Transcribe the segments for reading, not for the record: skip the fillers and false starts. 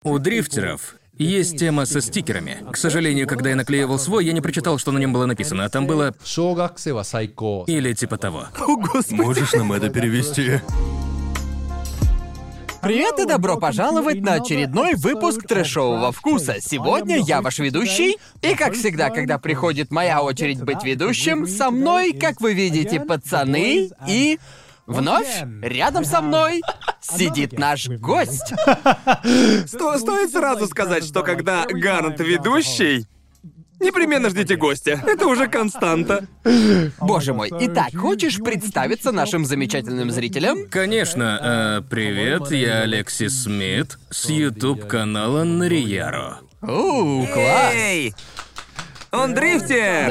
У дрифтеров есть тема со стикерами. К сожалению, когда я наклеивал свой, я не прочитал, что на нем было написано, а там было... Или типа того. О, господи. Можешь нам это перевести? Привет и добро пожаловать на очередной выпуск трэшового вкуса. Сегодня я ваш ведущий, и как всегда, когда приходит моя очередь быть ведущим, со мной, как вы видите, пацаны, и... Вновь рядом со мной сидит наш гость. Стоит сразу сказать, что когда Гарнт ведущий, непременно ждите гостя. Это уже константа. Боже мой. Итак, хочешь представиться нашим замечательным зрителям? Конечно. Привет, я Алексис Смит с YouTube-канала Нарияро. Класс. Эй! Он дрифтер!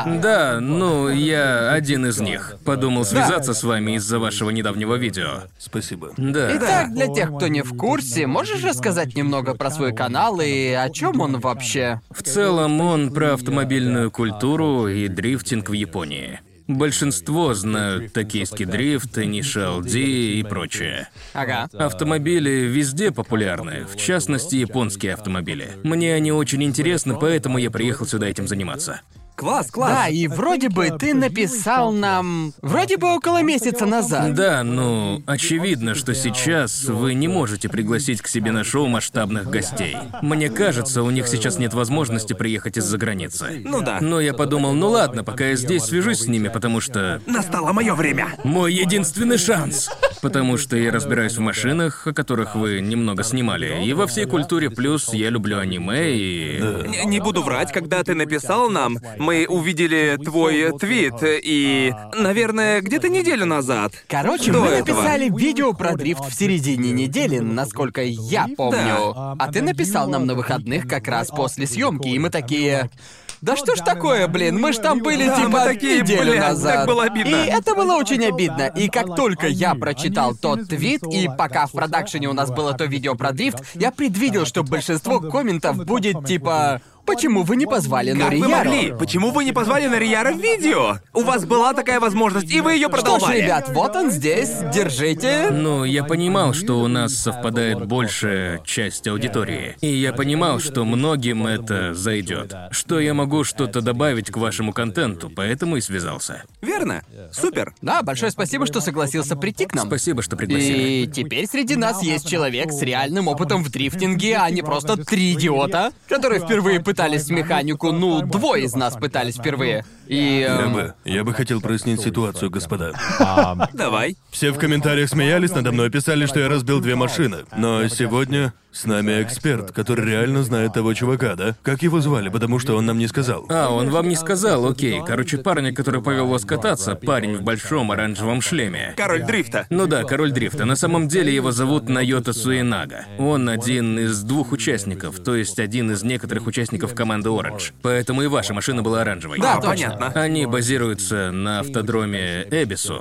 Да. Да, я один из них. Подумал связаться с вами из-за вашего недавнего видео. Спасибо. Да. Итак, для тех, кто не в курсе, можешь рассказать немного про свой канал и о чем он вообще? В целом он про автомобильную культуру и дрифтинг в Японии. Большинство знают токийский дрифт, Initial D и прочее. Ага. Автомобили везде популярны, в частности, японские автомобили. Мне они очень интересны, поэтому я приехал сюда этим заниматься. Класс. Да, и вроде бы ты написал нам... Вроде бы около месяца назад. Да, очевидно, что сейчас вы не можете пригласить к себе на шоу масштабных гостей. Мне кажется, у них сейчас нет возможности приехать из-за границы. Ну да. Но я подумал, ладно, пока я здесь свяжусь с ними, потому что... Настало мое время. Мой единственный шанс! Потому что я разбираюсь в машинах, о которых вы немного снимали, и во всей культуре, плюс я люблю аниме и... Не буду врать, когда ты написал нам, мы увидели твой твит, и, наверное, где-то неделю назад. Короче, До мы этого. написали видео про дрифт в середине недели, насколько я помню. А ты написал нам на выходных как раз после съемки, и мы такие... Да что ж такое, блин, мы ж там были Да, типа мы такие, неделю блин, назад. так было обидно. И это было очень обидно. И как только я прочитал тот твит, и пока в продакшене у нас было то видео про дрифт, я предвидел, что большинство комментов будет типа... Почему вы не позвали Как вы Нарияро? могли? Почему вы не позвали Нарияро в видео? У вас была такая возможность, и вы ее Что ж, продолжали. ребят, вот он здесь, держите. Я понимал, что у нас совпадает большая часть аудитории. И я понимал, что многим это зайдет. Что я могу что-то добавить к вашему контенту, поэтому и связался. Верно? Супер. Да, большое спасибо, что согласился прийти к нам. Спасибо, что пригласили. И теперь среди нас есть человек с реальным опытом в дрифтинге, а не просто 3 идиота, которые впервые пытались механику, двое из нас пытались впервые. И... Я бы хотел прояснить ситуацию, господа. Давай. Все в комментариях смеялись надо мной, писали, что я разбил 2 машины. Но сегодня с нами эксперт, который реально знает того чувака, да? Как его звали, потому что он нам не сказал. Он вам не сказал, окей. Короче, парень, который повел вас кататься, парень в большом оранжевом шлеме. Король дрифта. Да, король дрифта. На самом деле его зовут Найота Суинага. Он один из 2 участников, то есть один из некоторых участников команды Orange. Поэтому и ваша машина была оранжевой. Да, точно. Понятно. Они базируются на автодроме Эбису.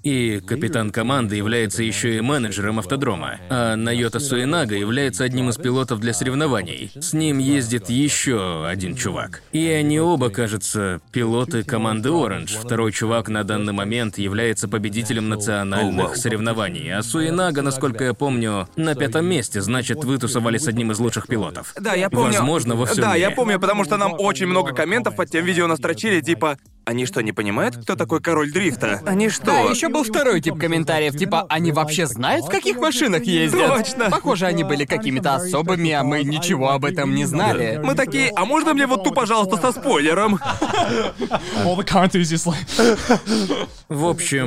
И капитан команды является еще и менеджером автодрома. А Найота Суинага является одним из пилотов для соревнований. С ним ездит еще один чувак. И они оба, кажется, пилоты команды Orange. Второй чувак на данный момент является победителем национальных соревнований. А Суинага, насколько я помню, на 5-м месте, значит, вы тусовали с одним из лучших пилотов. Да, я помню. Возможно, во всем Да, мире. я помню, потому что нам очень много комментов под тем видео настрочили, типа... Они что, не понимают, кто такой король дрифта? Они что? Да, еще был второй тип комментариев, типа, они вообще знают, в каких машинах ездят? Точно. Похоже, они были какими-то особыми, а мы ничего об этом не знали. Мы такие, а можно мне вот ту, пожалуйста, со спойлером? All the car enthusiasts like... В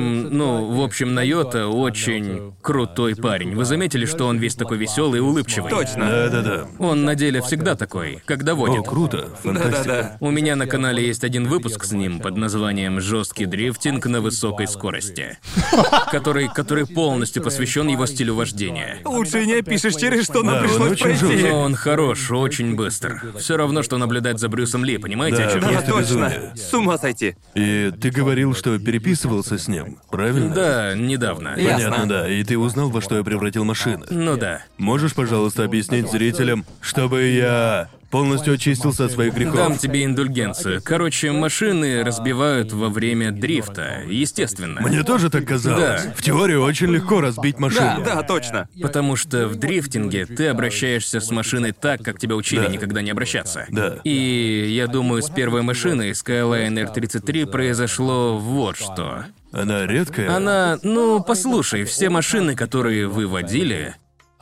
общем, Найота очень крутой парень. Вы заметили, что он весь такой веселый и улыбчивый? Точно. Да-да-да. Он на деле всегда такой, когда О, водит. круто. Фантастика. Да-да-да. У меня на канале есть один выпуск с ним под названием «Жесткий дрифтинг на высокой скорости», который полностью посвящен его стилю вождения. Лучше и не опишешь, через что нам Да, он пришлось очень пройти. жёсткий. Но он хорош, очень быстро. Все равно, что наблюдать за Брюсом Ли, понимаете, Да, о чем да. я? Да, точно. безумие. С ума сойти. И ты говорил, что переписывался с ним, правильно? Да, недавно. Ясно. Понятно, да. И ты узнал, во что я превратил машины. Ну да. Можешь, пожалуйста, объяснить зрителям, чтобы я полностью очистился от своих грехов. Дам тебе индульгенцию. Короче, машины разбивают во время дрифта, естественно. Мне тоже так казалось. Да. В теории очень легко разбить машину. Да, точно. Потому что в дрифтинге ты обращаешься с машиной так, как тебя учили Да. никогда не обращаться. Да. И я думаю, с первой машиной Skyline R33 произошло вот что. Она редкая. Она, послушай, все машины, которые вы водили,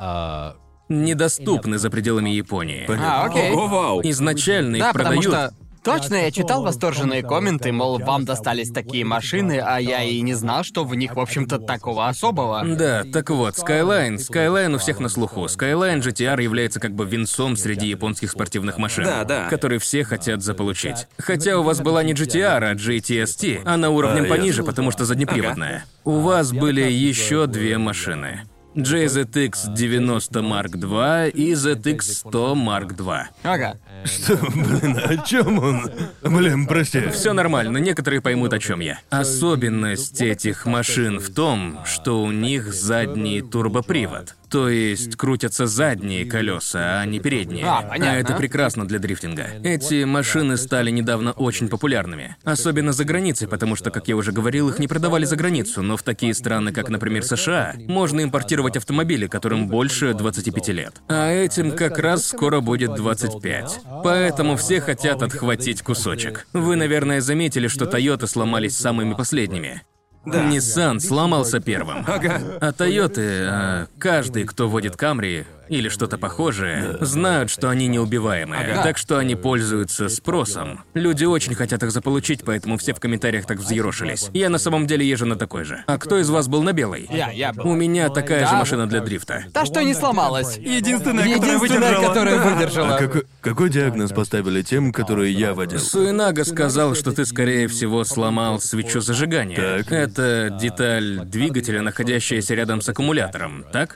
недоступны за пределами Японии. Окей. О, вау. Изначально Да, их потому продают. что точно я читал восторженные комменты, мол, вам достались такие машины, а я и не знал, что в них, в общем-то, такого особого. Да, так вот, Skyline у всех на слуху. Skyline GTR является как бы венцом среди японских спортивных машин, Да. которые все хотят заполучить. Хотя у вас была не GTR, а GTST, она уровнем пониже, ясно. потому что заднеприводная. У вас были еще две машины. JZX 90 Mark II и ZX 100 Mark II. Ага. Что, о чем он? Прости. Все нормально, некоторые поймут, о чем я. Особенность этих машин в том, что у них задний турбопривод. То есть крутятся задние колеса, а не передние. Понятно. А это прекрасно для дрифтинга. Эти машины стали недавно очень популярными. Особенно за границей, потому что, как я уже говорил, их не продавали за границу, но в такие страны, как, например, США, можно импортировать автомобили, которым больше 25 лет. А этим как раз скоро будет 25. Поэтому все хотят отхватить кусочек. Вы, наверное, заметили, что Toyota сломались самыми последними. Nissan сломался первым. А Toyota, каждый, кто водит Camry или что-то похожее, знают, что они неубиваемые. Так что они пользуются спросом. Люди очень хотят их заполучить, поэтому все в комментариях так взъерошились. Я на самом деле езжу на такой же. А кто из вас был на белой? Я был. У меня такая же Да. машина для дрифта. Та, что не сломалась. Единственная, которая выдержала. Какой диагноз поставили тем, которые я водил? Суинага сказал, что ты, скорее всего, сломал свечу зажигания. Так. Это деталь двигателя, находящаяся рядом с аккумулятором, так?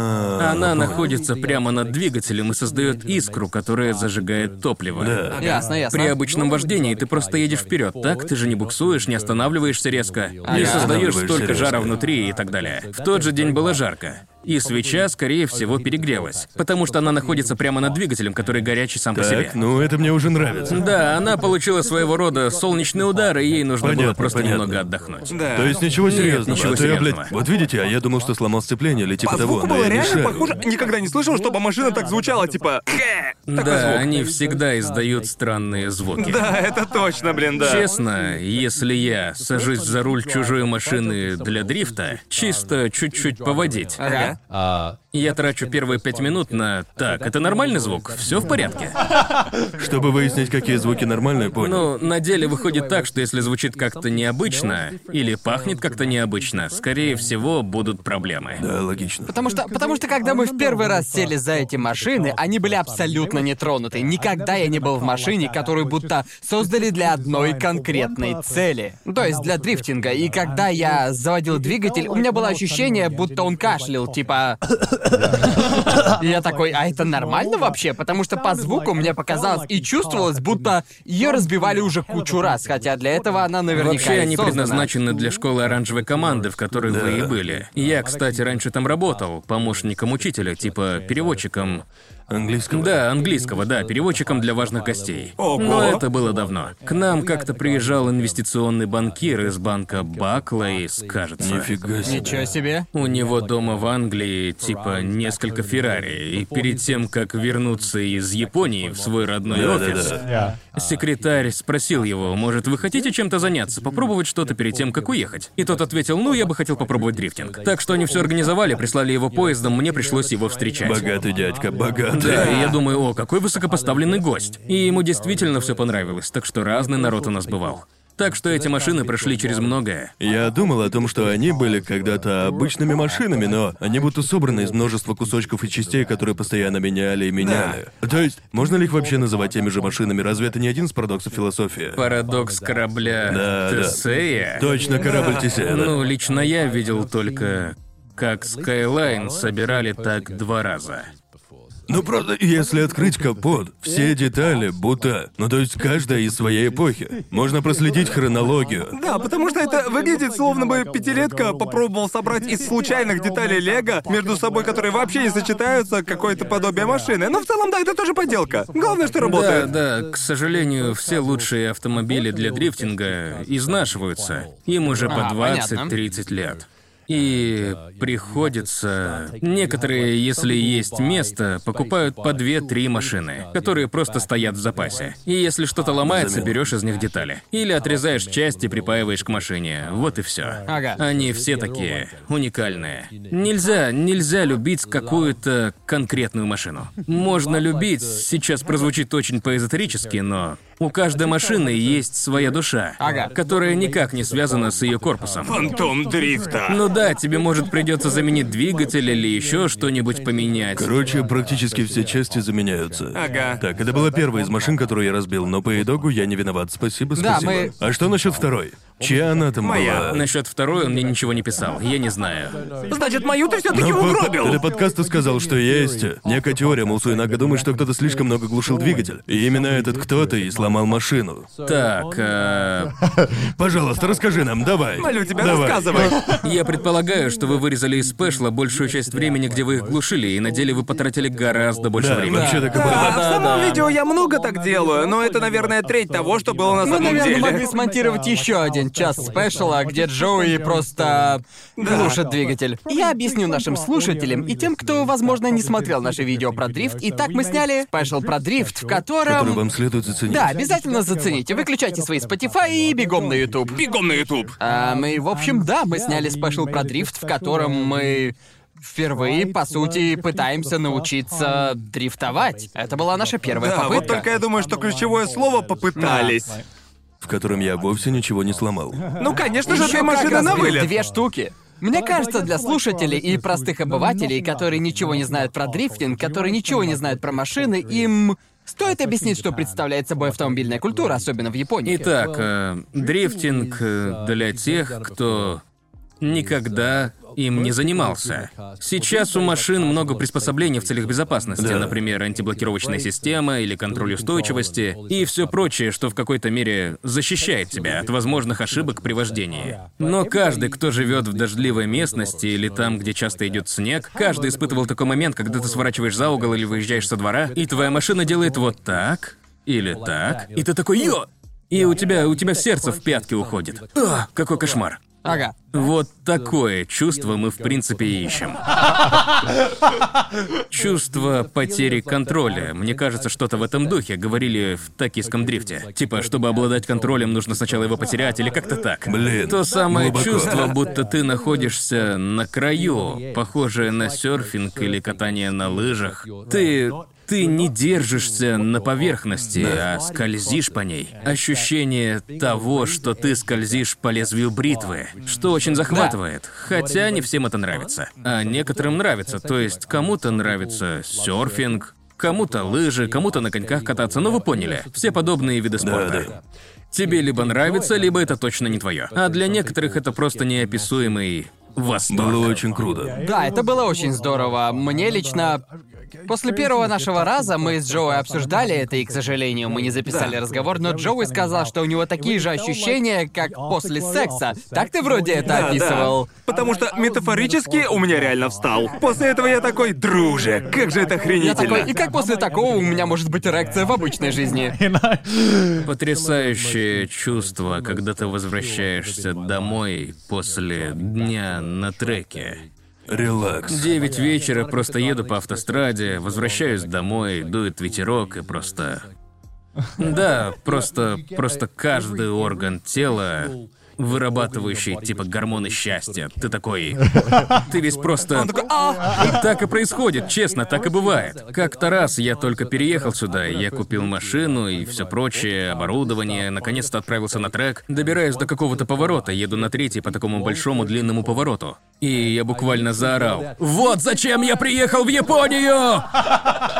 Она находится прямо над двигателем и создает искру, которая зажигает топливо. Ясно. При обычном вождении ты просто едешь вперед, так? Ты же не буксуешь, не останавливаешься резко, не создаешь Останавливаешься столько жара резко. внутри и так далее. В тот же день было жарко. И свеча, скорее всего, перегрелась, потому что она находится прямо над двигателем, который горячий сам по себе. Так, это мне уже нравится. Да, она получила своего рода солнечный удар, и ей нужно было Понятно, просто понятно. немного отдохнуть. Да. То есть ничего серьезного. ничего а то я, серьезного. вот видите, а я думал, что сломал сцепление или типа По того, звуку но было я не реально шарю. похоже. Никогда не слышал, чтобы машина так звучала, типа... Такой Да, звук. они всегда издают странные звуки. Да, это точно, да. Честно, если я сажусь за руль чужой машины для дрифта, чисто чуть-чуть поводить, Ага. я трачу первые 5 минут на «Так, это нормальный звук? Все в порядке?» Чтобы выяснить, какие звуки нормальные, понял. Ну, на деле выходит так, что если звучит как-то необычно или пахнет как-то необычно, скорее всего, будут проблемы. Да, логично. Потому что когда мы в первый раз сели за эти машины, они были абсолютно нетронуты. Никогда я не был в машине, которую будто создали для одной конкретной цели. То есть для дрифтинга. И когда я заводил двигатель, у меня было ощущение, будто он кашлял, типа... И я такой, а это нормально вообще? Потому что по звуку мне показалось и чувствовалось, будто ее разбивали уже кучу раз, хотя для этого она наверняка Вообще и они создана. предназначены для школы оранжевой команды, в которой вы и были. Я, кстати, раньше там работал, помощником учителя, типа переводчиком. Английского? Да, английского, да, переводчиком для важных гостей. Ого. Но это было давно. К нам как-то приезжал инвестиционный банкир из банка Баклейс, кажется. Нифига себе. Ничего себе. У него дома в Англии, типа, несколько Феррари, и перед тем, как вернуться из Японии в свой родной офис, секретарь спросил его, может, вы хотите чем-то заняться, попробовать что-то перед тем, как уехать? И тот ответил, ну, я бы хотел попробовать дрифтинг. Так что они все организовали, прислали его поездом, мне пришлось его встречать. Богатый дядька, богатый. Да, и я думаю, о, какой высокопоставленный гость. И ему действительно все понравилось, так что разный народ у нас бывал. Так что эти машины прошли через многое. Я думал о том, что они были когда-то обычными машинами, но они будто собраны из множества кусочков и частей, которые постоянно меняли и меняли. То есть, можно ли их вообще называть теми же машинами? Разве это не один из парадоксов философии? Парадокс корабля Да. Тесея. Точно, корабль Тесея, да. Ну, лично я видел только, как Skyline собирали так 2 раза. Ну просто, если открыть капот, все детали будто... Ну то есть каждая из своей эпохи. Можно проследить хронологию. Да, потому что это выглядит, словно бы пятилетка попробовал собрать из случайных деталей Лего между собой, которые вообще не сочетаются, какое-то подобие машины. Но в целом, да, это тоже поделка. Главное, что работает. Да, к сожалению, все лучшие автомобили для дрифтинга изнашиваются. Им уже по понятно. 20-30 лет. И приходится... Некоторые, если есть место, покупают по 2-3 машины, которые просто стоят в запасе. И если что-то ломается, берешь из них детали. Или отрезаешь часть и припаиваешь к машине. Вот и все. Ага. Они все такие уникальные. Нельзя любить какую-то конкретную машину. Можно любить, сейчас прозвучит очень поэзотерически, но у каждой машины есть своя душа, Ага. которая никак не связана с ее корпусом. Фантом дрифта. Ну да, тебе может придется заменить двигатель или еще что-нибудь поменять. Короче, практически все части заменяются. Ага. Так, это была первая из машин, которую я разбил, но по итогу я не виноват. Спасибо. Да, мы- А что насчет второй? Чья она там Моя. была? Насчет второй он мне ничего не писал, я не знаю. Значит, мою ты все-таки Ну, угробил. Для подкаста сказал, что есть некая теория, мол, Суинага думает, что кто-то слишком много глушил двигатель. И именно этот кто-то и сломал машину. Так, Пожалуйста, расскажи нам, давай. Молю тебя, Давай. рассказывай. я предполагаю, что вы вырезали из спешла большую часть времени, где вы их глушили, и на деле вы потратили гораздо больше Да, времени. вообще так и Да, было. в самом видео я много так делаю, но это, наверное, треть того, что было на Мы, самом наверное, деле. могли смонтировать еще один час спешала, где Джоуи просто глушит двигатель. Я объясню нашим слушателям и тем, кто, возможно, не смотрел наше видео про дрифт. Итак, мы сняли спешл про дрифт, в Который котором... вам следует заценить. Да, обязательно зацените. Выключайте свои Spotify и бегом на YouTube. Бегом на YouTube. В общем, да, мы сняли спешл про дрифт, в котором мы впервые, по сути, пытаемся научиться дрифтовать. Это была наша первая Да, попытка. вот только я думаю, что ключевое слово «попытались». В котором я вовсе ничего не сломал. Ну, конечно же, Ещё две как машины на разбил вылет. 2 штуки. Мне кажется, для слушателей и простых обывателей, которые ничего не знают про дрифтинг, которые ничего не знают про машины, им стоит объяснить, что представляет собой автомобильная культура, особенно в Японии. Итак, дрифтинг для тех, кто никогда им не занимался. Сейчас у машин много приспособлений в целях безопасности, Да. например, антиблокировочная система или контроль устойчивости и все прочее, что в какой-то мере защищает тебя от возможных ошибок при вождении. Но каждый, кто живет в дождливой местности или там, где часто идет снег, каждый испытывал такой момент, когда ты сворачиваешь за угол или выезжаешь со двора, и твоя машина делает вот так или так, и ты такой «Йо!» И у тебя сердце в пятки уходит. Какой кошмар. Ага. Вот такое чувство мы в принципе и ищем. Чувство потери контроля. Мне кажется, что-то в этом духе говорили в токийском дрифте. Типа, чтобы обладать контролем, нужно сначала его потерять или как-то так. Блин, То самое глубоко. чувство, будто ты находишься на краю, похожее на серфинг или катание на лыжах. Ты не держишься на поверхности, а скользишь по ней. Ощущение того, что ты скользишь по лезвию бритвы, что очень захватывает. Хотя не всем это нравится. А некоторым нравится, то есть кому-то нравится серфинг, кому-то лыжи, кому-то на коньках кататься, но вы поняли, все подобные виды спорта. Да. Тебе либо нравится, либо это точно не твое. А для некоторых это просто неописуемый восторг. Было очень круто. Да, это было очень здорово. Мне лично... После первого нашего раза мы с Джоуи обсуждали это, и, к сожалению, мы не записали разговор, но Джоуи сказал, что у него такие же ощущения, как после секса. Так ты вроде это описывал. Потому что метафорически у меня реально встал. После этого я такой, друже, как же это Я охренительно. такой, и как после такого у меня может быть эрекция в обычной жизни? Потрясающее чувство, когда ты возвращаешься домой после дня на треке. Релакс. 9 вечера, просто еду по автостраде, возвращаюсь домой, дует ветерок и просто... Да, просто каждый орган тела, вырабатывающий типа гормоны счастья. Ты такой... Ты весь просто... Он такой, а! Так и происходит, честно, так и бывает. Как-то раз я только переехал сюда, я купил машину и все прочее, оборудование, наконец-то отправился на трек, добираюсь до какого-то поворота, еду на третий по такому большому длинному повороту. И я буквально заорал: «Вот зачем я приехал в Японию!»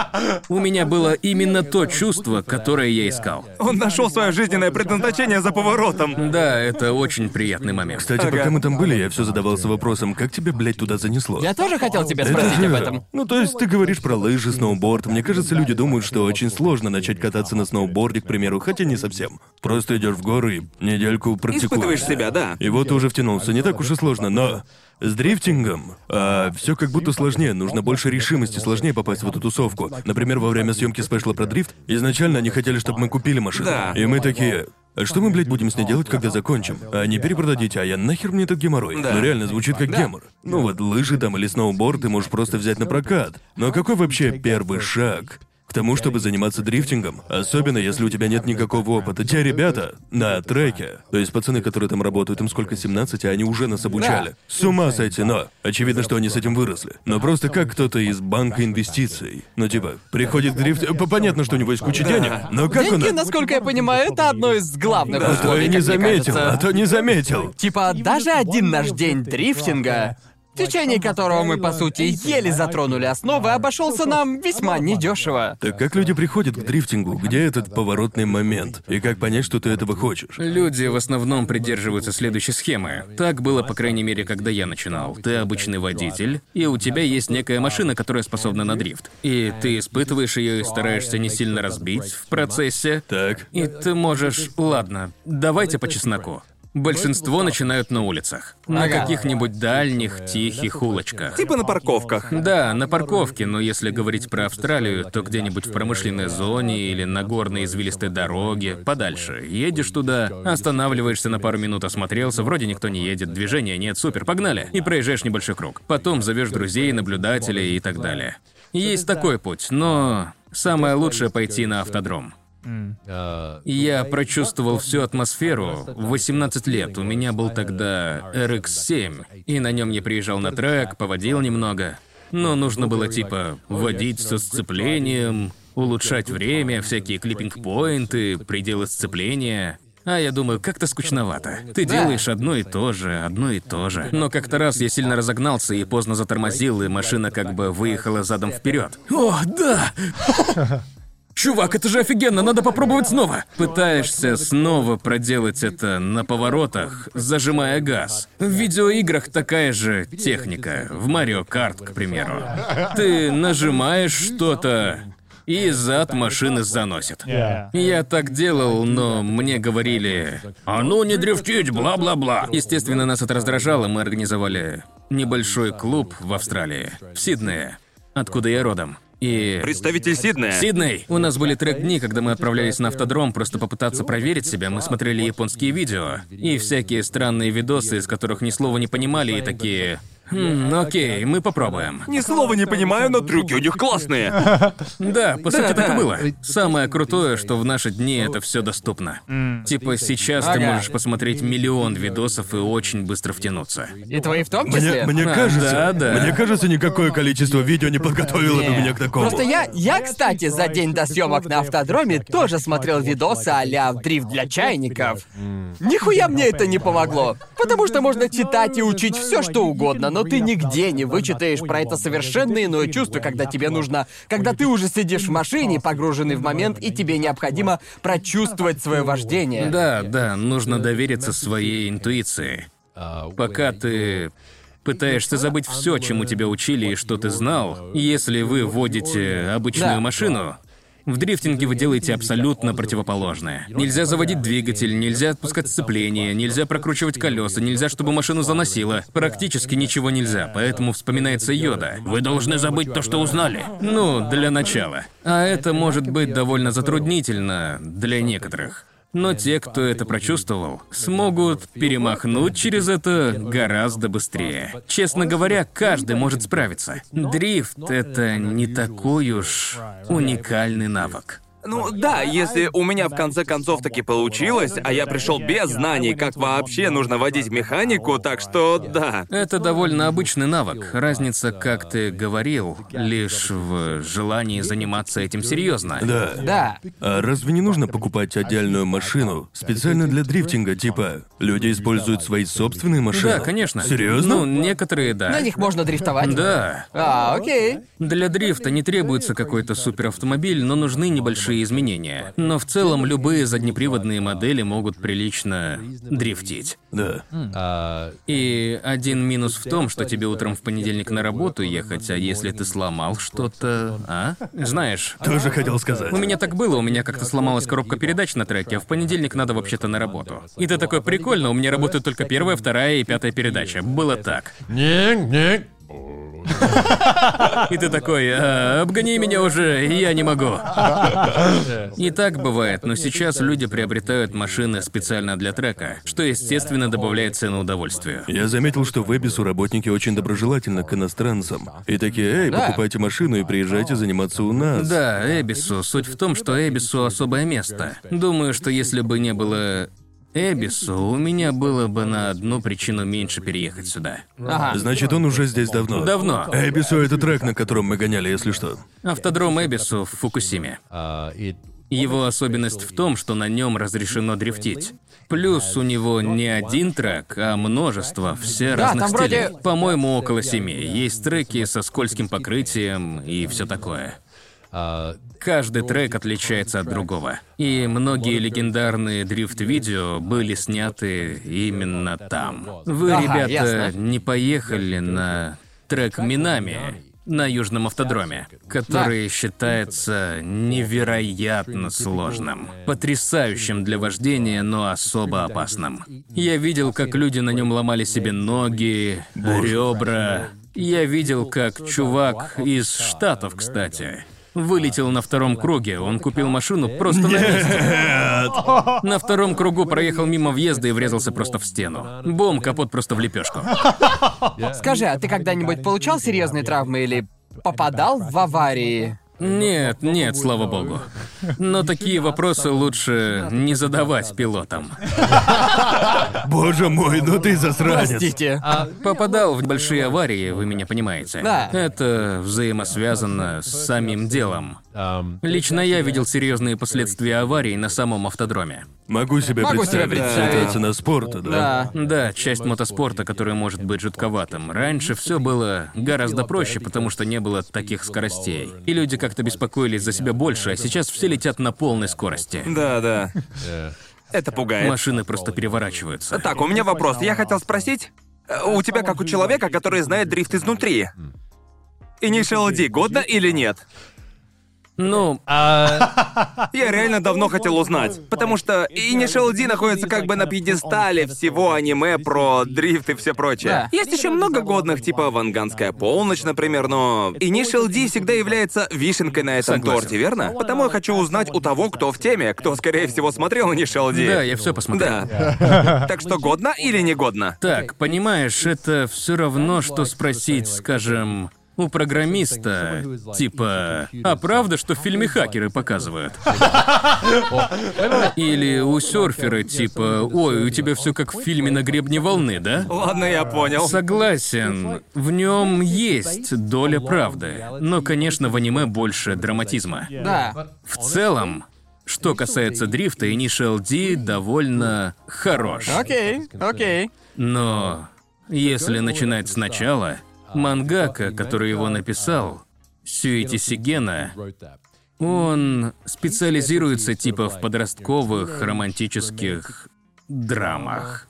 У меня было именно то чувство, которое я искал. Он нашел свое жизненное предназначение за поворотом. Да, это очень приятный момент. Кстати, пока мы там были, я все задавался вопросом, как тебя, блядь, туда занесло? Я тоже хотел тебя спросить об этом. Ну, то есть ты говоришь про лыжи, сноуборд. Мне кажется, люди думают, что очень сложно начать кататься на сноуборде, к примеру, хотя не совсем. Просто идешь в горы и недельку практикуешь. Испытываешь себя, да. И вот ты уже втянулся, не так уж и сложно, но с дрифтингом все как будто сложнее, нужно больше решимости, сложнее попасть в эту тусовку. Например, во время съемки спешла про дрифт, изначально они хотели, чтобы мы купили машину. Да. И мы такие... А что мы, блядь, будем с ней делать, когда закончим? А не перепродадите, а я нахер мне этот геморрой? Да. Ну реально звучит как гемор. Ну вот лыжи там или сноуборд ты можешь просто взять на прокат. Но какой вообще первый шаг к тому, чтобы заниматься дрифтингом? Особенно, если у тебя нет никакого опыта. Те ребята на треке, то есть пацаны, которые там работают, им сколько, 17, а они уже нас обучали. Да. С ума сойти, но очевидно, что они с этим выросли. Но просто как кто-то из банка инвестиций. Ну типа, приходит к дрифт... Понятно, что у него есть куча денег, но как Деньги, он... насколько я понимаю, это одно из главных А то условий, и не как мне заметил, кажется. а то не заметил. Типа, даже один наш день дрифтинга, в течение которого мы, по сути, еле затронули основы, обошелся нам весьма недешево. Так как люди приходят к дрифтингу? Где этот поворотный момент? И как понять, что ты этого хочешь? Люди в основном придерживаются следующей схемы. Так было, по крайней мере, когда я начинал. Ты обычный водитель, и у тебя есть некая машина, которая способна на дрифт. И ты испытываешь ее и стараешься не сильно разбить в процессе. Так. И ты можешь... Ладно, давайте по чесноку. Большинство начинают на улицах. На Ага. каких-нибудь дальних, тихих улочках. Типа на парковках. Да, на парковке, но если говорить про Австралию, то где-нибудь в промышленной зоне или на горной извилистой дороге, подальше. Едешь туда, останавливаешься на пару минут, осмотрелся, вроде никто не едет, движения нет, супер, погнали. И проезжаешь небольшой круг. Потом зовешь друзей, наблюдателей и так далее. Есть такой путь, но самое лучшее пойти на автодром. Я прочувствовал всю атмосферу в 18 лет. У меня был тогда RX-7, и на нем я приезжал на трек, поводил немного. Но нужно было типа водить со сцеплением, улучшать время, всякие клиппинг-поинты, пределы сцепления. А я думаю, как-то скучновато. Ты делаешь одно и то же, одно и то же. Но как-то раз я сильно разогнался и поздно затормозил, и машина как бы выехала задом вперед. О, да! Чувак, это же офигенно, надо попробовать снова. Пытаешься снова проделать это на поворотах, зажимая газ. В видеоиграх такая же техника. В Mario Kart, к примеру. Ты нажимаешь что-то, и зад машины заносит. Я так делал, но мне говорили: «А ну не дрифтить, бла-бла-бла». Естественно, нас это раздражало, мы организовали небольшой клуб в Австралии, в Сиднее, откуда я родом. И... Представитель Сиднея. Сидней! У нас были трек-дни, когда мы отправлялись на автодром просто попытаться проверить себя. Мы смотрели японские видео и всякие странные видосы, из которых ни слова не понимали, и такие... окей, мы попробуем. Ни слова не понимаю, но трюки у них классные. Да, по сути, так и было. Самое крутое, что в наши дни это все доступно. Типа сейчас ты Ага. можешь посмотреть миллион видосов и очень быстро втянуться. И твои в том числе? Мне кажется, да. мне кажется, никакое количество видео не подготовило бы Не. меня к такому. Просто я, кстати, за день до съемок на автодроме тоже смотрел видосы а-ля дрифт для чайников. Нихуя мне это не помогло. Потому что можно читать и учить все, что угодно, но ты нигде не вычитаешь про это совершенно иное чувство, когда тебе нужно... Когда ты уже сидишь в машине, погруженный в момент, и тебе необходимо прочувствовать свое вождение. Да, нужно довериться своей интуиции. Пока ты пытаешься забыть все, чему тебя учили и что ты знал, если вы водите обычную Да. машину, в дрифтинге вы делаете абсолютно противоположное. Нельзя заводить двигатель, нельзя отпускать сцепление, нельзя прокручивать колеса, нельзя, чтобы машину заносило. Практически ничего нельзя, поэтому вспоминается Йода. Вы должны забыть то, что узнали. Ну, для начала. А это может быть довольно затруднительно для некоторых. Но те, кто это прочувствовал, смогут перемахнуть через это гораздо быстрее. Честно говоря, каждый может справиться. Дрифт — это не такой уж уникальный навык. Ну да, если у меня в конце концов таки получилось, а я пришел без знаний, как вообще нужно водить механику, так что да. Это довольно обычный навык. Разница, как ты говорил, лишь в желании заниматься этим серьезно. Да. Да. А разве не нужно покупать отдельную машину специально для дрифтинга? Типа, люди используют свои собственные машины? Да, конечно. Серьезно? Ну, некоторые, да. На них можно дрифтовать? Да. Окей. Для дрифта не требуется какой-то суперавтомобиль, но нужны небольшие изменения. Но в целом любые заднеприводные модели могут прилично дрифтить. Да. И один минус в том, что тебе утром в понедельник на работу ехать, а если ты сломал что-то, Знаешь, Тоже хотел сказать. у меня так было, у меня как-то сломалась коробка передач на треке, а в понедельник надо вообще-то на работу. И ты такой, прикольно, у меня работают только первая, вторая и пятая передача. Было так. И ты такой, обгони меня уже, я не могу. И так бывает, но сейчас люди приобретают машины специально для трека, что, естественно, добавляет цену удовольствию. Я заметил, что в Эбису работники очень доброжелательны к иностранцам. И такие, Да. покупайте машину и приезжайте заниматься у нас. Да, Эбису. Суть в том, что Эбису особое место. Думаю, что если бы не было Эбису, у меня было бы на одну причину меньше переехать сюда. Ага. Значит, он уже здесь давно. Давно. Эбису — это трек, на котором мы гоняли, если что. Автодром Эбису в Фукусиме. Его особенность в том, что на нем разрешено дрифтить. Плюс у него не один трек, а множество, все разных там вроде- стилей. По-моему, около 7. Есть треки со скользким покрытием и все такое. Каждый трек отличается от другого. И многие легендарные дрифт-видео были сняты именно там. Вы, Ага, ребята, ясно. не поехали на трек Минами на Южном автодроме, который считается невероятно сложным, потрясающим для вождения, но особо опасным. Я видел, как люди на нем ломали себе ноги, ребра. Я видел, как чувак из Штатов, кстати, вылетел на втором круге. Он купил машину просто на месте. На втором кругу проехал мимо въезда и врезался просто в стену. Бум, капот просто в лепешку. Скажи, а ты когда-нибудь получал серьезные травмы или попадал в аварии? Нет, нет, слава богу. Но такие вопросы лучше не задавать пилотам. Боже мой, ну ты засранец. Простите. Попадал в большие аварии, вы меня понимаете. Да. Это взаимосвязано с самим делом. Лично я видел серьезные последствия аварий на самом автодроме. Могу себе Могу себе представить. представить. Это цена спорта, да? Да. Да, часть мотоспорта, которая может быть жутковатым. Раньше все было гораздо проще, потому что не было таких скоростей. И люди как-то беспокоились за себя больше, а сейчас все летят на полной скорости. Да. Это пугает. Машины просто переворачиваются. Так, у меня вопрос. Я хотел спросить, у тебя как у человека, который знает дрифт изнутри, Initial D годно или нет? Ну, Я реально давно хотел узнать, потому что Initial D находится как бы на пьедестале всего аниме про дрифт и все прочее. Да. Есть еще много годных, типа «Ванганская полночь», например, но Initial D всегда является вишенкой на этом Согласен. торте, верно? Потому я хочу узнать у того, кто в теме, кто, скорее всего, смотрел Initial D. да, я все посмотрел. Да. Так что годно или не годно? Так, понимаешь, это все равно, что спросить, скажем, у программиста, типа, а правда, что в фильме хакеры показывают? Или у серфера, типа, ой, у тебя все как в фильме «На гребне волны», да? Ладно, я понял. Согласен, в нем есть доля правды, но, конечно, в аниме больше драматизма. Да. В целом, что касается дрифта, Initial D довольно хорош. Окей. Но если начинать сначала, мангака, который его написал, Сюити Сигена, он специализируется типа в подростковых романтических драмах.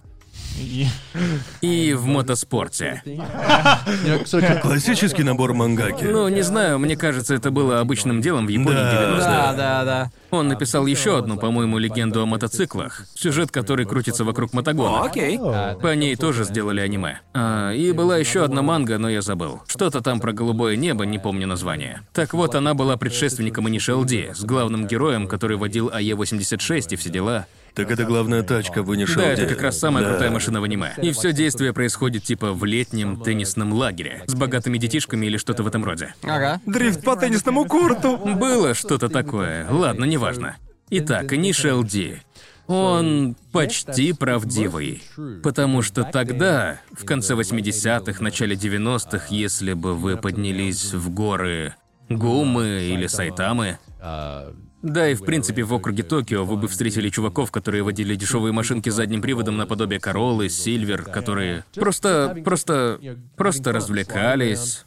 И в мотоспорте. Классический набор мангаки. Ну, не знаю, мне кажется, это было обычным делом в Японии Да. 90-х. Да. Он написал еще одну, по-моему, легенду о мотоциклах, сюжет который крутится вокруг мотогона. Окей. По ней тоже сделали аниме. И была еще одна манга, но я забыл. Что-то там про голубое небо, не помню название. Так вот, она была предшественником Initial D, с главным героем, который водил АЕ-86 и все дела. Так это главная тачка в Initial Да, D. это как раз самая Да. крутая машина в аниме. И все действие происходит типа в летнем теннисном лагере с богатыми детишками или что-то в этом роде. Ага. Дрифт по теннисному корту. Было что-то такое. Ладно, неважно. Итак, Initial D. Он почти правдивый. Потому что тогда, в конце 80-х, начале 90-х, если бы вы поднялись в горы Гумы или Сайтамы, да, и в принципе в округе Токио вы бы встретили чуваков, которые водили дешевые машинки с задним приводом наподобие Короллы, Сильвер, которые просто развлекались,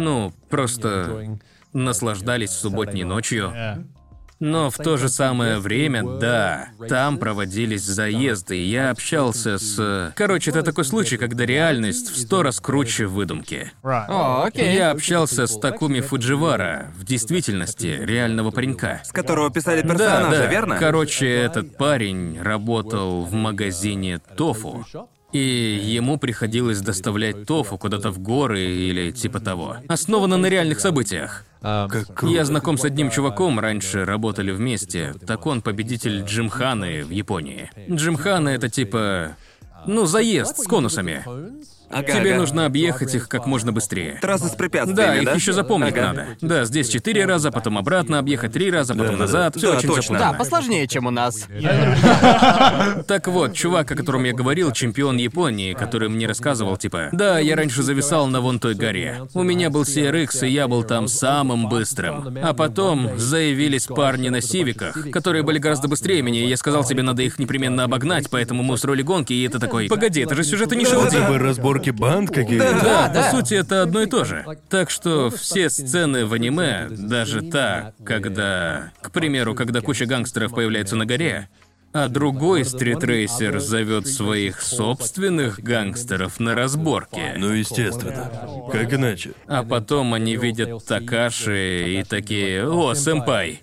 просто наслаждались субботней ночью. Но в то же самое время, да, там проводились заезды, и я общался с... Короче, это такой случай, когда реальность в 100 раз круче выдумки. О, окей. Я общался с Такуми Фудживара, в действительности, реального паренька. С которого писали персонажа, Да. верно? Короче, этот парень работал в магазине тофу. И ему приходилось доставлять тофу куда-то в горы или типа того. Основано на реальных событиях. Как круто. Я знаком с одним чуваком, раньше работали вместе. Так он победитель Джимханы в Японии. Джимхана — это типа... заезд с конусами. Ага, Тебе ага. нужно объехать их как можно быстрее. Трассы с препятствиями, Да, да? их еще запомнить Ага. надо. Да, здесь 4 раза, потом обратно объехать 3 раза, потом Да-да-да. назад. Все Да, очень точно. запутанно. Да, посложнее, чем у нас. Так вот, чувак, о котором я говорил, чемпион Японии, который мне рассказывал, типа, да, я раньше зависал на вон той горе. У меня был CRX, и я был там самым быстрым. А потом заявились парни на Сивиках, которые были гораздо быстрее меня, и я сказал себе, надо их непременно обогнать, поэтому мы устроили гонки, и это такой, погоди, это же сюжет не шоу. Это бы разборки банд какие-то. Да, да. по сути, это одно и то же. Так что все сцены в аниме, даже та, когда, к примеру, когда куча гангстеров появляется на горе, а другой стритрейсер зовет своих собственных гангстеров на разборке. Ну, естественно. Как иначе? А потом они видят Такаши и такие: «О, сэмпай».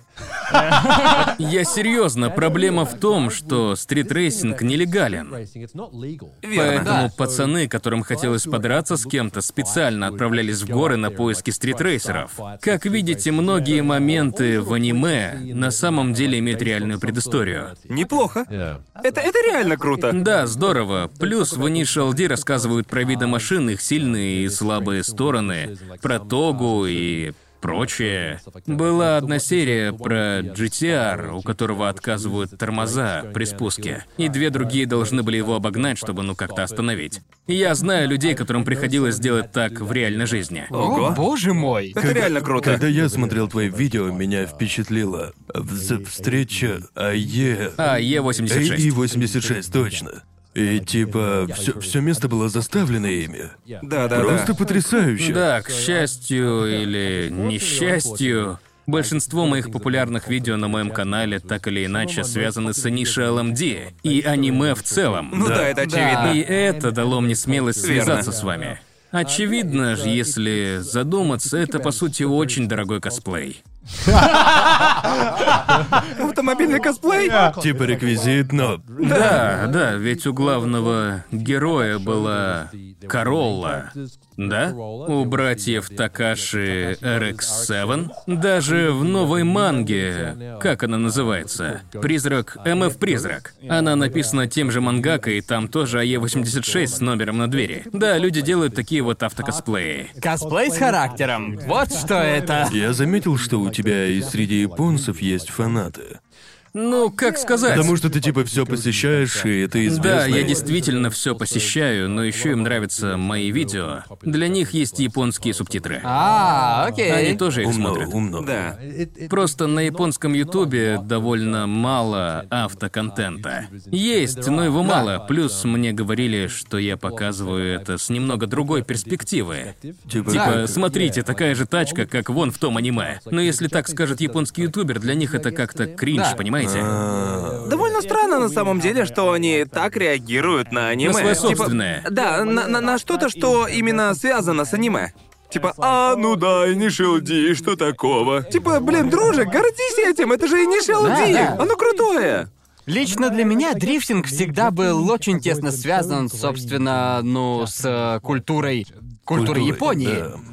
Я серьезно, проблема в том, что стритрейсинг нелегален. Верно. Поэтому пацаны, которым хотелось подраться с кем-то, специально отправлялись в горы на поиски стритрейсеров. Как видите, многие моменты в аниме на самом деле имеют реальную предысторию. Неплохо. Это реально круто. Да, здорово. Плюс в Initial D рассказывают про виды машин, их сильные и слабые стороны, про Тогу и прочее. Была одна серия про GTR, у которого отказывают тормоза при спуске, и 2 другие должны были его обогнать, чтобы как-то остановить. И я знаю людей, которым приходилось сделать так в реальной жизни. Ого. О, боже мой. Это реально круто. Когда я смотрел твои видео, меня впечатлила встреча АЕ... Е86. АИ-86, точно. И типа, все место было заставлено ими. Да. Просто потрясающе. Да, к счастью или несчастью, большинство моих популярных видео на моем канале так или иначе связаны с Initial D и аниме в целом. Ну да, это очевидно. И это дало мне смелость связаться Верно. с вами. Очевидно же, если задуматься, это по сути очень дорогой косплей. Автомобильный косплей? Типа реквизит, но... Да, ведь у главного героя была Королла. Да? У братьев Такаши RX-7. Даже в новой манге, как она называется? Призрак, МФ-призрак. Она написана тем же мангакой, и там тоже АЕ-86 с номером на двери. Да, люди делают такие вот автокосплеи. Косплей с характером. Вот что это. Я заметил, что у тебя и среди японцев есть фанаты. Ну, как сказать? Потому что ты типа все посещаешь, и это известно. Да, я действительно все посещаю, но еще им нравятся мои видео. Для них есть японские субтитры. Окей. Они тоже их Умно, смотрят. умно. Да. Просто на японском ютубе довольно мало автоконтента. Есть, но его мало. Плюс мне говорили, что я показываю это с немного другой перспективы. Типа, смотрите, такая же тачка, как вон в том аниме. Но если так скажет японский ютубер, для них это как-то кринж, Да. понимаете? Довольно странно на самом деле, что они так реагируют на аниме. На свое Типа, собственное. Да, на что-то, что именно связано с аниме. Типа, ну да, Initial D, что такого? Типа, блин, дружик, гордись этим, это же Initial D, Да. оно крутое. Лично для меня дрифтинг всегда был очень тесно связан, собственно, с культурой Культурой, Японии. да.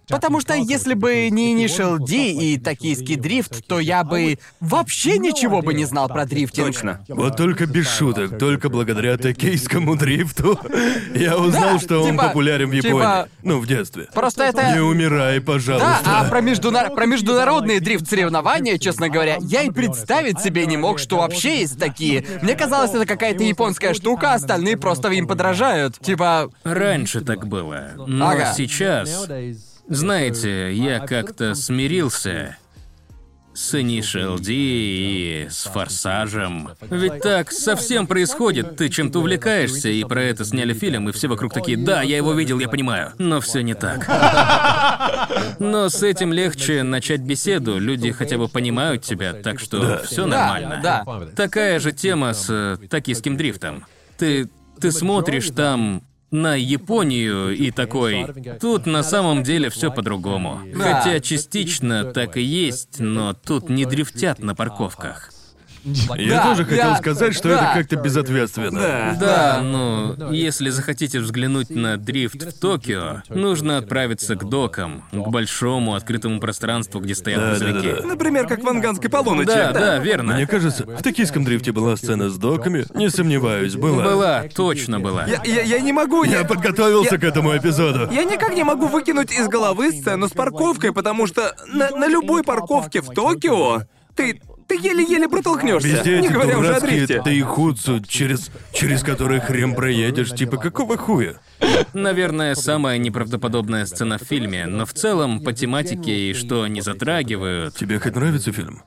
Потому что если бы не Initial D и токийский дрифт, то я бы вообще ничего бы не знал про дрифтинг. Точно. Вот только без шуток, только благодаря токийскому дрифту я узнал, Да, что он типа- популярен в Японии. типа- Ну, в детстве. Просто это... Не умирай, Да, пожалуйста. а про международные дрифт-соревнования, честно говоря, я и представить себе не мог, что вообще есть такие. Мне казалось, это какая-то японская штука, а остальные просто им подражают. Типа... Раньше так было, но Ага. сейчас, знаете, я как-то смирился с Initial D и с Форсажем. Ведь так совсем происходит. Ты чем-то увлекаешься, и про это сняли фильм, и все вокруг такие: да, я его видел, я понимаю. Но все не так. Но с этим легче начать беседу. Люди хотя бы понимают тебя, так что все нормально. Да. Такая же тема с токийским дрифтом. Ты смотришь там на Японию и такой: тут на самом деле все по-другому. Да. Хотя частично так и есть, но тут не дрифтят на парковках. Я тоже хотел сказать, что да. это как-то безответственно. Да, ну, если захотите взглянуть на дрифт в Токио, нужно отправиться к докам, к большому открытому пространству, где стоят грузовики. Да. Например, как в Анганской полуночи. Да, верно. Мне кажется, в токийском дрифте была сцена с доками. Не сомневаюсь, была. Была, точно была. Я не могу, Я подготовился к этому эпизоду. Я никак не могу выкинуть из головы сцену с парковкой, потому что на любой парковке в Токио ты еле-еле протолкнешься. Везде Не эти говоря уже о дурацкие дрифте. тайхуцу, через которые хрен проедешь, типа какого хуя? Наверное, самая неправдоподобная сцена в фильме, но в целом по тематике и что они затрагивают. Тебе хоть нравится фильм?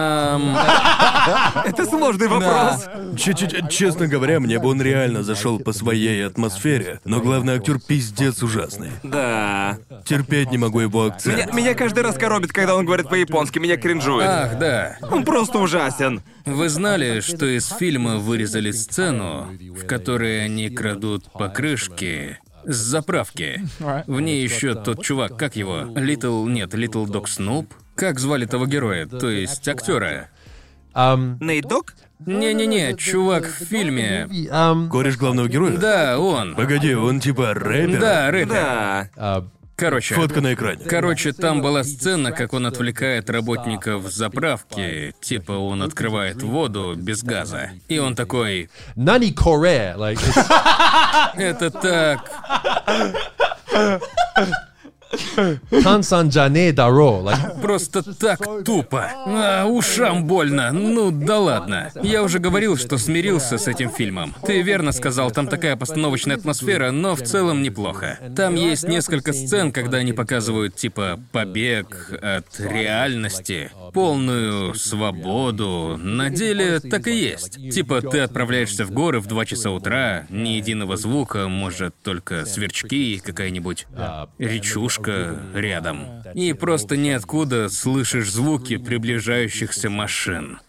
Это сложный вопрос. Честно говоря, мне бы он реально зашел по своей атмосфере, но главный актер пиздец ужасный. Да. Терпеть не могу его акцент. Меня каждый раз коробит, когда он говорит по-японски, меня кринжует. Ах, да. Он просто ужасен. Вы знали, что из фильма вырезали сцену, в которой они крадут покрышки с заправки? В ней еще тот чувак, как его? Литл Док Снуп? Как звали того героя, то есть актера? Нейт Дог? Не-не-не, чувак в фильме. Кореш главного героя? Да, он. Погоди, он типа рэпер? Да, рэпер. Да. Короче. Фотка на экране. Короче, там была сцена, как он отвлекает работников заправки. Типа он открывает воду без газа. И он такой: Nani Kore, like it's это так... Kansan Jane Daro, like Просто так тупо. Ушам больно. Ну да ладно. Я уже говорил, что смирился с этим фильмом. Ты верно сказал, там такая постановочная атмосфера, но в целом неплохо. Там есть несколько сцен, когда они показывают типа побег от реальности, полную свободу. На деле так и есть. Типа ты отправляешься в горы в 2 часа утра, ни единого звука, может только сверчки, какая-нибудь речушка рядом. И просто ниоткуда слышишь звуки приближающихся машин.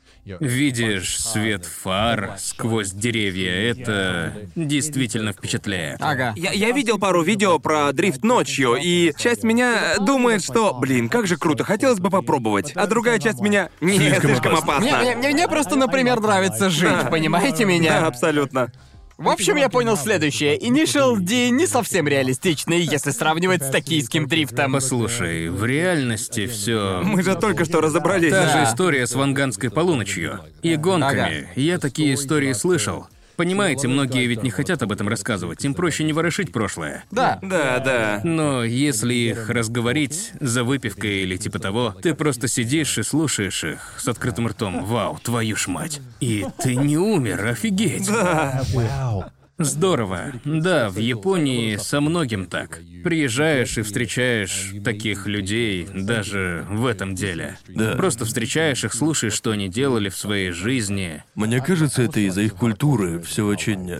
Видишь свет фар сквозь деревья, это действительно впечатляет. Ага. Я видел пару видео про дрифт ночью, и часть меня думает, что, блин, как же круто, хотелось бы попробовать. А другая часть меня, нет, слишком опасно. Мне просто, например, нравится жить, понимаете Да, меня? абсолютно. В общем, я понял следующее. Initial D не совсем реалистичный, если сравнивать с токийским дрифтом. Послушай, в реальности все. Мы же только что разобрались. Та же Да. история с ванганской полуночью и гонками. Я такие истории слышал. Понимаете, многие ведь не хотят об этом рассказывать, им проще не ворошить прошлое. Да. Да. Но если их разговорить за выпивкой или типа того, ты просто сидишь и слушаешь их с открытым ртом. Вау, твою ж мать. И ты не умер, офигеть. wow. Здорово. Да, в Японии со многим так. Приезжаешь и встречаешь таких людей даже в этом деле. Да. Просто встречаешь их, слушаешь, что они делали в своей жизни. Мне кажется, это из-за их культуры все очень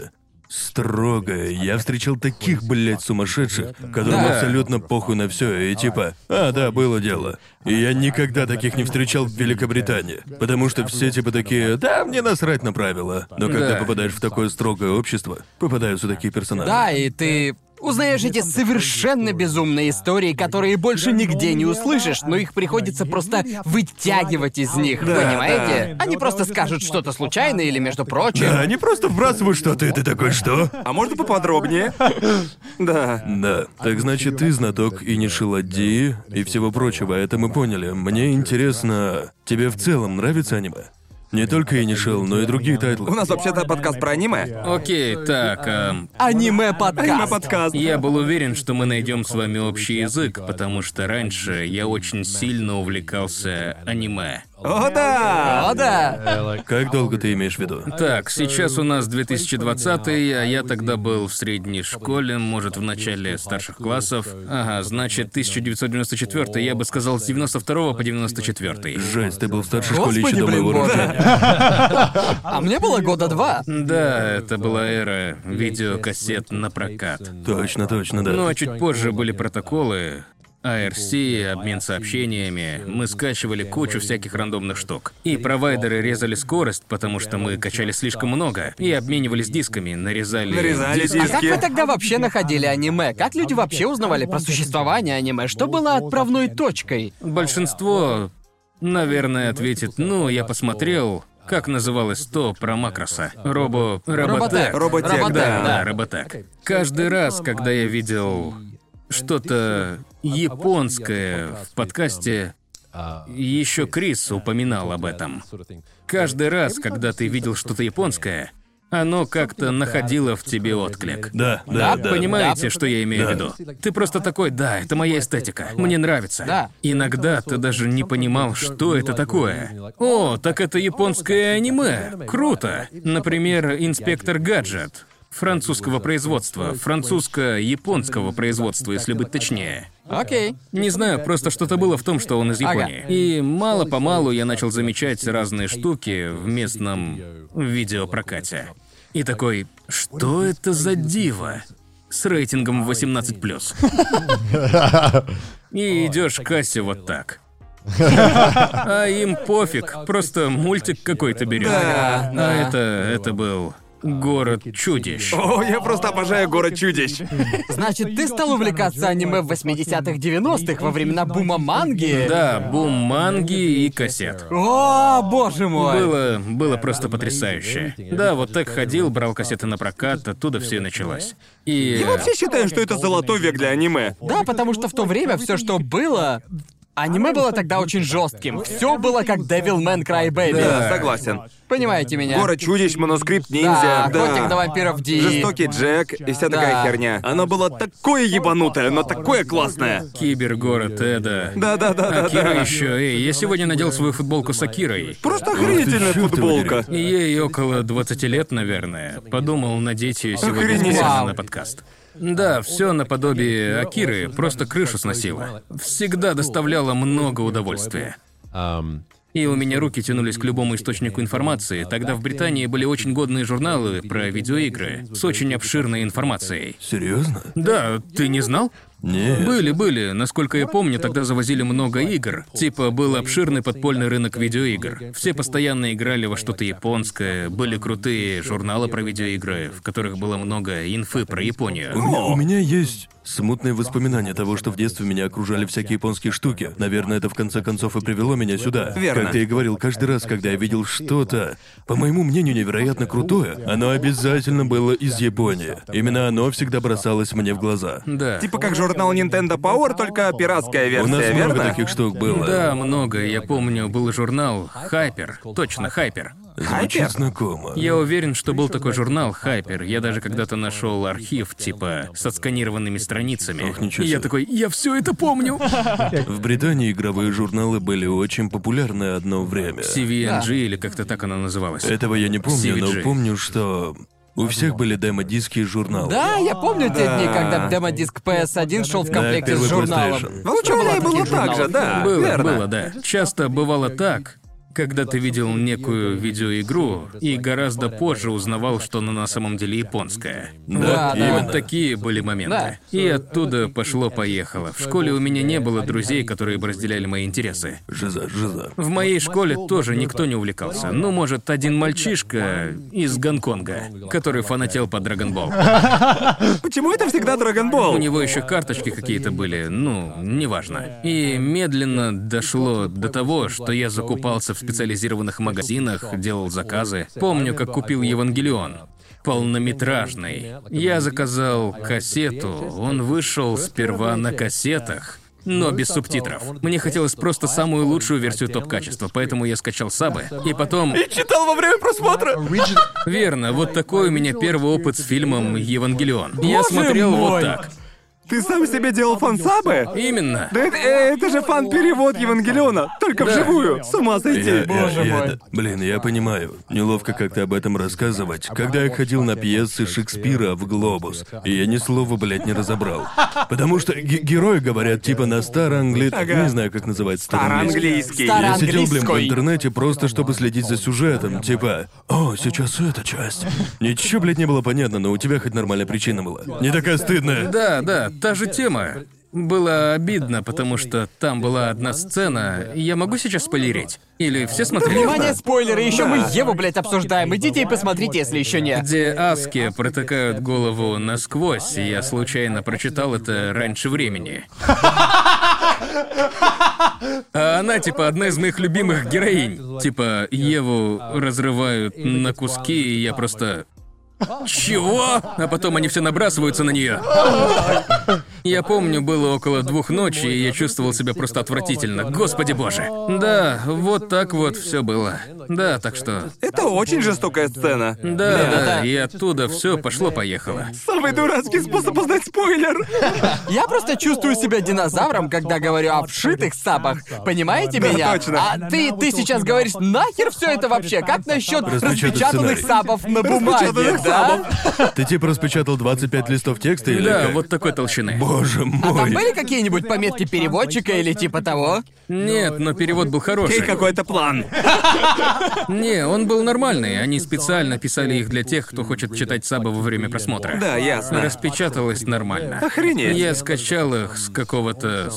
строгое. Я встречал таких, блядь, сумасшедших, которым Да. абсолютно похуй на все, и типа, да, было дело. И я никогда таких не встречал в Великобритании, потому что все типа такие, да, мне насрать на правила. Но когда Да. попадаешь в такое строгое общество, попадаются такие персонажи. Да, и ты узнаешь эти совершенно безумные истории, которые больше нигде не услышишь, но их приходится просто вытягивать из них, понимаете? Они просто скажут что-то случайное или между прочим. Да, они просто вбрасывают что-то, и ты такой, что? А можно поподробнее? Да. Да. Так значит, ты знаток Initial D и всего прочего, это мы поняли. Мне интересно, тебе в целом нравится аниме? Не только Initial, но и другие тайтлы. У нас вообще-то подкаст про аниме. Окей, так, Аниме-подкаст. Аниме-подкаст. я был уверен, что мы найдем с вами общий язык, потому что раньше я очень сильно увлекался аниме. О, да! О, да. Like, Как долго ты имеешь в виду? Так, сейчас у нас 2020, а я тогда был в средней школе, может, в начале старших классов. Ага, значит, 1994, я бы сказал, с 92 по 94. Жесть, ты был в старшей школе Господи, еще до моего блин, боже. рождения. А мне было года 2. Да, это была эра видеокассет на прокат. Точно, точно, да. Ну а чуть позже были протоколы, ARC, обмен сообщениями. Мы скачивали кучу всяких рандомных штук. И провайдеры резали скорость, потому что мы качали слишком много. И обменивались дисками, нарезали диски. А как вы тогда вообще находили аниме? Как люди вообще узнавали про существование аниме? Что было отправной точкой? Большинство, наверное, ответит, ну, я посмотрел, как называлось то про Макроса. Роботек. Роботек, да. Да, Роботек. Каждый раз, когда я видел что-то японское в подкасте, еще Крис упоминал об этом. sort of thing. Каждый раз, когда ты видел что-то японское, оно как-то находило в тебе отклик. Да. Понимаете, что я имею в виду? Ты просто такой, да, это моя эстетика, мне нравится. Да. Иногда ты даже не понимал, что это такое. О, так это японское аниме. Круто. Например, «Инспектор Гаджет». Французского производства, французско-японского производства, если быть точнее. Окей. Не знаю, просто что-то было в том, что он из Японии. И мало-помалу я начал замечать разные штуки в местном видеопрокате. И такой, что это за диво? С рейтингом 18+. И идешь к кассе вот так. А им пофиг, просто мультик какой-то берет. Да, А это был «Город чудищ». О, я просто обожаю «Город чудищ». Значит, ты стал увлекаться аниме в 80-х, 90-х, во времена бума манги? Да, бум манги и кассет. О, боже мой! Было просто потрясающе. Да, вот так ходил, брал кассеты на прокат, оттуда все и началось. И... Я вообще считаю, что это золотой век для аниме. Да, потому что в то время все, что было... Аниме было тогда очень жестким. Все было как Devilman Crybaby. Да, согласен. Понимаете меня? «Город чудищ», «Манускрипт Да, ниндзя», «Охотник на вампиров Ди». «Жестокий Джек» и вся такая Да. херня. Оно было такое ебанутое, но такое классное. Кибергород Эда. Да. Акира еще. Эй, я сегодня надел свою футболку с Акирой. Просто охренительная чёрт его футболка. И ей около 20 лет, наверное. Подумал надеть ее сегодня Охренеть. специально Вау. на подкаст. Да, все наподобие Акиры, просто крышу сносило. Всегда доставляло много удовольствия. И у меня руки тянулись к любому источнику информации. Тогда в Британии были очень годные журналы про видеоигры с очень обширной информацией. Серьезно? Да, ты не знал? Нет. Были. Насколько я помню, тогда завозили много игр. Типа, был обширный подпольный рынок видеоигр. Все постоянно играли во что-то японское, были крутые журналы про видеоигры, в которых было много инфы про Японию. У меня есть смутные воспоминания того, что в детстве меня окружали всякие японские штуки. Наверное, это в конце концов и привело меня сюда. Верно. Как ты и говорил, каждый раз, когда я видел что-то, по моему мнению, невероятно крутое, оно обязательно было из Японии. Именно оно всегда бросалось мне в глаза. Да. Типа как журнал Nintendo Power, только пиратская У нас версия, много верно? таких штук было. Да, много. Я помню, был журнал «Хайпер». Точно, «Хайпер». Звучит знакомо. Я уверен, что был такой журнал «Хайпер». Я даже когда-то нашел архив, типа, с отсканированными страницами. Ох, ничего И я себе. такой, я все это помню. В Британии игровые журналы были очень популярны одно время. CVNG или как-то так она называлась. Этого я не помню, CVG. но помню, что у всех были демо-диски и журналы. Да, я помню те дни, когда демо-диск PS1 шел в комплекте первый с журналом. PlayStation. В Австралии Была было таких так же, журналов. да. Было, верно. да. Часто бывало так, когда ты видел некую видеоигру и гораздо позже узнавал, что она на самом деле японская. Да, именно. Вот такие были моменты. Да. И оттуда пошло-поехало. В школе у меня не было друзей, которые бы разделяли мои интересы. Жиза. В моей школе тоже никто не увлекался. Ну, может, один мальчишка из Гонконга, который фанател по Dragon Ball. Почему это всегда Dragon Ball? У него еще карточки какие-то были, ну, неважно. И медленно дошло до того, что я закупался в специализированных магазинах, делал заказы. Помню, как купил Евангелион. Полнометражный. Я заказал кассету, он вышел сперва на кассетах, но без субтитров. Мне хотелось просто самую лучшую версию топ-качества, поэтому я скачал сабы, и потом... Читал во время просмотра. Верно, вот такой у меня первый опыт с фильмом «Евангелион». Я смотрел вот так. Ты сам себе делал фан-сабы? Именно. Да это же фан-перевод Евангелиона, только вживую. С ума сойти. Блин, я понимаю. Неловко как-то об этом рассказывать. Когда я ходил на пьесы Шекспира в «Глобус», и я ни слова, блядь, не разобрал. Потому что герои говорят типа на староанглийском. Не знаю, как называется староанглийский. Я сидел, блин, в интернете просто, чтобы следить за сюжетом. Типа, о, сейчас эта часть. Ничего, блядь, не было понятно, но у тебя хоть нормальная причина была. Не такая стыдная. Да, та же тема. Было обидно, потому что там была одна сцена. Я могу сейчас спойлерить? Или все смотрели? Внимание, спойлеры, еще мы Еву, блядь, обсуждаем. Идите и посмотрите, если еще нет. Где Аске протыкают голову насквозь, и я случайно прочитал это раньше времени. А она, типа, одна из моих любимых героинь. Типа, Еву разрывают на куски, и я просто... Чего? А потом они все набрасываются на нее. Я помню, было около 2 ночи, и я чувствовал себя просто отвратительно. Господи боже. Да, вот так вот все было. Да, так что... Это очень жестокая сцена. Да, и оттуда все пошло-поехало. Самый дурацкий способ узнать спойлер. Я просто чувствую себя динозавром, когда говорю о вшитых сабах. Понимаете меня? точно. А ты сейчас говоришь, нахер все это вообще? Как насчет распечатанных сценарий. сабов на бумаге, да? Ты типа распечатал 25 листов текста или Да, как? вот такой толщины. Боже Там мой. были какие-нибудь пометки переводчика или типа того? Нет, но перевод был Эй, хороший. какой-то план. Не, он был нормальный. Они специально писали их для тех, кто хочет читать сабы во время просмотра. Да, ясно. Распечаталось нормально. Охренеть. Я скачал их с какого-то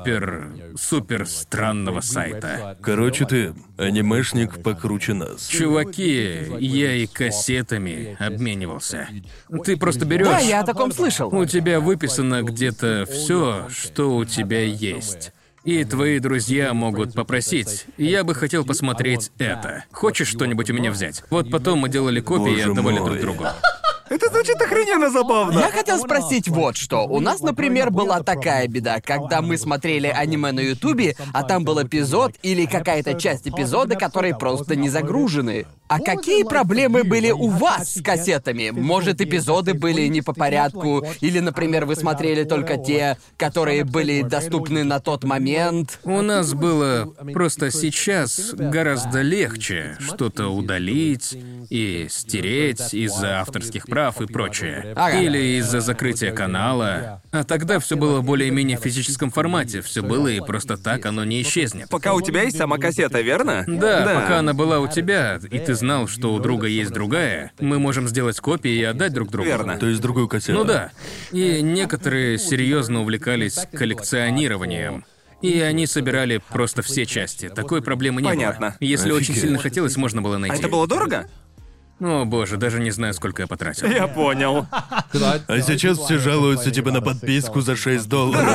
супер странного сайта. Короче, ты анимешник покруче нас. Чуваки, я и кассетами обменивался. Ты просто берешь. Да, я о таком слышал. У тебя выписано где-то все, что у тебя есть. И твои друзья могут попросить: я бы хотел посмотреть это. Хочешь что-нибудь у меня взять? Вот потом мы делали копии и Боже отдавали мой. друг другу. Это звучит охрененно забавно. Я хотел спросить вот что. У нас, например, была такая беда, когда мы смотрели аниме на Ютубе, а там был эпизод или какая-то часть эпизода, которые просто не загружены. А какие проблемы были у вас с кассетами? Может, эпизоды были не по порядку? Или, например, вы смотрели только те, которые были доступны на тот момент? У нас было просто сейчас гораздо легче что-то удалить и стереть из-за авторских прав и прочее. Ага. Или из-за закрытия канала. А тогда все было более-менее в физическом формате. Все было, и просто так оно не исчезнет. Пока у тебя есть сама кассета, верно? Да, пока она была у тебя, и ты знал, что у друга есть другая, мы можем сделать копии и отдать друг другу. Верно. То есть другую кассету. Ну да. И некоторые серьезно увлекались коллекционированием. И они собирали просто все части. Такой проблемы не Понятно. было. Если очень Офигеть. сильно хотелось, можно было А найти. это было дорого? О боже, даже не знаю, сколько я потратил. Я понял. А сейчас все жалуются типа на подписку за $6.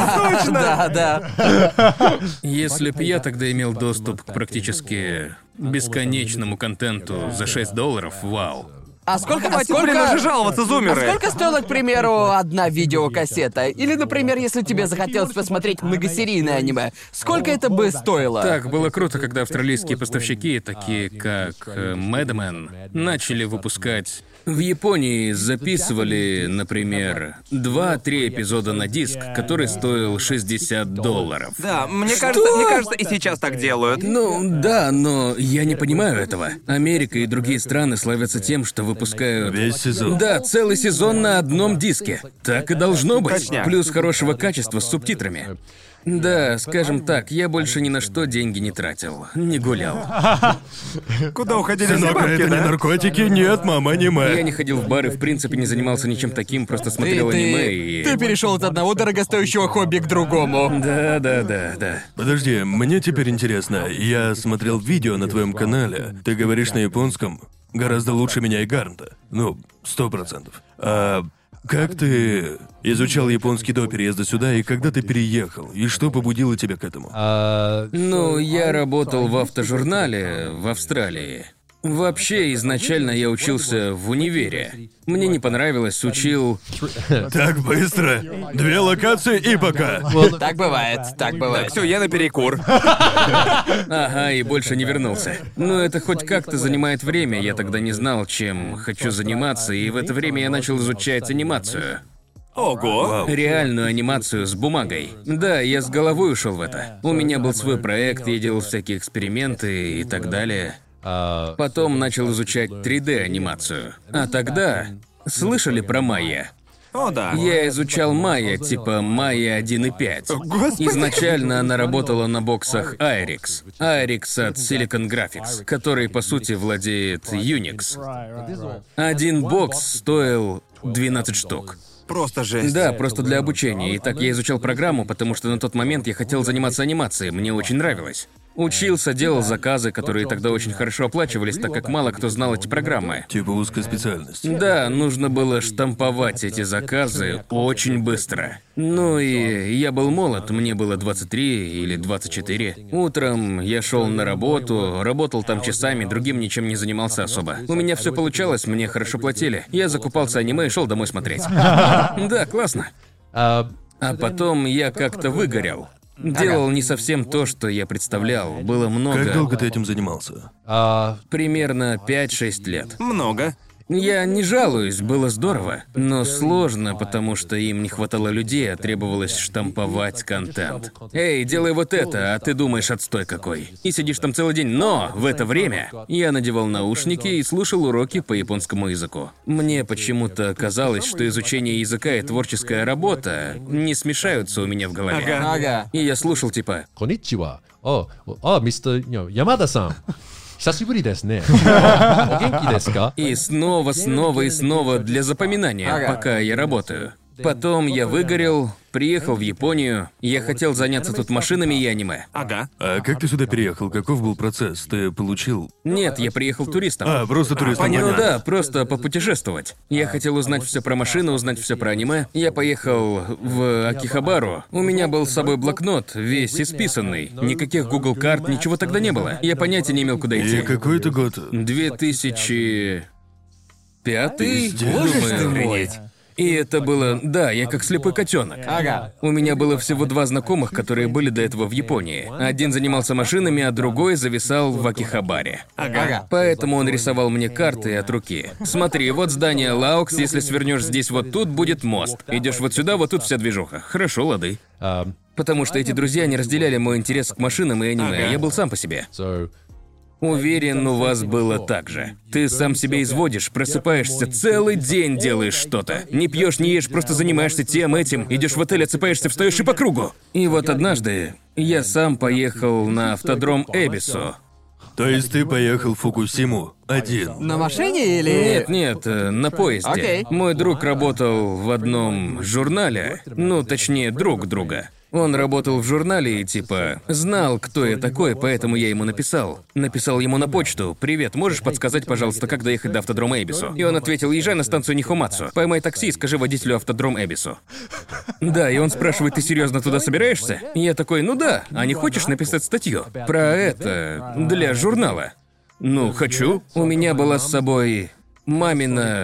Да, да. Если б я тогда имел доступ к практически бесконечному контенту за $6, вау. А сколько, Хватит, блин, уже жаловаться, А зумеры. сколько стоила, к примеру, одна видеокассета? Или, например, если тебе захотелось посмотреть многосерийное аниме, сколько это бы стоило? Так, было круто, когда австралийские поставщики, такие как Madman, начали выпускать... В Японии записывали, например, 2-3 эпизода на диск, который стоил $60. Да, мне кажется, и сейчас так делают. Ну, да, но я не понимаю этого. Америка и другие страны славятся тем, что выпускают... Весь сезон. Да, целый сезон на одном диске. Так и должно быть. Точняк. Плюс хорошего качества с субтитрами. Да, скажем так, я больше ни на что деньги не тратил, не гулял. Куда уходили все Сынок, а бабки, это не да? наркотики? Нет, мама, аниме. Я не ходил в бары, в принципе, не занимался ничем таким, просто смотрел аниме и... Ты перешел от одного дорогостоящего хобби к другому. Да. Подожди, мне теперь интересно. Я смотрел видео на твоем канале. Ты говоришь на японском гораздо лучше меня и Гарнта. Ну, 100%. А как ты изучал японский до переезда сюда, и когда ты переехал? И что побудило тебя к этому? Ну, я работал в автожурнале в Австралии. Вообще, изначально я учился в универе. Мне не понравилось, учил... Так быстро. 2 локации и пока. Так бывает, так бывает. Все, я на перекур. Ага, и больше не вернулся. Но это хоть как-то занимает время, я тогда не знал, чем хочу заниматься, и в это время я начал изучать анимацию. Ого. Реальную анимацию с бумагой. Да, я с головой ушел в это. У меня был свой проект, я делал всякие эксперименты и так далее. Потом начал изучать 3D-анимацию. А тогда... Слышали про Майя? О, да. Я изучал Майя, типа Майя 1.5. Господи. Изначально она работала на боксах Aerix. Aerix от Silicon Graphics, который, по сути, владеет Unix. Один бокс стоил 12 штук. Просто жесть. Да, просто для обучения. И так я изучал программу, потому что на тот момент я хотел заниматься анимацией, мне очень нравилось. Учился, делал заказы, которые тогда очень хорошо оплачивались, так как мало кто знал эти программы. Типа узкая специальность. Да, нужно было штамповать эти заказы очень быстро. Ну и я был молод, мне было 23 или 24. Утром я шел на работу, работал там часами, другим ничем не занимался особо. У меня все получалось, мне хорошо платили. Я закупался аниме и шел домой смотреть. Да, классно. А потом я как-то выгорел. Делал не совсем то, что я представлял. Было много. Как долго ты этим занимался? Примерно 5-6 лет. Много. Я не жалуюсь, было здорово, но сложно, потому что им не хватало людей, а требовалось штамповать контент. Эй, делай вот это, а ты думаешь, отстой какой. И сидишь там целый день, но в это время я надевал наушники и слушал уроки по японскому языку. Мне почему-то казалось, что изучение языка и творческая работа не смешаются у меня в голове. Ага. И я слушал типа... Konnichiwa. Mr. Yamada-san. 久しぶりですね。お元気ですか? И снова и снова для запоминания, пока я работаю. Потом я выгорел, приехал в Японию, я хотел заняться тут машинами и аниме. Ага. А как ты сюда переехал? Каков был процесс? Ты получил... Нет, я приехал туристом. Просто туристом. Ну понятно. да, просто попутешествовать. Я хотел узнать все про машины, узнать все про аниме. Я поехал в Акихабару. У меня был с собой блокнот, весь исписанный. Никаких Google карт, ничего тогда не было. Я понятия не имел, куда И идти. какой это год? 2005, Боже ты мой. думаю. И это было... Да, я как слепой котенок. Ага. У меня было всего 2 знакомых, которые были до этого в Японии. Один занимался машинами, а другой зависал в Акихабаре. Ага. Поэтому он рисовал мне карты от руки. Смотри, вот здание Лаукс, если свернешь здесь вот тут, будет мост. Идешь вот сюда, вот тут вся движуха. Хорошо, лады. Потому что эти друзья не разделяли мой интерес к машинам и аниме. Я был сам по себе. Уверен, у вас было так же. Ты сам себя изводишь, просыпаешься, целый день делаешь что-то. Не пьешь, не ешь, просто занимаешься тем, этим. Идешь в отель, отсыпаешься, встаешь и по кругу. И вот однажды я сам поехал на автодром Эбису. То есть ты поехал в Фукусиму один? На машине или... Нет, на поезде. Окей. Мой друг работал в одном журнале, ну, точнее, друг друга. Он работал в журнале и типа знал, кто я такой, поэтому я ему написал. Написал ему на почту: «Привет, можешь подсказать, пожалуйста, как доехать до автодрома Эбису?» И он ответил: «Езжай на станцию Нихомацу, поймай такси и скажи водителю автодром Эбису». Да, и он спрашивает: «Ты серьезно туда собираешься?» И я такой: «Ну да, а не хочешь написать статью про это для журнала?» «Ну, хочу». У меня была с собой мамина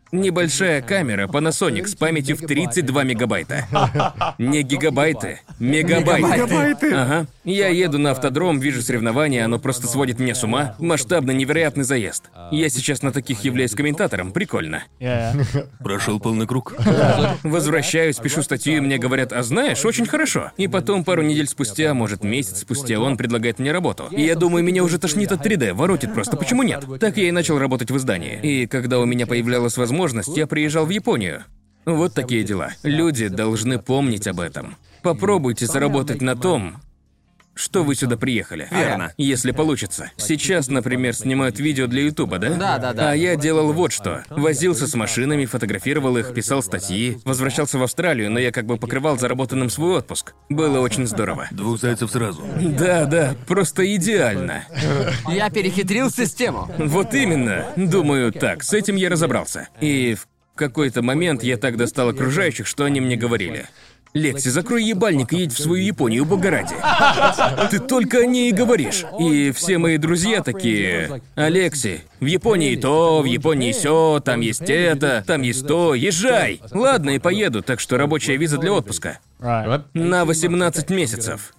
Небольшая камера Panasonic с памятью в 32 мегабайта. Не гигабайты, мегабайты. Мегабайты. Ага. Я еду на автодром, вижу соревнования, оно просто сводит меня с ума. Масштабный, невероятный заезд. Я сейчас на таких являюсь комментатором, прикольно. Прошел полный круг. Возвращаюсь, пишу статью, и мне говорят: а знаешь, очень хорошо. И потом пару недель спустя, может месяц спустя, он предлагает мне работу. И я думаю, меня уже тошнит от 3D, воротит просто, почему нет? Так я и начал работать в издании. И когда у меня появлялась возможность, я приезжал в Японию. Вот такие дела. Люди должны помнить об этом. Попробуйте заработать на том, что вы сюда приехали. Верно. Если получится. Сейчас, например, снимают видео для Ютуба, да? Да. А я делал вот что. Возился с машинами, фотографировал их, писал статьи, возвращался в Австралию, но я как бы покрывал заработанным свой отпуск. Было очень здорово. 2 зайцев сразу. Да, просто идеально. Я перехитрил систему. Вот именно. Думаю, так, с этим я разобрался. И в какой-то момент я так достал окружающих, что они мне говорили: «Лекси, закрой ебальник и едь в свою Японию, бога ради. Ты только о ней и говоришь». И все мои друзья такие: «Алекси, в Японии то, в Японии сё, там есть это, там есть то, езжай». Ладно, и поеду, так что рабочая виза для отпуска. Right. На 18 месяцев.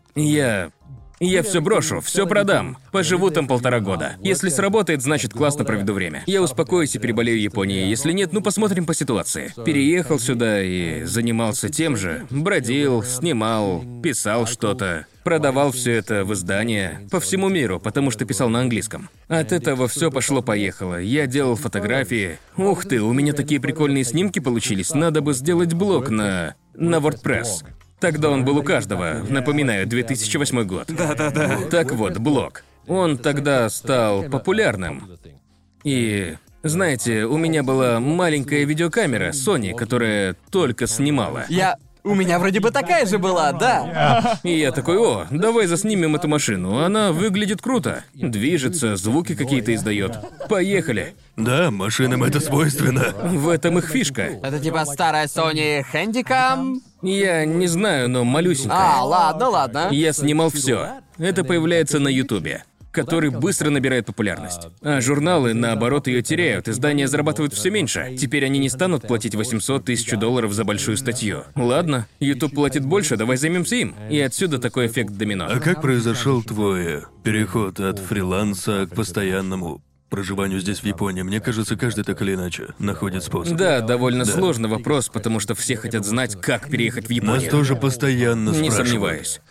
Я все брошу, все продам. Поживу там 1,5 года. Если сработает, значит классно проведу время. Я успокоюсь и переболею Японией. Если нет, ну посмотрим по ситуации. Переехал сюда и занимался тем же. Бродил, снимал, писал что-то. Продавал все это в издания по всему миру, потому что писал на английском. От этого все пошло-поехало. Я делал фотографии. Ух ты, у меня такие прикольные снимки получились. Надо бы сделать блог на WordPress. Тогда он был у каждого. Напоминаю, 2008 год. Да. Так вот, блог. Он тогда стал популярным. И, знаете, у меня была маленькая видеокамера Sony, которая только снимала. У меня вроде бы такая же была, да. И я такой: о, давай заснимем эту машину, она выглядит круто. Движется, звуки какие-то издает. Поехали. Да, машинам это свойственно. В этом их фишка. Это типа старая Sony Handycam. Я не знаю, но малюсенькая. Ладно. Я снимал все. Это появляется на Ютубе, который быстро набирает популярность. А журналы, наоборот, ее теряют. Издания зарабатывают все меньше. Теперь они не станут платить 800 тысяч долларов за большую статью. Ладно, YouTube платит больше, давай займемся им. И отсюда такой эффект домино. А как произошел твой переход от фриланса к постоянному проживанию здесь, в Японии? Мне кажется, каждый так или иначе находит способ. Да, довольно сложный вопрос, потому что все хотят знать, как переехать в Нас Японию. тоже постоянно Не спрашивают. сомневаюсь.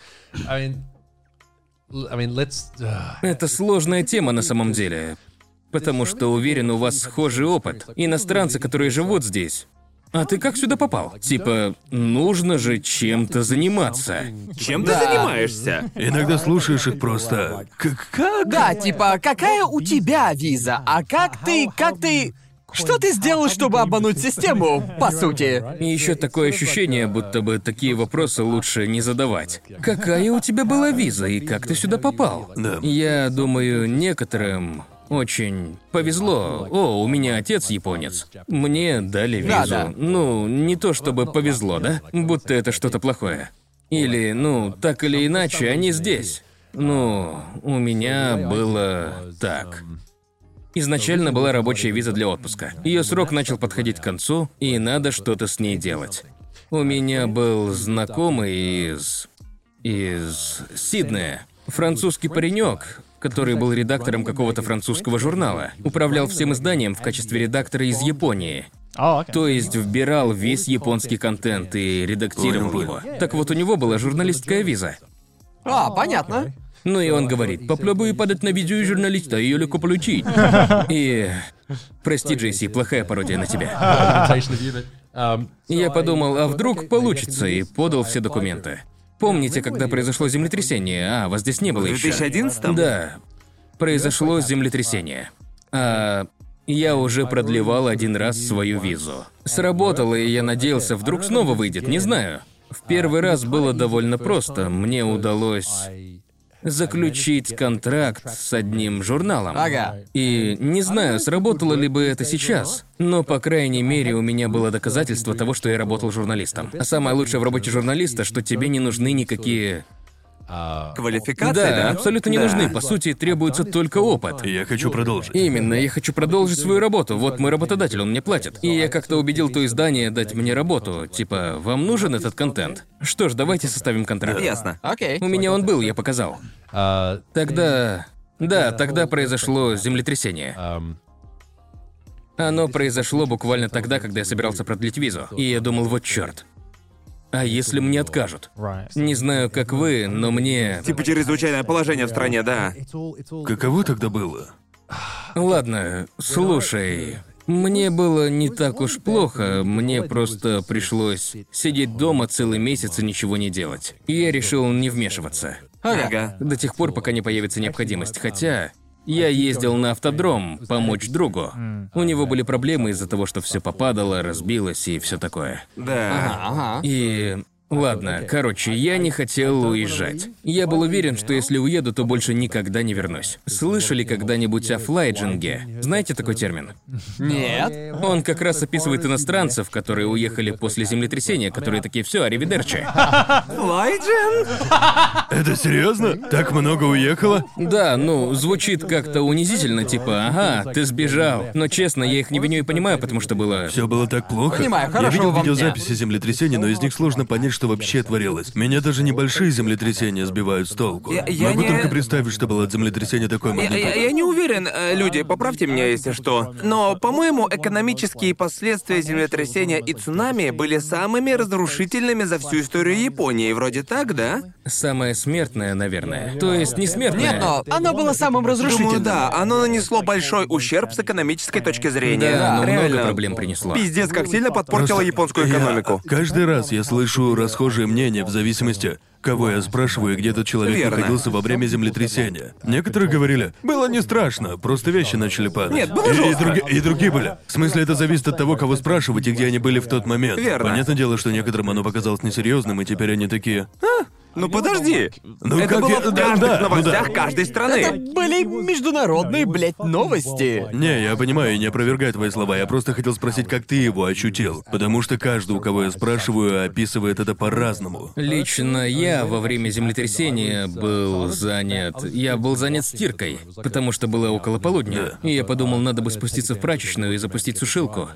I mean, let's. Это сложная тема на самом деле, потому что, уверен, у вас схожий опыт. Иностранцы, которые живут здесь. А ты как сюда попал? Типа, нужно же чем-то заниматься. Чем ты занимаешься? Иногда слушаешь их просто. Как? Да, типа, какая у тебя виза? А как ты... Что ты сделал, чтобы обмануть систему, по сути? И еще такое ощущение, будто бы такие вопросы лучше не задавать. Какая у тебя была виза и как ты сюда попал? Да. Я думаю, некоторым очень повезло. О, у меня отец японец. Мне дали визу. Да. Ну, не то чтобы повезло, да? Будто это что-то плохое. Или, ну, так или иначе, они здесь. Ну, у меня было так. Изначально была рабочая виза для отпуска. Ее срок начал подходить к концу, и надо что-то с ней делать. У меня был знакомый из Сиднея. Французский паренек, который был редактором какого-то французского журнала. Управлял всем изданием в качестве редактора из Японии. Oh, okay. То есть вбирал весь японский контент и редактировал Понял. его. Так вот, у него была журналистская виза. Понятно. Ну и он говорит: попробуй подать на видео журналиста, ее легко получить. И... Прости, Джейси, плохая пародия на тебя. Representation of you, but, И я подумал, а вдруг получится, и подал все документы. Помните, когда произошло землетрясение? Вас здесь не было В еще. 2011-м? Да. Произошло землетрясение. Я уже продлевал один раз свою визу. Сработало, и я надеялся, вдруг снова выйдет, не знаю. В первый раз было довольно просто. Мне удалось заключить контракт с одним журналом. Ага. И не знаю, сработало ли бы это сейчас, но, по крайней мере, у меня было доказательство того, что я работал журналистом. А самое лучшее в работе журналиста, что тебе не нужны никакие Квалификации, Да, да? абсолютно не Да. нужны. По сути, требуется только опыт. Я хочу продолжить. Именно, я хочу продолжить свою работу. Вот мой работодатель, он мне платит. И я как-то убедил то издание дать мне работу. Типа, вам нужен этот контент? Что ж, давайте составим контракт. Ясно. Окей. У меня он был, я показал. Тогда... Да, тогда произошло землетрясение. Оно произошло буквально тогда, когда я собирался продлить визу. И я думал, вот чёрт. А если мне откажут? Right. Не знаю, как вы, но мне... Типа чрезвычайное положение в стране, да. Каково тогда было? Ладно, слушай, мне было не так уж плохо, мне просто пришлось сидеть дома целый месяц и ничего не делать. И я решил не вмешиваться. Ага. До тех пор, пока не появится необходимость. Хотя я ездил на автодром помочь другу. У него были проблемы из-за того, что все попадало, разбилось и все такое. Да. Ага. И... Ладно, короче, я не хотел уезжать. Я был уверен, что если уеду, то больше никогда не вернусь. Слышали когда-нибудь о флайджинге? Знаете такой термин? Нет. Он как раз описывает иностранцев, которые уехали после землетрясения, которые такие, все, аривидерчи. Лайджин? Это серьезно? Так много уехало? Да, ну, звучит как-то унизительно, типа, ага, ты сбежал. Но честно, я их не виню и понимаю, потому что было... Все было так плохо. Понимаю, Я хорошего видел вам дня. видеозаписи землетрясений, но из них сложно понять, что вообще творилось. Меня даже небольшие землетрясения сбивают с толку. Я Могу не- только представить, что было от землетрясения такой Я магнитуды. не уверен, люди, поправьте меня, если что. Но, по-моему, экономические последствия землетрясения и цунами были самыми разрушительными за всю историю Японии. Вроде так, да? Самое смертное, наверное. То есть не смертное. Нет, но оно было самым разрушительным. Думаю, да, оно нанесло большой ущерб с экономической точки зрения. Да, но много реально. проблем принесло. Пиздец, как сильно подпортило японскую экономику. Каждый раз я слышу расхожие мнения в зависимости, кого я спрашиваю и где тот человек Верно. находился во время землетрясения. Некоторые говорили, было не страшно, просто вещи начали падать. Нет, было и жестко. другие были. В смысле, это зависит от того, кого спрашивать и где они были в тот момент. Верно. Понятное дело, что некоторым оно показалось несерьезным, и теперь они такие... Ну подожди. Ну, Это как было я- в да, каждых да, ну новостях да. каждой страны. Это были международные, блядь, новости. Не, я понимаю и не опровергаю твои слова, я просто хотел спросить, как ты его ощутил. Потому что каждый, у кого я спрашиваю, описывает это по-разному. Лично я во время землетрясения был занят... Я был занят стиркой, потому что было около полудня. И я подумал, надо бы спуститься в прачечную и запустить сушилку.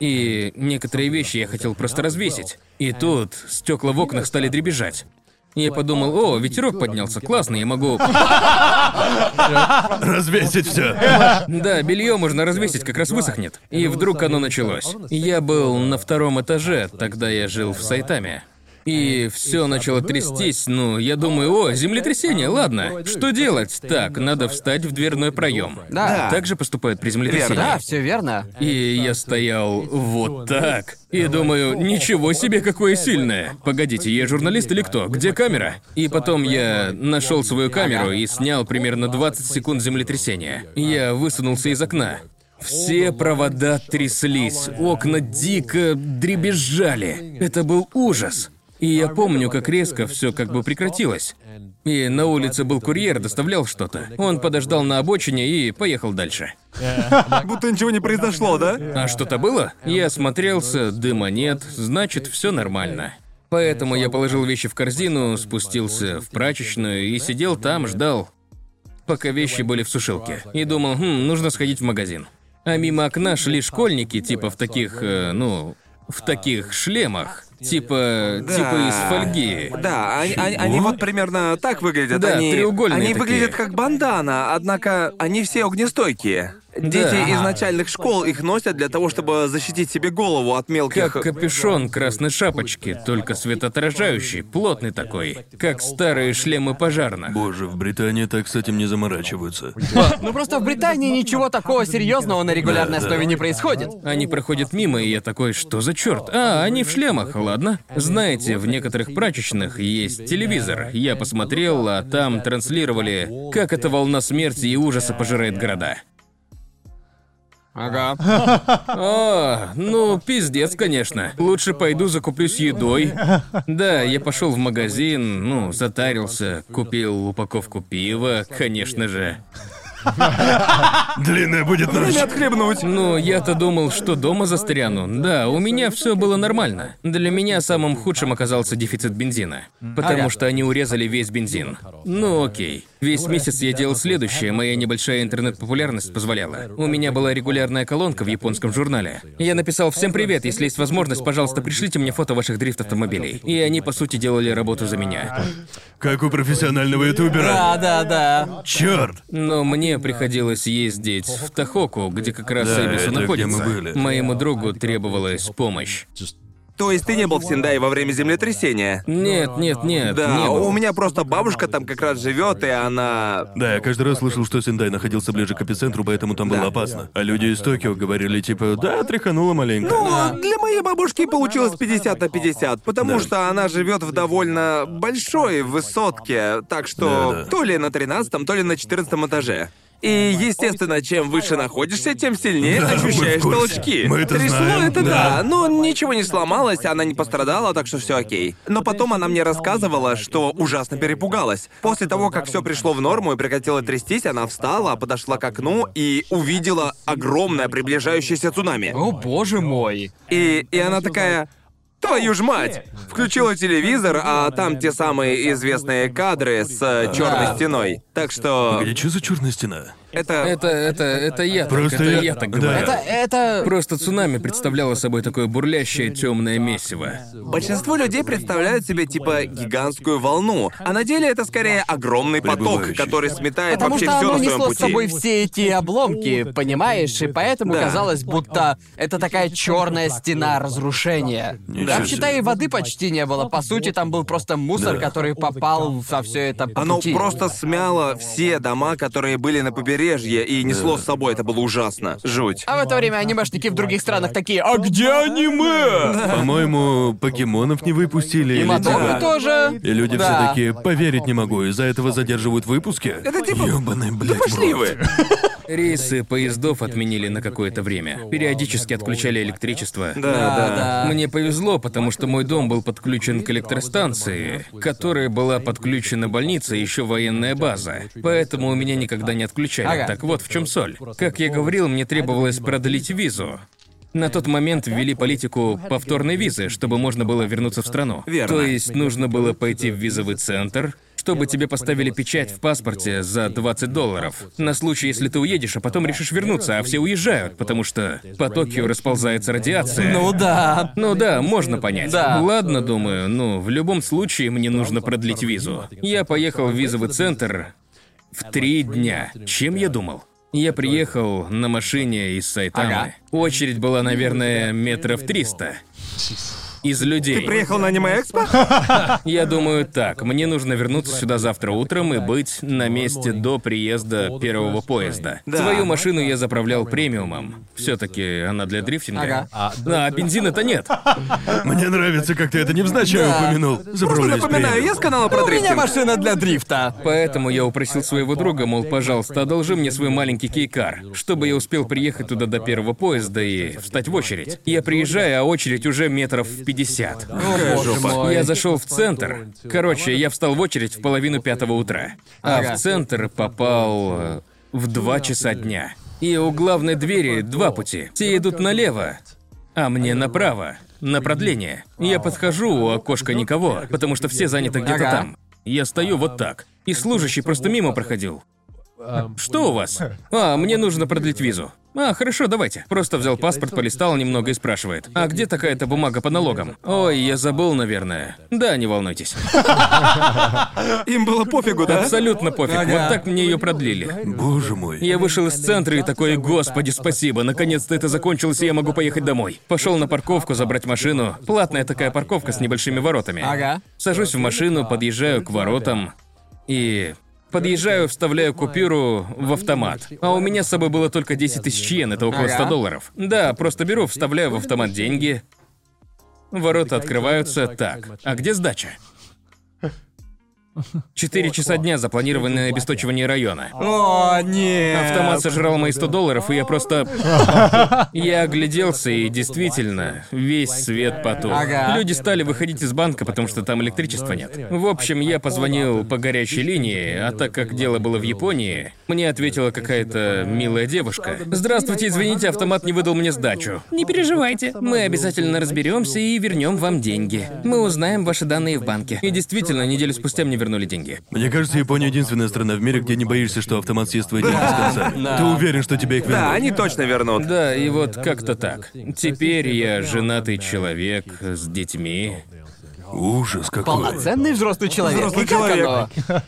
И некоторые вещи я хотел просто развесить. И тут стекла в окнах стали дребезжать. Я подумал, о, ветерок поднялся, классно, я могу... Развесить все. Да, белье можно развесить, как раз высохнет. И вдруг оно началось. Я был на 2-м этаже, тогда я жил в Сайтаме. И все начало трястись, ну, я думаю, о, землетрясение, ладно. Что делать? Так, надо встать в дверной проем. Да. Так же поступают при землетрясении. Да, все верно. И я стоял вот так. И думаю, ничего себе, какое сильное. Погодите, я журналист или кто? Где камера? И потом я нашел свою камеру и снял примерно 20 секунд землетрясения. Я высунулся из окна. Все провода тряслись, окна дико дребезжали. Это был ужас. И я помню, как резко все как бы прекратилось. И на улице был курьер, доставлял что-то. Он подождал на обочине и поехал дальше. Будто ничего не произошло, да? А что-то было? Я осмотрелся, дыма нет, значит, все нормально. Поэтому я положил вещи в корзину, спустился в прачечную и сидел там, ждал, пока вещи были в сушилке. И думал, нужно сходить в магазин. А мимо окна шли школьники, типа в таких, в таких шлемах. Типа из фольги. Да, они вот примерно так выглядят. Да, они, треугольные Они такие. выглядят как бандана, однако они все огнестойкие. Дети из начальных школ их носят для того, чтобы защитить себе голову от мелких... Как капюшон красной шапочки, только светоотражающий, плотный такой. Как старые шлемы пожарных. Боже, в Британии так с этим не заморачиваются. Ну просто в Британии ничего такого серьезного на регулярной основе не происходит. Они проходят мимо, и я такой, что за черт? А, они в шлемах, ладно. Знаете, в некоторых прачечных есть телевизор. Я посмотрел, а там транслировали, как эта волна смерти и ужаса пожирает города. Ага. О, ну, пиздец, конечно. Лучше пойду закуплюсь едой. Да, я пошел в магазин, затарился, купил упаковку пива, конечно же. Длинная будет ночь. Не отхлебнуть. Ну, я-то думал, что дома застряну. Да, у меня все было нормально. Для меня самым худшим оказался дефицит бензина. Потому что они урезали весь бензин. Ну окей. Весь месяц я делал следующее, моя небольшая интернет-популярность позволяла. У меня была регулярная колонка в японском журнале. Я написал: «Всем привет, если есть возможность, пожалуйста, пришлите мне фото ваших дрифт-автомобилей». И они, по сути, делали работу за меня. Как у профессионального ютубера. Да. Черт! Но мне приходилось ездить в Тохоку, где как раз Да, Эбису это где находится. мы были. Моему другу требовалась помощь. То есть ты не был в Сендае во время землетрясения? Нет, Да, не был. у меня просто бабушка там как раз живет, и она... Да, я каждый раз слышал, что Сендай находился ближе к эпицентру, поэтому там было опасно. А люди из Токио говорили типа, да, тряхануло маленько. Ну, для моей бабушки получилось 50 на 50, потому что она живет в довольно большой высотке, так что Да. то ли на 13-м, то ли на 14-м этаже. И, естественно, чем выше находишься, тем сильнее Да, ощущаешь мы в курсе. толчки. Мы это Трясло знаем, это да. да, но ничего не сломалось, она не пострадала, так что все окей. Но потом она мне рассказывала, что ужасно перепугалась. После того, как все пришло в норму и прекратило трястись, она встала, подошла к окну и увидела огромное приближающееся цунами. О, боже мой. И она такая: «Твою ж мать!» Включила телевизор, а там те самые известные кадры с черной стеной. Так что... Где что за черная стена? Это я так, Просто это я- я так да. говорю. Это... Просто цунами представляло собой такое бурлящее темное месиво. Большинство людей представляют себе типа гигантскую волну, а на деле это скорее огромный поток, Прибывающий. который сметает Потому вообще что все оно на своем несло пути. с собой все эти обломки, понимаешь? И поэтому Да. казалось, будто это такая черная стена разрушения. Ничего Там, себе. считай, и воды почти не было. По сути, там был просто мусор, Да. который попал во все это по Оно пути. просто смяло все дома, которые были на побережье, и несло с собой. Это было ужасно. Жуть. А в это время анимешники в других странах такие: «А где аниме?» По-моему, покемонов не выпустили. И или Мотору типа- тоже. И люди Да. все такие, поверить не могу, из-за этого задерживают выпуски. Это типа... Ёбаный, блядь, Пошли в вы! рот. Рейсы поездов отменили на какое-то время. Периодически отключали электричество. Да. Мне повезло, потому что мой дом был подключен к электростанции, которая была подключена больница и еще военная база. Поэтому у меня никогда не отключали. Ага. Так вот в чем соль. Как я говорил, мне требовалось продлить визу. На тот момент ввели политику повторной визы, чтобы можно было вернуться в страну. Верно. То есть нужно было пойти в визовый центр, чтобы тебе поставили печать в паспорте за $20. На случай, если ты уедешь, а потом решишь вернуться, а все уезжают, потому что по Токио расползается радиация. Ну да. Ну да, можно понять. Да. Ладно, думаю, в любом случае мне нужно продлить визу. Я поехал в визовый центр в 3 дня. Чем я думал? Я приехал на машине из Сайтамы. Ага. Очередь была, наверное, метров 300. Из людей. Ты приехал на аниме-экспо? Я думаю так, мне нужно вернуться сюда завтра утром и быть на месте до приезда первого поезда. Да. Свою машину я заправлял премиумом. Все-таки она для дрифтинга. Ага. А бензина-то нет. Мне нравится, как ты это невзначай Да. упомянул. Просто Заправляюсь напоминаю, премиум. я с канала про У меня дрифтинг. машина для дрифта. Поэтому я упросил своего друга, мол, пожалуйста, одолжи мне свой маленький кейкар, чтобы я успел приехать туда до первого поезда и встать в очередь. Я приезжаю, а очередь уже метров 50. О, боже мой. Я зашел в центр. Короче, я встал в очередь в 4:30 утра. А Ага. в центр попал в 2 часа дня. И у главной двери 2 пути. Те идут налево, а мне направо, на продление. Я подхожу, у окошка никого, потому что все заняты где-то Ага. там. Я стою вот так. И служащий просто мимо проходил. Что у вас? А, мне нужно продлить визу. А, хорошо, давайте. Просто взял паспорт, полистал немного и спрашивает. А где такая-то бумага по налогам? Ой, я забыл, наверное. Да, не волнуйтесь. Им было пофигу, да? Абсолютно пофиг. Ага. Вот так мне ее продлили. Боже мой. Я вышел из центра и такой: господи, спасибо, наконец-то это закончилось, и я могу поехать домой. Пошел на парковку забрать машину. Платная такая парковка с небольшими воротами. Ага. Сажусь в машину, подъезжаю к воротам и... Подъезжаю, вставляю купюру в автомат. А у меня с собой было только 10 тысяч йен, это около Ага. $100. Да, просто беру, вставляю в автомат деньги. Ворота открываются. Так, а где сдача? 4 часа дня запланированы на обесточивание района. О, нет. Автомат сожрал мои $100, и я просто... Я огляделся, и действительно, весь свет потух. Ага. Люди стали выходить из банка, потому что там электричества нет. В общем, я позвонил по горячей линии, а так как дело было в Японии, мне ответила какая-то милая девушка. «Здравствуйте, извините, автомат не выдал мне сдачу». «Не переживайте, мы обязательно разберемся и вернем вам деньги. Мы узнаем ваши данные в банке». И действительно, неделю спустя мне вернули деньги. Мне кажется, Япония единственная страна в мире, где не боишься, что автомат съест твои деньги с конца. Ты уверен, что тебе их вернут? Да, они точно вернут. Да, и вот как-то так. Теперь я женатый человек с детьми. Ужас какой. Полноценный взрослый человек. Взрослый И как человек. оно?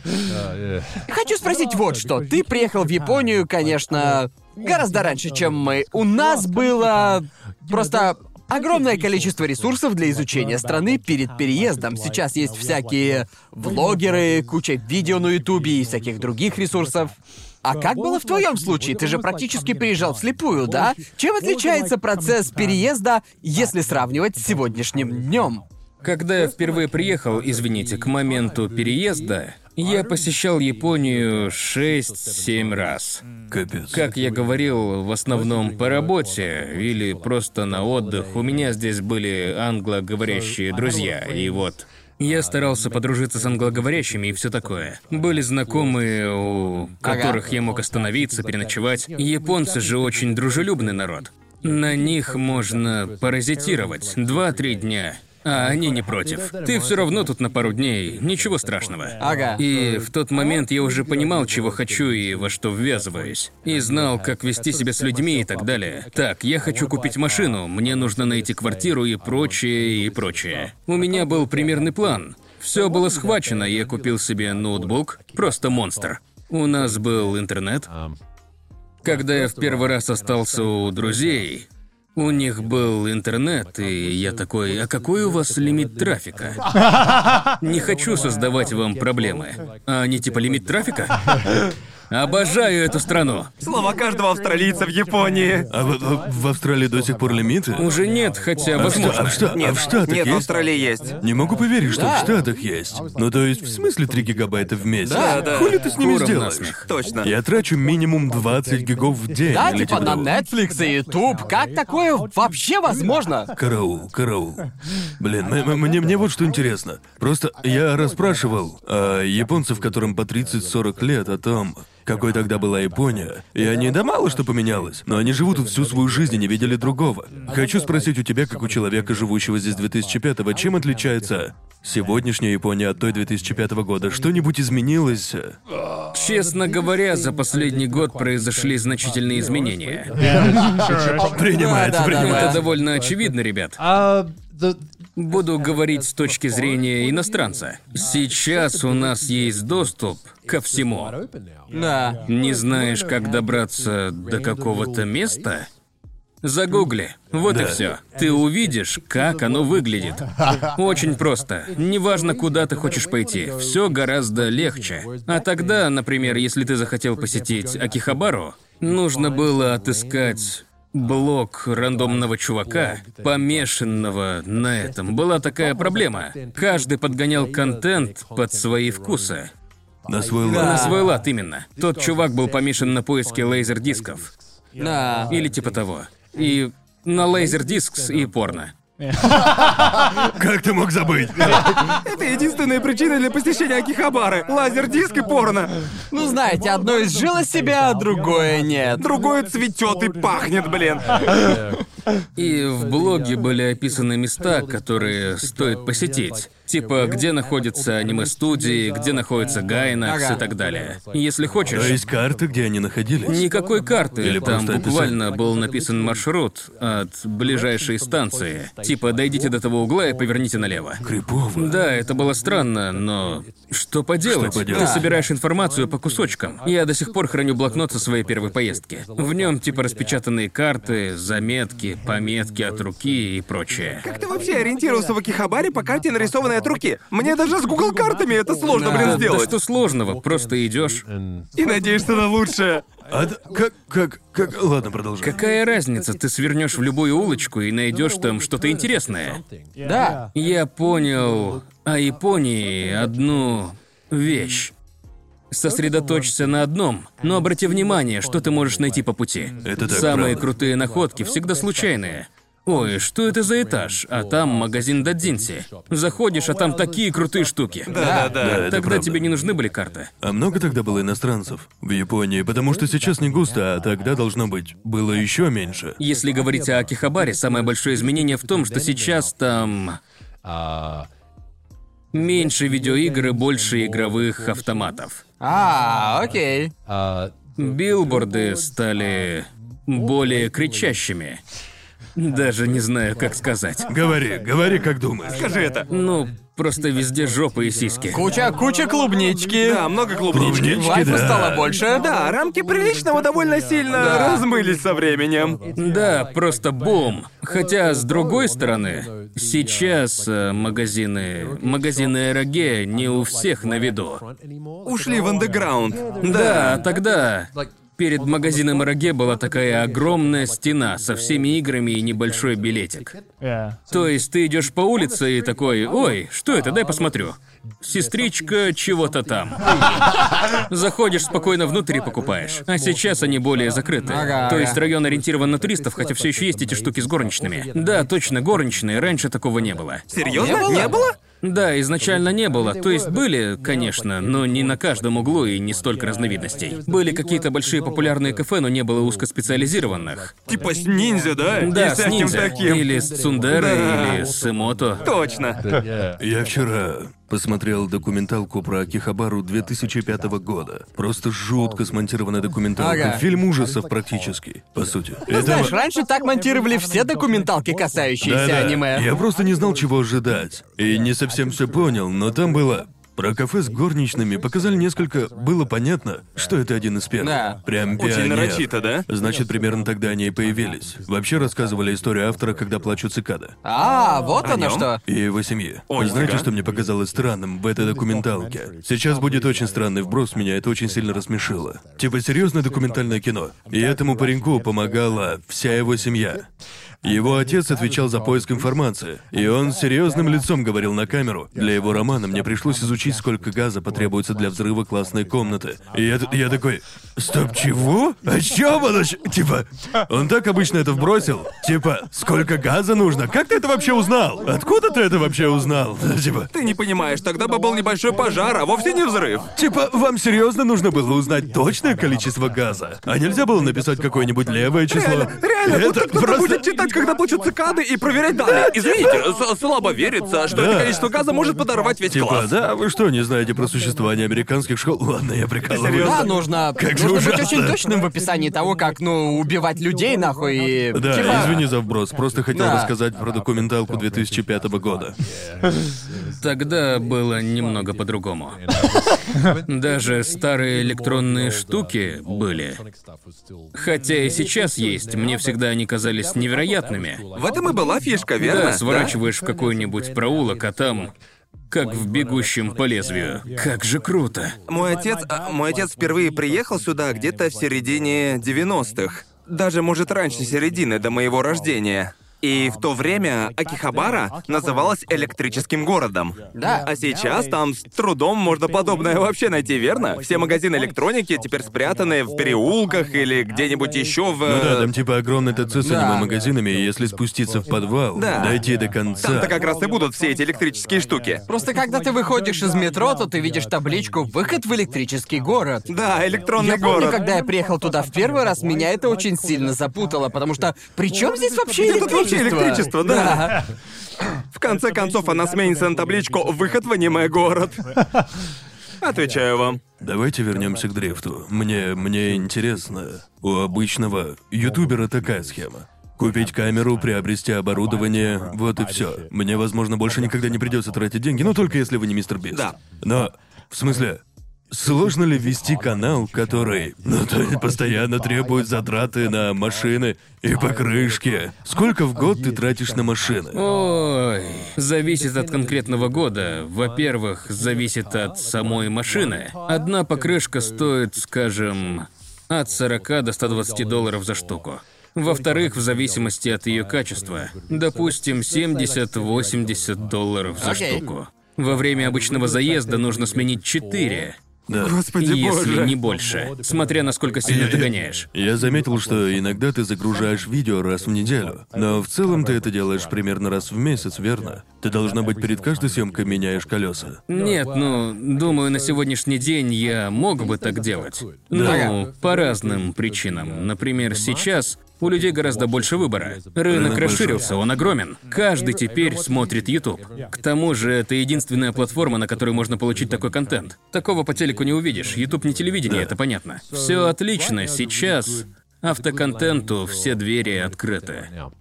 Хочу спросить вот что. Ты приехал в Японию, конечно, гораздо раньше, чем мы. У нас было просто огромное количество ресурсов для изучения страны перед переездом. Сейчас есть всякие влогеры, куча видео на Ютубе и всяких других ресурсов. А как было в твоем случае? Ты же практически приезжал вслепую, да? Чем отличается процесс переезда, если сравнивать с сегодняшним днем? Когда я впервые приехал, извините, к моменту переезда, я посещал Японию 6-7 раз. Капец. Как я говорил, в основном по работе или просто на отдых. У меня здесь были англоговорящие друзья, и вот... Я старался подружиться с англоговорящими и все такое. Были знакомые, у которых я мог остановиться, переночевать. Японцы же очень дружелюбный народ. На них можно паразитировать 2-3 дня. А они не против. Ты все равно тут на пару дней, ничего страшного. Ага. И в тот момент я уже понимал, чего хочу и во что ввязываюсь. И знал, как вести себя с людьми и так далее. Так, я хочу купить машину, мне нужно найти квартиру и прочее, и прочее. У меня был примерный план. Все было схвачено, я купил себе ноутбук, просто монстр. У нас был интернет. Когда я в первый раз остался у друзей, у них был интернет, и я такой, а какой у вас лимит трафика? Не хочу создавать вам проблемы. А они типа лимит трафика? Обожаю эту страну. Слова каждого австралийца в Японии. А в Австралии до сих пор лимиты? Уже нет, хотя А возможно. в Штатах Нет, в есть? Австралии есть. Не могу поверить, что в Штатах есть. Ну то есть, в смысле 3 гигабайта в месяц? Да. Хули ты с ними Куром сделаешь? насмех. Точно. Я трачу минимум 20 гигов в день. Да, или типа на того. Netflix и YouTube. Как такое вообще возможно? Караул. Блин, мне вот что интересно. Просто я расспрашивал японцев, которым по 30-40 лет, о том, какой тогда была Япония. И они, да мало что поменялось, но они живут тут всю свою жизнь и не видели другого. Хочу спросить у тебя, как у человека, живущего здесь 2005-го, чем отличается сегодняшняя Япония от той 2005 года? Что-нибудь изменилось? Честно говоря, за последний год произошли значительные изменения. Принимается, Да. принимается. Это довольно очевидно, ребят. Буду говорить с точки зрения иностранца. Сейчас у нас есть доступ ко всему. Да. Не знаешь, как добраться до какого-то места? Загугли. Вот и Да. все. Ты увидишь, как оно выглядит. Очень просто. Неважно, куда ты хочешь пойти, все гораздо легче. А тогда, например, если ты захотел посетить Акихабару, нужно было отыскать блог рандомного чувака, помешанного на этом. Была такая проблема. Каждый подгонял контент под свои вкусы. На свой На лад. свой лад, именно. Тот чувак был помешан на поиске лазер-дисков. Да. Или типа того. И на лазер-дискс и порно. Как ты мог забыть? Это единственная причина для посещения Акихабары. Лазер-диск и порно. Ну, знаете, одно изжило себя, а другое нет. Другое цветет и пахнет, блин. И в блоге были описаны места, которые стоит посетить. Типа, где находятся аниме-студии, где находится Гайнакс Ага. и так далее. Если хочешь... То есть карты, где они находились? Никакой карты, Или там просто буквально был написан маршрут от ближайшей станции. Типа, дойдите до того угла и поверните налево. Крипово. Да, это было странно, но что поделать? Что поделать? Ты собираешь информацию по кусочкам. Я до сих пор храню блокнот со своей первой поездки. В нем типа распечатанные карты, заметки, пометки от руки и прочее. Как ты вообще ориентировался в Акихабаре по карте, нарисованной от руки? Мне даже с Google картами это сложно, блин, Да сделать. что сложного, просто идешь. И надеешься на лучшее. Ладно, продолжай. Какая разница, ты свернешь в любую улочку и найдешь там что-то интересное. Да. Я понял о Японии одну вещь. Сосредоточься на одном, но обрати внимание, что ты можешь найти по пути. Это так, Самые правда. крутые находки всегда случайные. Ой, что это за этаж? А там магазин Дадзинси. Заходишь, а там такие крутые штуки. Да. это Тогда правда. тебе не нужны были карты. А много тогда было иностранцев в Японии? Потому что сейчас не густо, а тогда, должно быть, было еще меньше. Если говорить о Акихабаре, самое большое изменение в том, что сейчас там меньше видеоигр и больше игровых автоматов. Окей. Билборды стали более кричащими. Даже не знаю, как сказать. Говори, как думаешь. Скажи это. Ну, просто везде жопы и сиськи. Куча клубнички. Да, много клубнички. Клубнички, Вайфу да. стало больше. Да, рамки приличного довольно сильно размылись со временем. Да, просто бум. Хотя, с другой стороны, сейчас магазины эроге не у всех на виду. Ушли в андеграунд. Да, тогда перед магазином эроге была такая огромная стена со всеми играми и небольшой билетик. Yeah. То есть ты идешь по улице и такой: ой, что это, дай посмотрю. Сестричка чего-то там. Заходишь спокойно внутрь и покупаешь. А сейчас они более закрыты. Ага. То есть район ориентирован на туристов, хотя все еще есть эти штуки с горничными. Да, точно, горничные. Раньше такого не было. Серьезно? Не было? Да, изначально не было. То есть были, конечно, но не на каждом углу и не столько разновидностей. Были какие-то большие популярные кафе, но не было узкоспециализированных. Типа с ниндзя, да? Да, И с всяким ниндзя. таким. Или с цундерой, Да. или с эмото. Точно. Я вчера посмотрел документалку про Акихабару 2005 года. Просто жутко смонтированная документалка. Ага. Фильм ужасов практически, по сути. Знаешь, раньше так монтировали все документалки, касающиеся Да-да. аниме. Я просто не знал, чего ожидать. И не совсем все понял, но там было... Про кафе с горничными показали несколько... Было понятно, что это один из первых. Да. Прям Очень пионер. нарочито, да? Значит, примерно тогда они и появились. Вообще рассказывали историю автора, когда плачут цикады. Вот О оно нём? что. И его семьи. Ой, Знаете, нифига. что мне показалось странным в этой документалке? Сейчас будет очень странный вброс, меня это очень сильно рассмешило. Типа серьезное документальное кино. И этому пареньку помогала вся его семья. Его отец отвечал за поиск информации, и он серьезным лицом говорил на камеру. Для его романа мне пришлось изучить, сколько газа потребуется для взрыва классной комнаты. И я такой: стоп, чего? О чем он? Типа, он так обычно это вбросил. Типа, сколько газа нужно? Как ты это вообще узнал? Откуда ты это вообще узнал? Типа, Ты не понимаешь, тогда бы был небольшой пожар, а вовсе не взрыв. Типа, вам серьезно нужно было узнать точное количество газа? А нельзя было написать какое-нибудь левое число? Реально, будто это кто-то просто... будет читать, когда плачут цикады, и проверять данные. Извините, слабо верится, что это количество газа может подорвать весь Типа, класс. да, вы что, не знаете про существование американских школ? Ладно, я прикалываюсь. Серьёзно? Да, нужно Как же быть ужасно. очень точным в описании того, как, убивать людей, нахуй, и... Да, типа, извини за вброс, просто хотел Да. рассказать про документалку 2005 года. Тогда было немного по-другому. Даже старые электронные штуки были. Хотя и сейчас есть, мне всегда они казались невероятными. В этом и была фишка, верно? Да, сворачиваешь в какой-нибудь проулок, а там как в «Бегущем по лезвию». Как же круто. Мой отец впервые приехал сюда где-то в середине 90-х. Даже, может, раньше середины, до моего рождения. И в то время Акихабара называлась электрическим городом. Да. А сейчас там с трудом можно подобное вообще найти, верно? Все магазины электроники теперь спрятаны в переулках или где-нибудь еще в... Ну да, там типа огромный ТЦ с Да. аниме-магазинами, и если спуститься в подвал, Да. дойти до конца... Там-то как раз и будут все эти электрические штуки. Просто когда ты выходишь из метро, то ты видишь табличку «Выход в электрический город». Да, электронный Я помню, город. когда я приехал туда в первый раз, меня это очень сильно запутало, потому что при чем здесь вообще Где тут вообще электричество, да. Да. В конце концов, она сменится на табличку «Выход в аниме-город». Отвечаю вам. Давайте вернемся к дрифту. Мне интересно, у обычного ютубера такая схема. Купить камеру, приобрести оборудование, вот и все. Мне, возможно, больше никогда не придется тратить деньги, но только если вы не мистер Бист. Да. Но, в смысле, сложно ли вести канал, который, то есть постоянно требует затраты на машины и покрышки? Сколько в год ты тратишь на машины? Ой, зависит от конкретного года. Во-первых, зависит от самой машины. Одна покрышка стоит, скажем, от 40 до 120 долларов за штуку. Во-вторых, в зависимости от ее качества. Допустим, 70-80 долларов за Окей. штуку. Во время обычного заезда нужно сменить 4. Да. Господи Если боже. не больше, смотря насколько сильно ты гоняешь. Я заметил, что иногда ты загружаешь видео раз в неделю, но в целом ты это делаешь примерно раз в месяц, верно? Ты, должна быть, перед каждой съемкой меняешь колеса. Нет, думаю, на сегодняшний день я мог бы так делать. Ну, по разным причинам. Например, сейчас у людей гораздо больше выбора. Рынок расширился, он огромен. Каждый теперь смотрит YouTube. К тому же, это единственная платформа, на которой можно получить такой контент. Такого по телеку не увидишь. YouTube не телевидение, это понятно. Все отлично, сейчас автоконтенту все двери открыты.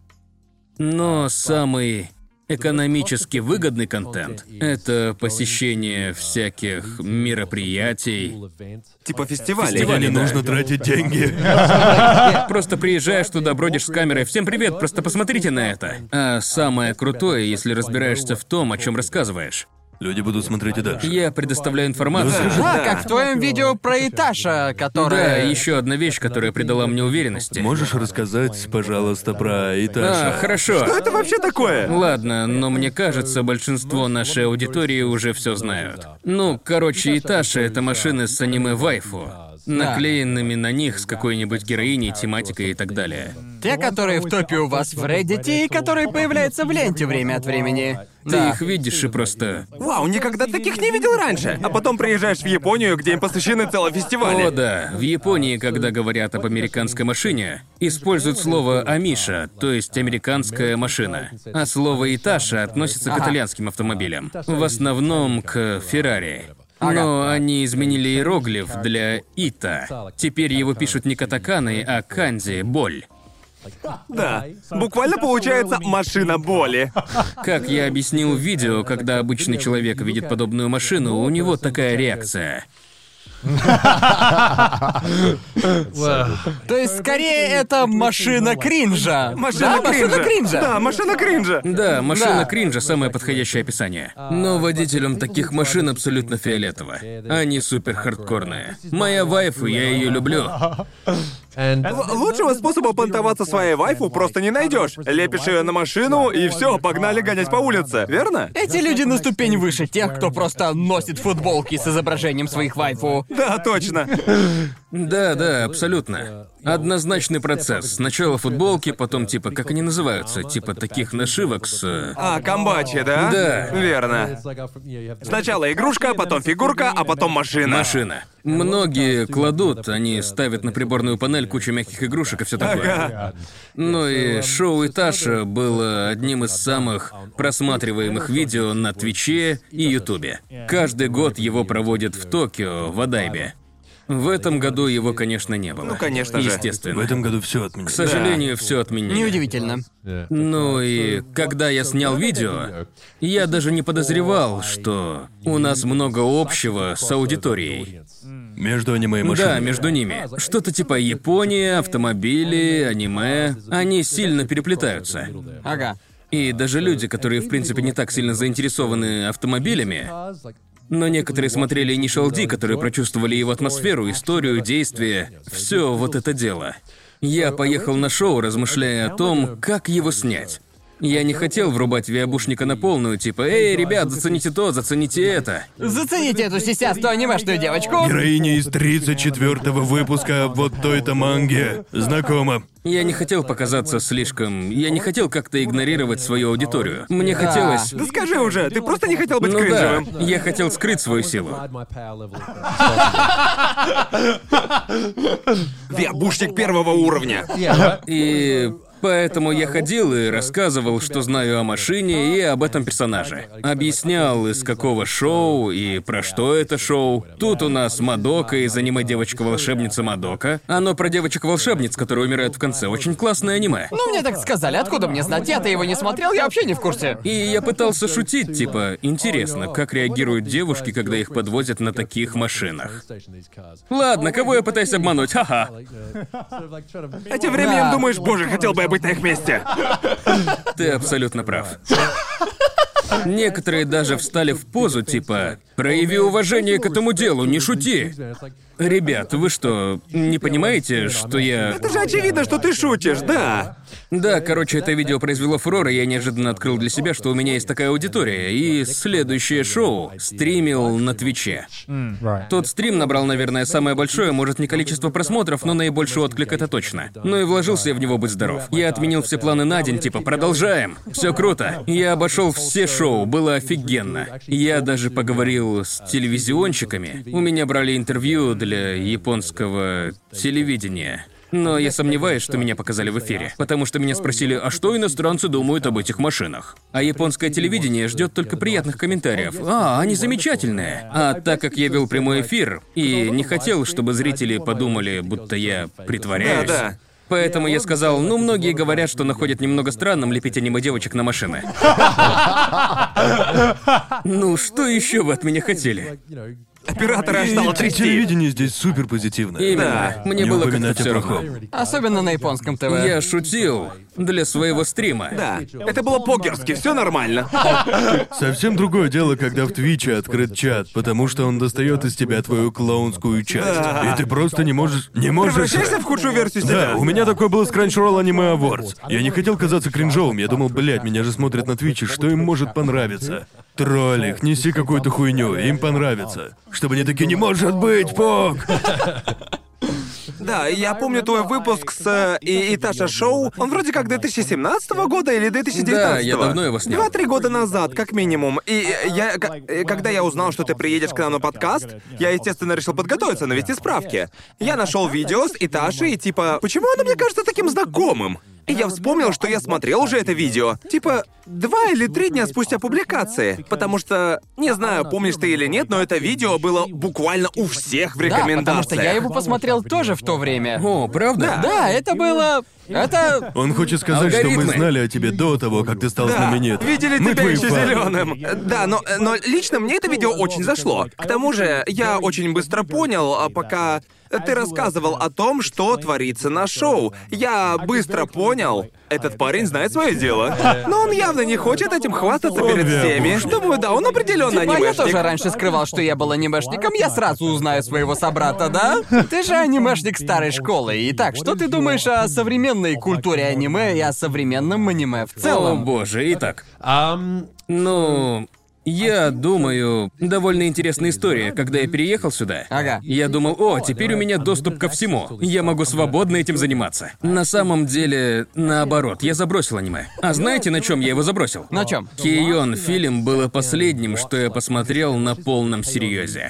Но самый экономически выгодный контент — это посещение всяких мероприятий. Типа фестивалей. Тебе не да. нужно тратить деньги. Просто приезжаешь туда, бродишь с камерой, всем привет, просто посмотрите на это. А самое крутое, если разбираешься в том, о чем рассказываешь. Люди будут смотреть и дальше. Я предоставляю информацию. Да, как в твоем видео про Иташа, Да, которое... еще одна вещь, которая придала мне уверенности. Можешь рассказать, пожалуйста, про Иташа? Хорошо. Что это вообще такое? Ладно, но мне кажется, большинство нашей аудитории уже все знают. Ну, короче, Иташа — это машины с аниме-вайфу, наклеенными на них с какой-нибудь героиней, тематикой и так далее. Те, которые в топе у вас в Reddit и которые появляются в ленте время от времени. Ты их видишь и просто... Вау, никогда таких не видел раньше. А потом приезжаешь в Японию, где им посвящены целые фестивали. О, да. В Японии, когда говорят об американской машине, используют слово «амиша», то есть «американская машина». А слово «иташа» относится к итальянским автомобилям. В основном к «Феррари». Но они изменили иероглиф для «ита». Теперь его пишут не катаканой, а канзи «боль». Да. Буквально получается машина боли. Как я объяснил в видео, когда обычный человек видит подобную машину, у него такая реакция. То есть, скорее, это машина кринжа. Машина Да, кринжа. машина кринжа. Да, машина кринжа. Да, машина Да. кринжа — самое подходящее описание. Но водителям таких машин абсолютно фиолетово. Они супер хардкорные. Моя вайфу, я ее люблю. Лучшего способа понтоваться своей вайфу просто не найдешь. Лепишь ее на машину, и все, погнали гонять по улице, верно? Эти люди на ступень выше тех, кто просто носит футболки с изображением своих вайфу. Да, точно. Да, абсолютно. Однозначный процесс. Сначала футболки, потом типа, как они называются? Типа таких нашивок с... А, комбачи, да? Да. Верно. Сначала игрушка, потом фигурка, а потом машина. Машина. Многие кладут, они ставят на приборную панель кучу мягких игрушек и все такое. Ага. Ну и шоу Иташа было одним из самых просматриваемых видео на Твиче и Ютубе. Каждый год его проводят в Токио, в Адайбе. В этом году его, конечно, не было. Ну, конечно же. Естественно. В этом году все отменили. К сожалению, все отменили. Неудивительно. Ну и когда я снял видео, я даже не подозревал, что у нас много общего с аудиторией. Между аниме и машинами. Да, между ними. Что-то типа Япония, автомобили, аниме. Они сильно переплетаются. Ага. И даже люди, которые, в принципе, не так сильно заинтересованы автомобилями, но некоторые смотрели Initial D, которые прочувствовали его атмосферу, историю, действия, все вот это дело. Я поехал на шоу, размышляя о том, как его снять. Я не хотел врубать виабушника на полную, типа, «Эй, ребят, зацените то, зацените это». Зацените эту сисястую анимешную девочку. Героиня из 34-го выпуска вот той-то манги. Знакомо. Я не хотел показаться слишком... Я не хотел как-то игнорировать свою аудиторию. Мне хотелось... Да скажи уже, ты просто не хотел быть Ну да, кринжевым. я хотел скрыть свою силу. Виабушник первого уровня. И поэтому я ходил и рассказывал, что знаю о машине и об этом персонаже. Объяснял, из какого шоу и про что это шоу. Тут у нас Мадока из аниме «Девочка-волшебница Мадока». Оно про девочек-волшебниц, которые умирают в конце. Очень классное аниме. Ну, мне так сказали, откуда мне знать? Я-то его не смотрел, я вообще не в курсе. И я пытался шутить, типа, интересно, как реагируют девушки, когда их подвозят на таких машинах. Ладно, кого я пытаюсь обмануть? Ха-ха. А тем временем думаешь, боже, хотел бы я быть на их месте. Ты абсолютно прав. Некоторые даже встали в позу, типа, «Прояви уважение к этому делу, не шути». Ребят, вы что, не понимаете, что я... Это же очевидно, что ты шутишь, да. Да, короче, это видео произвело фурор, и я неожиданно открыл для себя, что у меня есть такая аудитория, и следующее шоу стримил на Твиче. Тот стрим набрал, наверное, самое большое, может, не количество просмотров, но наибольший отклик это точно. Ну и вложился я в него, будь здоров. Я отменил все планы на день, типа, продолжаем. Все круто. Я обошел все шоу, было офигенно. Я даже поговорил с телевизионщиками. У меня брали интервью для японского телевидения. Но я сомневаюсь, что меня показали в эфире, потому что меня спросили, а что иностранцы думают об этих машинах? А японское телевидение ждет только приятных комментариев. А, они замечательные. А так как я вел прямой эфир и не хотел, чтобы зрители подумали, будто я притворяюсь. Да. Поэтому я сказал, ну, многие говорят, что находят немного странным лепить аниме-девочек на машины. Ну, что еще вы от меня хотели? Оператора аж стало трясти. Телевидение здесь супер позитивное. Именно. Мне Не было как-то упоминать о все равно. плохом. Особенно на японском ТВ. Я шутил для своего стрима. Да. Это было по-герски, все нормально. Совсем другое дело, когда в Твиче открыт чат, потому что он достает из тебя твою клоунскую часть. Да. И ты просто не можешь... Не можешь... Превращаешься в худшую версию себя. Да, у меня такое было с Crunchyroll Anime Awards. Я не хотел казаться кринжовым, я думал, блядь, меня же смотрят на Твиче, что им может понравиться? Тролль их, неси какую-то хуйню, им понравится. Чтобы они такие, не может быть, Пок! Да, я помню твой выпуск с Иташа Шоу. Он вроде как 2017 года или 2019. Да, я давно его снял. 2-3 года назад, как минимум. И когда я узнал, что ты приедешь к нам на подкаст, я, естественно, решил подготовиться, навести справки. Я нашел видео с Иташи и типа, почему оно мне кажется таким знакомым? И я вспомнил, что я смотрел уже это видео. Типа, 2 или 3 дня спустя публикации. Потому что, не знаю, помнишь ты или нет, но это видео было буквально у всех в Да, рекомендациях. потому что я его посмотрел тоже в то время. О, правда? Да, это было... Это... Он хочет сказать, что мы Алгоритмы. знали о тебе до того, как ты стал Да, знаменитым. видели Мы тебя твои еще фаны. зеленым. Да, но лично мне это видео очень зашло. К тому же, я очень быстро понял, пока ты рассказывал о том, что творится на шоу. Я быстро понял, этот парень знает свое дело. Но он явно не хочет этим хвастаться перед всеми. Думаю, да, он определенно Типа, я анимешник. тоже раньше скрывал, что я был анимешником, я сразу узнаю своего собрата, да? Ты же анимешник старой школы. Итак, что ты думаешь о современной культуре аниме и о современном аниме в О, целом? боже, итак. Ну, я думаю, довольно интересная история. Когда я переехал сюда, Ага. я думал, о, теперь у меня доступ ко всему. Я могу свободно этим заниматься. На самом деле, наоборот, я забросил аниме. А знаете, на чем я его забросил? На чем? Кейон фильм было последним, что я посмотрел на полном серьезе.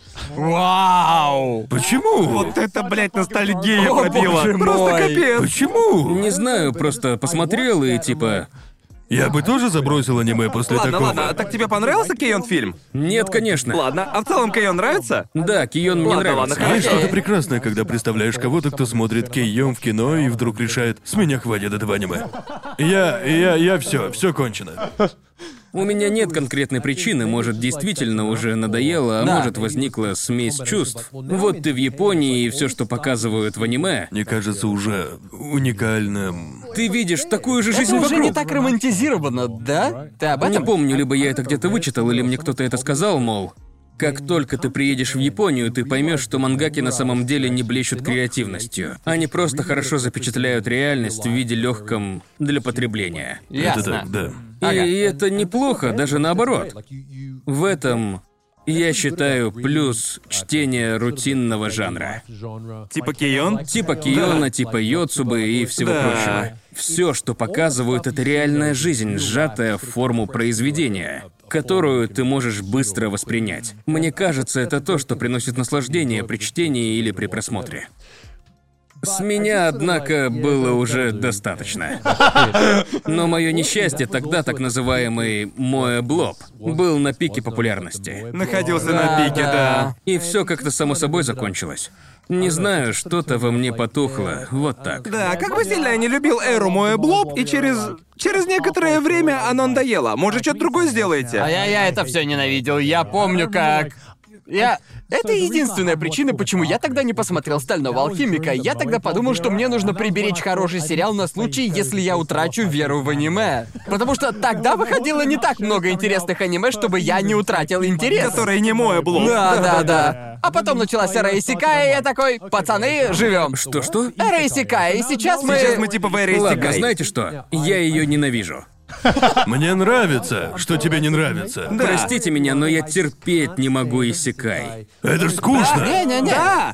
Вау! Почему? Вот это, блядь, ностальгия О, пробила. боже Просто мой. капец. Почему? Не знаю, просто посмотрел и типа... Я бы тоже забросил аниме после Ладно, такого. ладно, так тебе понравился Кейон фильм? Нет, конечно. Ладно, а в целом Кейон нравится? Да, Кейон мне Ладно, нравится. ладно, Есть хорошо. что-то прекрасное, когда представляешь кого-то, кто смотрит Кейон в кино и вдруг решает, с меня хватит этого аниме. Я все кончено. У меня нет конкретной причины, может, действительно уже надоело, а Да. может, возникла смесь чувств. Вот ты в Японии, и все, что показывают в аниме, Мне кажется уже уникальным. ты видишь такую же жизнь Это уже вокруг. не так романтизировано, да? Ты об Не этом? помню, либо я это где-то вычитал, или мне кто-то это сказал, мол, как только ты приедешь в Японию, ты поймешь, что мангаки на самом деле не блещут креативностью. Они просто хорошо запечатляют реальность в виде легком для потребления. Это Ясно. так, да. Ага. И это неплохо, даже наоборот. В этом, я считаю, плюс чтения рутинного жанра. Типа Кейон? Типа Киона, типа Йоцубы и всего Да. прочего. Все, что показывают, это реальная жизнь, сжатая в форму произведения, которую ты можешь быстро воспринять. Мне кажется, это то, что приносит наслаждение при чтении или при просмотре. С меня, однако, было уже достаточно. Но мое несчастье тогда, так называемый моэблоб, был на пике популярности. Находился на пике, да. И все как-то само собой закончилось. Не знаю, что-то во мне потухло. Вот так. Да, как бы сильно я не любил эру Моэблоб, и через некоторое время оно надоело. Может, что-то другое сделаете? А я это все ненавидел. Я помню, как... Это единственная причина, почему я тогда не посмотрел «Стального алхимика». Я тогда подумал, что мне нужно приберечь хороший сериал на случай, если я утрачу веру в аниме. Потому что тогда выходило не так много интересных аниме, чтобы я не утратил интерес. Который не мой облом. Да. А потом началась эра Исекая, и я такой: пацаны, живем. Что? Эра Исекая, и сейчас мы... Сейчас мы типа в эре Ладно, Исекай. знаете что? Я ее ненавижу. Мне нравится, что тебе не нравится. Да. Простите меня, но я терпеть не могу исекай. Это ж скучно. Не-не-не. Да!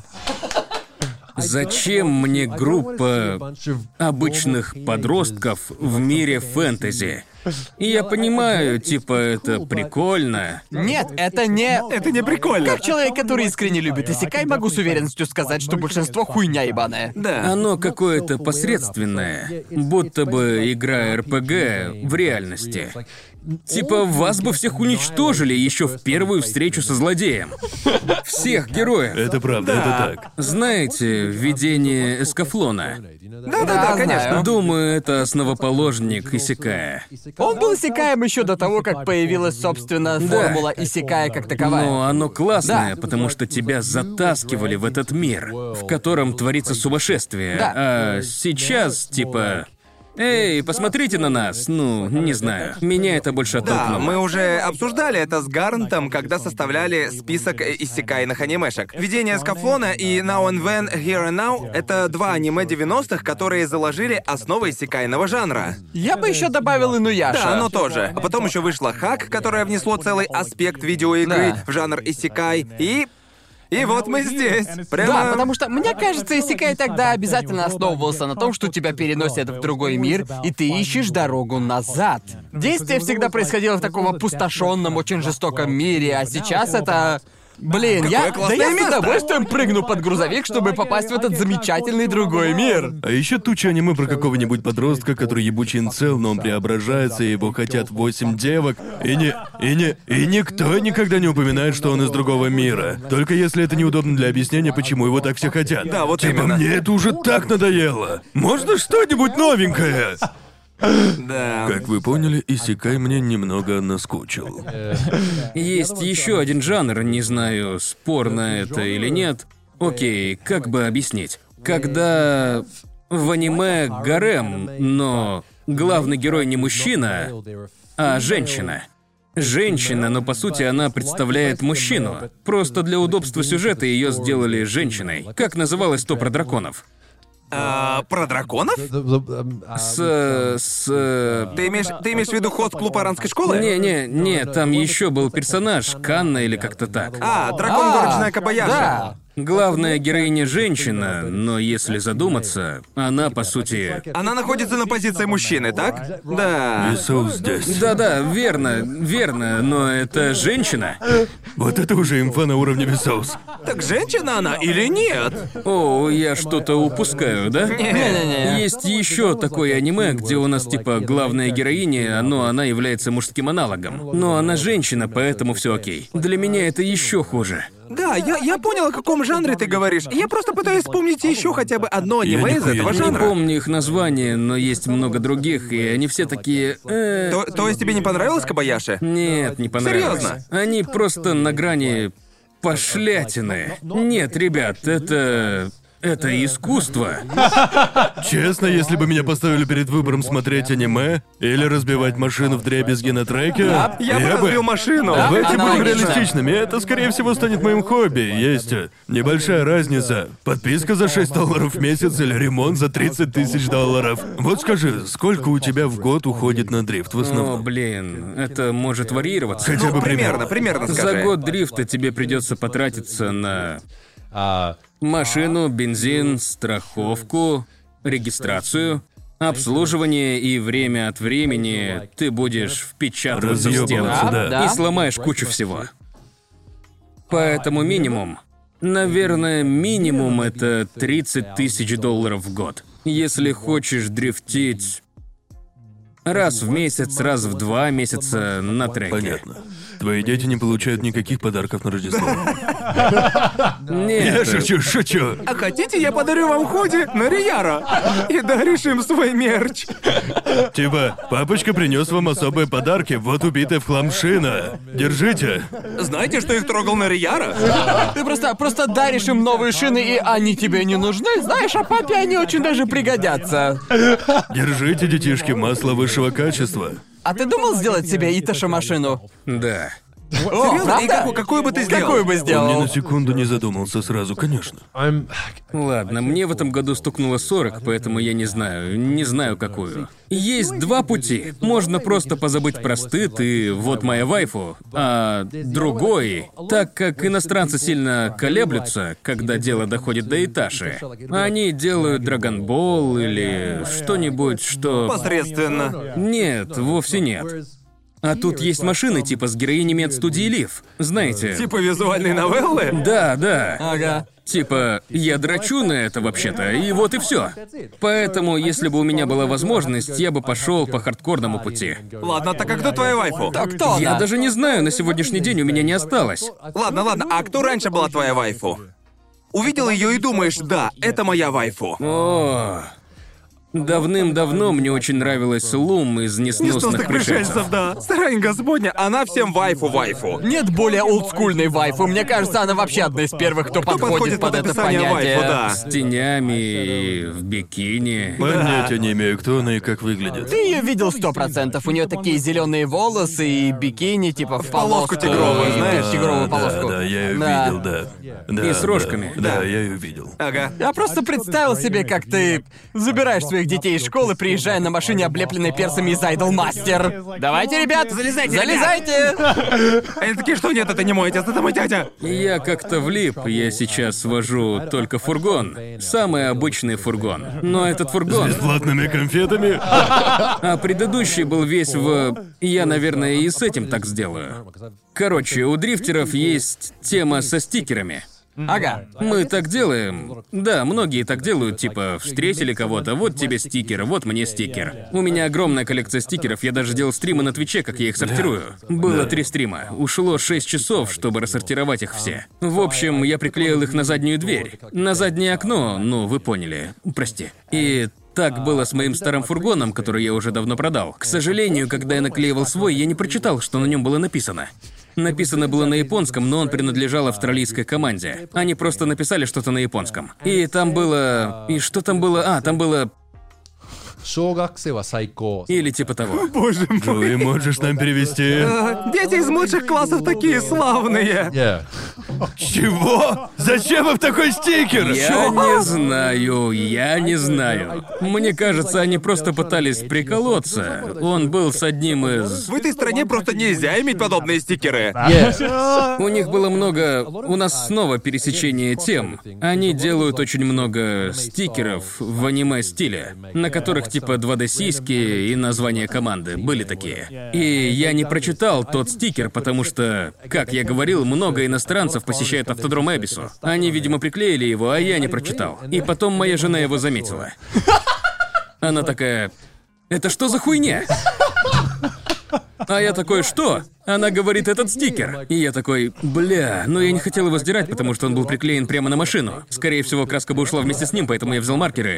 Зачем мне группа обычных подростков в мире фэнтези? И я понимаю, типа, это прикольно. Нет, это не... Это не прикольно. Как человек, который искренне любит Исекай, могу с уверенностью сказать, что большинство хуйня ебаная. Да. Оно какое-то посредственное, будто бы игра РПГ в реальности. Типа, вас бы всех уничтожили еще в первую встречу со злодеем. Всех героев. Это правда, это так. Знаете, введение эскафлона? Да, конечно. знаю. Думаю, это основоположник Исекая. Он был Исекаем еще до того, как появилась, собственно, формула Исекая как таковая. Но оно классное, Да. потому что тебя затаскивали в этот мир, в котором творится сумасшествие. Да. А сейчас, типа... Эй, посмотрите на нас. Ну, не знаю. Меня это больше Да, оттолкнуло. мы уже обсуждали это с Гарнтом, когда составляли список иссякайных анимешек. Введение Скафлона и Now and Then, Here and Now — это два аниме 90-х, которые заложили основы иссякайного жанра. Я бы еще добавил Инуяша. Да, оно тоже. А потом еще вышла Хак, которое внесло целый аспект видеоигры Да. в жанр иссякай. И вот мы здесь. Прямо... Да, потому что, мне кажется, Исекай тогда обязательно основывался на том, что тебя переносят в другой мир, и ты ищешь дорогу назад. Действие всегда происходило в таком опустошенном, очень жестоком мире, а сейчас это... Блин, я классное с место! удовольствием прыгну под грузовик, чтобы попасть в этот замечательный другой мир. А еще туча аниме про какого-нибудь подростка, который ебучий инцел, но он преображается, и его хотят 8 девок. И никто никогда не упоминает, что он из другого мира. Только если это неудобно для объяснения, почему его так все хотят. Да, вот типа, именно. мне это уже так надоело. Можно что-нибудь новенькое? Да. Как вы поняли, Исекай мне немного наскучил. Есть еще один жанр, не знаю, спорно это или нет. Окей, как бы объяснить? Когда в аниме гарем, но главный герой не мужчина, а женщина. Женщина, но по сути она представляет мужчину. Просто для удобства сюжета ее сделали женщиной. Как называлось то про драконов? Про драконов? Ты имеешь в виду ход клуб оранской школы? Не, там еще был персонаж, Канна или как-то так. Дракон горничная Кабаяши. Да. Главная героиня женщина, но если задуматься, она по сути... Она находится на позиции мужчины, так? Да. Весов здесь. Да-да, верно, но это женщина. Вот это уже инфа на уровне Весоус. Так женщина она или нет? О, я что-то упускаю, да? Не-не-не. Есть еще такое аниме, где у нас типа главная героиня, но она является мужским аналогом. Но она женщина, поэтому все окей. Для меня это еще хуже. Да, я понял, о каком жанре ты говоришь. Я просто пытаюсь вспомнить еще хотя бы одно аниме из нихуя этого не Не жанра. помню их название, но есть много других, и они все такие... То есть тебе не понравилось Кабаяши? Нет, не понравилось. Серьезно? Они просто на грани пошлятины. Нет, ребят, это искусство. Честно, если бы меня поставили перед выбором смотреть аниме или разбивать машину в дребезги на треке, Я бы разбил машину. Давайте будем аналогично. реалистичными, это, скорее всего, станет моим хобби. Есть небольшая разница. Подписка за $6 в месяц или ремонт за $30 тысяч. Вот скажи, сколько у тебя в год уходит на дрифт в О, основном? блин, это может варьироваться. Хотя бы Примерно За скажи. год дрифта тебе придется потратиться на А, машину, бензин, страховку, регистрацию, обслуживание, и время от времени ты будешь впечатываться в стену. Разъёбываться, да. И сломаешь кучу всего. Поэтому минимум. Наверное, минимум это $30 тысяч в год. Если хочешь дрифтить Раз в месяц, раз в 2 месяца на треке. Понятно. Твои дети не получают никаких подарков на Рождество. Нет. Я шучу. А хотите, я подарю вам худи на Рияра? И даришь им свой мерч. Типа, папочка принес вам особые подарки, вот убитая в хлам шина. Держите. Знаете, что их трогал на Рияра? Ты просто даришь им новые шины, и они тебе не нужны, знаешь, а папе они очень даже пригодятся. Держите, детишки, масло высшего качества. А ты думал сделать себе Иташа машину? Да. О, И правда? какую бы ты сделал? Какую бы Он ни сделал? на секунду не задумался сразу, конечно. Ладно, мне в этом году стукнуло 40, поэтому я не знаю какую. Есть 2 пути. Можно просто позабыть про стыд и вот моя вайфу, а другой, так как иностранцы сильно колеблются, когда дело доходит до Иташи, они делают Драгонбол или что-нибудь, что... Посредственно. Нет, вовсе нет. А тут есть машины типа с героинями от студии Лив. Знаете? Типа визуальные новеллы? Да, да. Ага. Типа, я драчу на это вообще-то, и вот и все. Поэтому, если бы у меня была возможность, я бы пошел по хардкорному пути. Ладно, так а кто твоя вайфу? То кто Я она? даже не знаю, на сегодняшний день у меня не осталось. Ладно, а кто раньше была твоя вайфу? Увидел ее и думаешь, да, это моя вайфу. О, давным-давно мне очень нравилась Лум из «Несносных пришельцев». да. Срань господня, она всем вайфу. Нет более олдскульной вайфу. Мне кажется, она вообще одна из первых, кто подходит под это описание понятие. вайфу, да. С тенями и в бикини. Понятия не имею, кто она и как выглядит. Ты ее видел 100%. У нее такие зеленые волосы и бикини, типа в полоску полоску. тигровую, И знаешь? тигровую полоску. Да, я ее Да. видел, да. Да, И с рожками. Да, я ее видел. Ага. Я просто представил себе, как ты забираешь своих детей из школы, приезжая на машине, облепленной персами из Idolmaster. Давайте, ребят, Залезайте, залезайте! Они такие, что нет, это не мой отец, это мой дядя. Я как-то влип, я сейчас вожу только фургон. Самый обычный фургон. Но этот фургон... Бесплатными конфетами? А предыдущий был весь в... Я, наверное, и с этим так сделаю. Короче, у дрифтеров есть тема со стикерами. Ага. Мы так делаем. Да, многие так делают, типа, встретили кого-то, вот тебе стикер, вот мне стикер. У меня огромная коллекция стикеров, я даже делал стримы на Твиче, как я их сортирую. Было 3 стрима. Ушло 6 часов, чтобы рассортировать их все. В общем, я приклеил их на заднюю дверь. На заднее окно, ну, вы поняли. Прости. И так было с моим старым фургоном, который я уже давно продал. К сожалению, когда я наклеивал свой, я не прочитал, что на нем было написано. Написано было на японском, но он принадлежал австралийской команде. Они просто написали что-то на японском. И там было... И что там было? А, там было... 小学生は最高。 Или типа того. Боже мой. Ну и можешь нам перевести? Дети из младших классов такие славные. Yeah. Чего? Зачем им такой стикер? Я не знаю. Мне кажется, они просто пытались приколоться. Он был с одним из... В этой стране просто нельзя иметь подобные стикеры. Yeah. У них было много... У нас снова пересечение тем. Они делают очень много стикеров в аниме-стиле, на которых типа 2D-сиськи и название команды были такие. И я не прочитал тот стикер, потому что, как я говорил, много иностранцев посещают автодром Эбису. Они, видимо, приклеили его, а я не прочитал. И потом моя жена его заметила. Она такая... Это что за хуйня? А я такой, что? Она говорит, этот стикер. И я такой, бля, но я не хотел его сдирать, потому что он был приклеен прямо на машину. Скорее всего, краска бы ушла вместе с ним, поэтому я взял маркеры.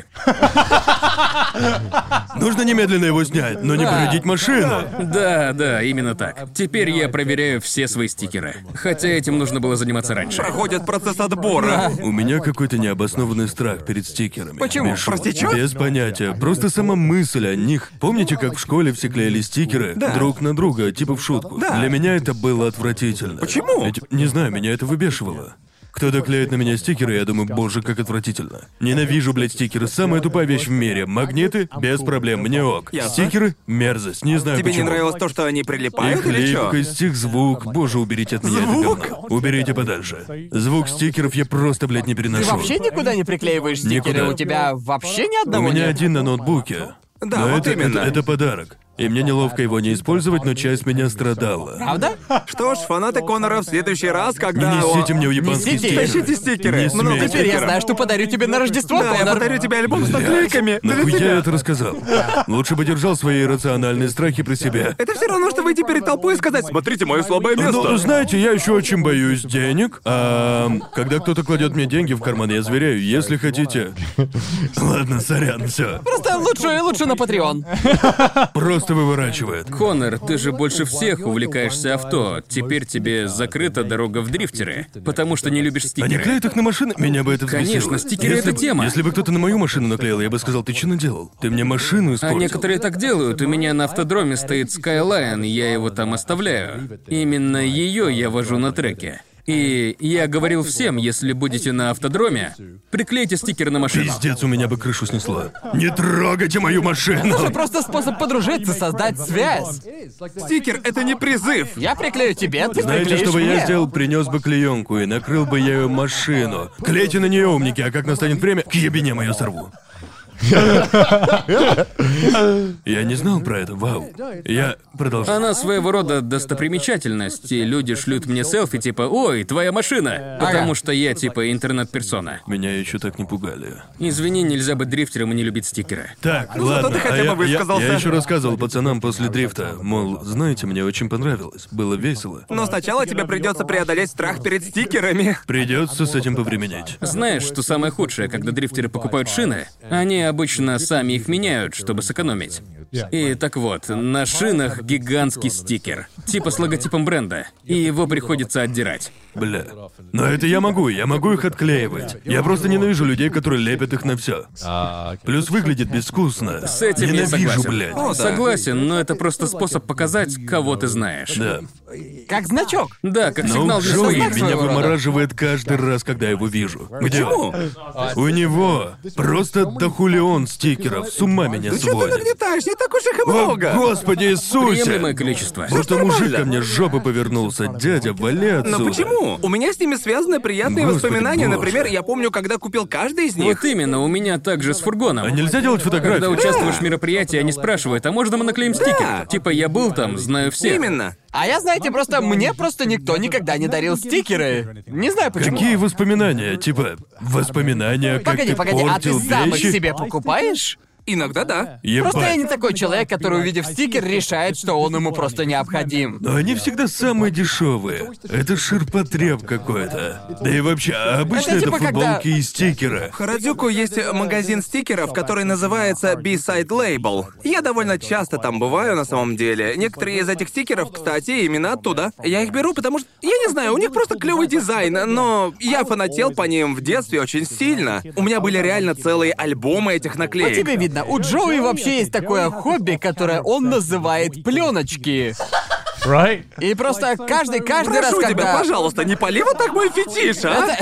Нужно немедленно его снять, но не повредить машину. Да, именно так. Теперь я проверяю все свои стикеры. Хотя этим нужно было заниматься раньше. Проходит процесс отбора. У меня какой-то необоснованный страх перед стикерами. Почему? Без Прости, чё? Без понятия. Просто сама мысль о них. Помните, как в школе все клеили стикеры друг на друга, типа в шутку? Да. Для меня это было отвратительно. Почему? Ведь, не знаю, меня это выбешивало. Кто-то клеит на меня стикеры, я думаю, боже, как отвратительно. Ненавижу, блядь, стикеры. Самая тупая вещь в мире. Магниты? Без проблем, мне ок. Ясно. Стикеры? Мерзость. Не знаю Тебе почему. не нравилось то, что они прилипают Их или что? липкость, их звук. Боже, уберите от меня Звук? это говно. Уберите подальше. Звук стикеров я просто, блядь, не Ты переношу. вообще никуда не приклеиваешь стикеры? Никуда. У тебя вообще ни У одного меня нет? один на ноутбуке. Да, Но вот это, именно. это подарок. И мне неловко его не использовать, но часть меня страдала. Правда? Что ж, фанаты Конора в следующий раз, когда... Не несите мне уебанские Несите. стикеры. Тащите стикеры. Не Много смейте. Теперь я стикеров. знаю, что подарю тебе на Рождество, Да, я Конор. подарю тебе альбом с наклейками. Для Нахуя тебя. я это рассказал? Лучше бы держал свои иррациональные страхи при себе. Это все равно, что выйти перед толпой и сказать: смотрите, мое слабое место. Ну, знаете, я еще очень боюсь денег. Когда кто-то кладет мне деньги в карман, я зверяю, если хотите. Ладно, сорян, все. Просто лучше на Patreon. Просто выворачивает. Конор, ты же больше всех увлекаешься авто. Теперь тебе закрыта дорога в дрифтеры, потому что не любишь Они стикеры. клеят их на машины? Меня бы это взбесило. Конечно, стикеры — Если это бы- тема. Если бы кто-то на мою машину наклеил, я бы сказал, ты что наделал? Ты мне машину А испортил. некоторые так делают. У меня на автодроме стоит Skyline, я его там оставляю. Именно ее я вожу на треке. И я говорил всем, если будете на автодроме, приклейте стикер на машину. Пиздец, у меня бы крышу снесло. Не трогайте мою машину! Это просто способ подружиться, создать связь. Стикер — это не призыв. Я приклею тебе, ты Знаете, приклеишь что бы мне. я сделал? Принес бы клеенку и накрыл бы я ее машину. Клейте на нее, умники, а как настанет время, к ебеням ее сорву. Я не знал про это, вау. Я продолжаю. Она своего рода достопримечательность, и люди шлют мне селфи типа «Ой, твоя машина!» Потому что я типа интернет-персона. Меня еще так не пугали. Извини, нельзя быть дрифтером и не любить стикеры. Так, зато ладно. ты хотя бы высказался. Я еще рассказывал пацанам после дрифта, мол, знаете, мне очень понравилось, было весело. Но сначала тебе придется преодолеть страх перед стикерами. Придется с этим повременить. Знаешь, что самое худшее, когда дрифтеры покупают шины? Они обычно сами их меняют, чтобы сэкономить. И так вот, на шинах гигантский стикер, типа с логотипом бренда, и его приходится отдирать. Бля. Но это я могу их отклеивать. Я просто ненавижу людей, которые лепят их на все. Плюс выглядит безвкусно. С этим я Ненавижу, согласен. блядь. Согласен, но это просто способ показать, кого ты знаешь. Да. Как значок. Да, как Но сигнал для Джоуи своих. знак меня своего рода. вымораживает каждый раз, когда я его вижу. Где он? Почему? У него просто дохулион стикеров. С ума меня Что ты сводит. нагнетаешь? Не так уж их и О, много. Господи Иисусе! Приемлемое количество. Просто мужик ко мне с жопы повернулся. Дядя, вали отсюда. Но почему? У меня с ними связаны приятные Господи воспоминания. боже. Например, я помню, когда купил каждый из них. Вот именно, у меня также с фургоном. А нельзя делать фотографии? Когда участвуешь в мероприятии, они спрашивают, а можно мы наклеим стикер? Да. Типа, я был там, знаю всех. Именно. А я, знаете, мне просто никто никогда не дарил стикеры. Не знаю почему. Какие воспоминания? Типа, воспоминания, как Погоди, ты а ты портил сам их вещи? себе покупаешь? Иногда да. Ебать. Просто я не такой человек, который, увидев стикер, решает, что он ему просто необходим. Но они всегда самые дешевые. Это ширпотреб какой-то. Да и вообще, обычно Это это типа когда- футболки из стикера. В Харадзюку есть магазин стикеров, который называется B-Side Label. Я довольно часто там бываю на самом деле. Некоторые из этих стикеров, кстати, именно оттуда. Я их беру, потому что, я не знаю, у них просто клевый дизайн, но я фанател по ним в детстве очень сильно. У меня были реально целые альбомы этих По наклеек. тебе видно, у Джоуи вообще есть такое хобби, которое он называет пленочки. Right? И просто каждый раз, Прошу тебя, когда... пожалуйста, не пали вот так мой фетиш,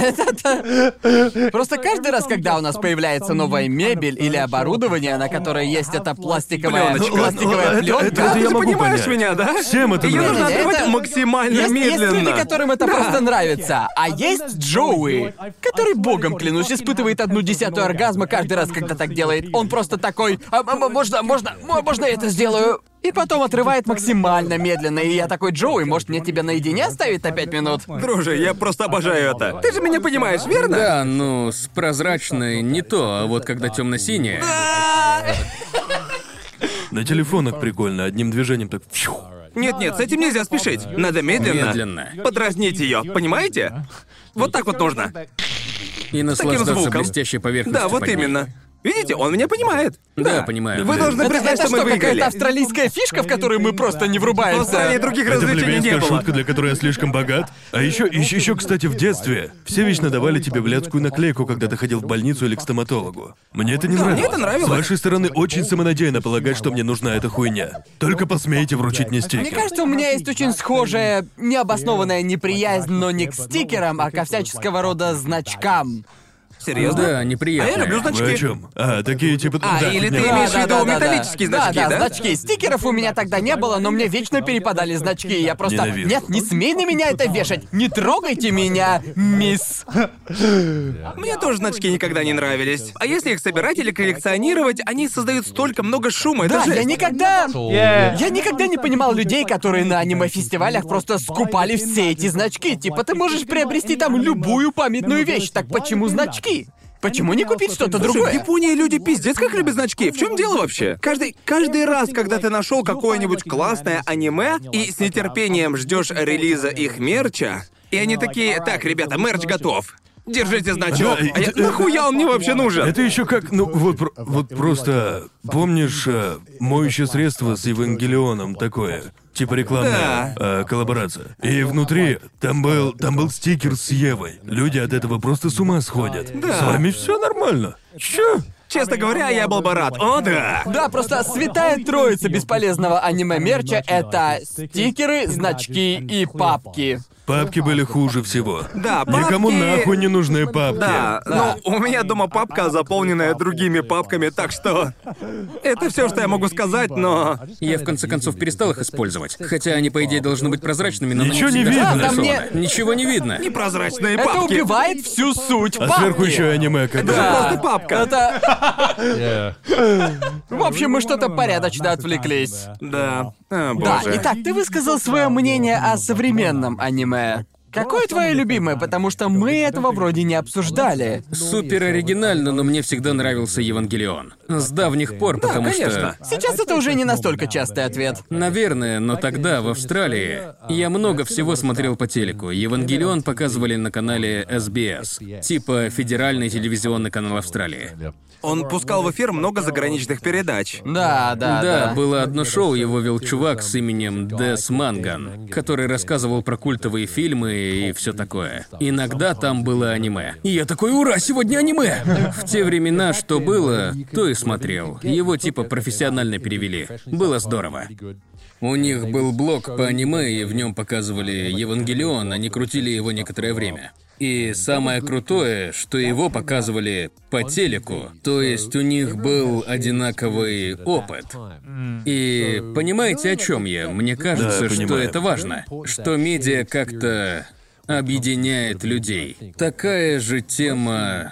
а? Просто каждый раз, когда у нас появляется новая мебель или оборудование, на которое есть эта пластиковая Плёночка. пленка, это я Ты могу понимаешь понять. меня, да? Всем это Её нравится. нужно Не-не-не, открывать это- максимально есть медленно. люди, которым это Да. просто нравится. А есть Джоуи, который, богом клянусь, испытывает 1/10 оргазма каждый раз, когда так делает. Он просто такой: можно я это сделаю? И потом отрывает максимально медленно. И я такой: Джоуи, может мне тебя наедине оставить на 5 минут? Друже, я просто обожаю это. Ты же меня понимаешь, верно? Да, ну, с прозрачной не то, а вот когда темно-синяя. На телефонах прикольно, одним движением так... фью. Нет, с этим нельзя спешить. Надо медленно. Медленно. Подразнить ее, понимаете? Вот так вот нужно. И наслаждаться звуком. блестящей поверхностью Да, вот под ней. именно. Видите, он меня понимает. Да, понимаю. Вы должны признать, Это что мы что, выиграли. какая-то австралийская фишка, в которую мы просто не В Австралии врубаемся? других Это развлечений не плебейская было. шутка, для которой я слишком богат. А еще, кстати, в детстве все вечно давали тебе блядскую наклейку, когда ты ходил в больницу или к стоматологу. Мне это не нравилось. мне это нравилось. С вашей стороны очень самонадеянно полагать, что мне нужна эта хуйня. Только посмейте вручить мне стикер. Мне кажется, у меня есть очень схожая, необоснованная неприязнь, но не к стикерам, а ко всяческого рода значкам. Серьезно? Да, А неприятные. я люблю Вы о значки. чем? Такие типа... А, да, или ты нет. имеешь в виду металлические значки, да? да? Значки. Стикеров у меня тогда не было, но мне вечно перепадали значки. И я просто... Ненавижу. Нет, не смей на меня это вешать! Не трогайте меня, мисс! Мне тоже значки никогда не нравились. А если их собирать или коллекционировать, они создают столько много шума. Это Да, жесть. я никогда... Yeah. Я никогда не понимал людей, которые на аниме-фестивалях просто скупали все эти значки. Типа, ты можешь приобрести там любую памятную вещь, так почему значки? Почему не купить что-то Слушай, в другое? Японии люди пиздец как любят значки. В чем дело вообще? Каждый раз, когда ты нашел какое-нибудь классное аниме и с нетерпением ждешь релиза их мерча, и они такие: так, ребята, мерч готов. Держите значок. Да, А я, нахуя он мне вообще нужен? Это еще как, ну вот просто помнишь моющее средство с Евангелионом такое, типа рекламная коллаборация. И внутри там был стикер с Евой. Люди от этого просто с ума сходят. Да. С вами все нормально. Чё? Честно говоря, я был бы рад. О, да. Да, просто святая троица бесполезного аниме-мерча — это стикеры, значки и папки. Папки были хуже всего. Да, папки... Никому нахуй не нужны папки. Да, ну, у меня дома папка, заполненная другими папками, так что... Это все, что я могу сказать, но... Я в конце концов перестал их использовать. Хотя они, по идее, должны быть прозрачными, но на Ничего них не всегда видно. нарисовано. Да, Ничего не видно. Непрозрачные Это папки. убивает всю суть А папки. сверху еще аниме как Просто папка. Это... Yeah. В общем, мы что-то порядочно отвлеклись. Да. Да, О, боже. итак, ты высказал свое мнение о современном аниме. Какое твое любимое? Потому что мы этого вроде не обсуждали. Супер оригинально, но мне всегда нравился Евангелион. С давних пор, потому конечно. что... Сейчас это уже не настолько частый ответ. Наверное, но тогда, в Австралии, я много всего смотрел по телеку. Евангелион показывали на канале SBS, типа федеральный телевизионный канал Австралии. Он пускал в эфир много заграничных передач. Да, было одно шоу, его вел чувак с именем Дэс Манган, который рассказывал про культовые фильмы и все такое. Иногда там было аниме. И я такой: ура, сегодня аниме! В те времена, что было, то и смотрел. Его типа профессионально перевели. Было здорово. У них был блог по аниме, и в нем показывали Евангелион, они крутили его некоторое время. И самое крутое, что его показывали по телеку, то есть у них был одинаковый опыт. И понимаете, о чем я? Мне кажется, Да, что понимаю. это важно, что медиа как-то объединяет людей. Такая же тема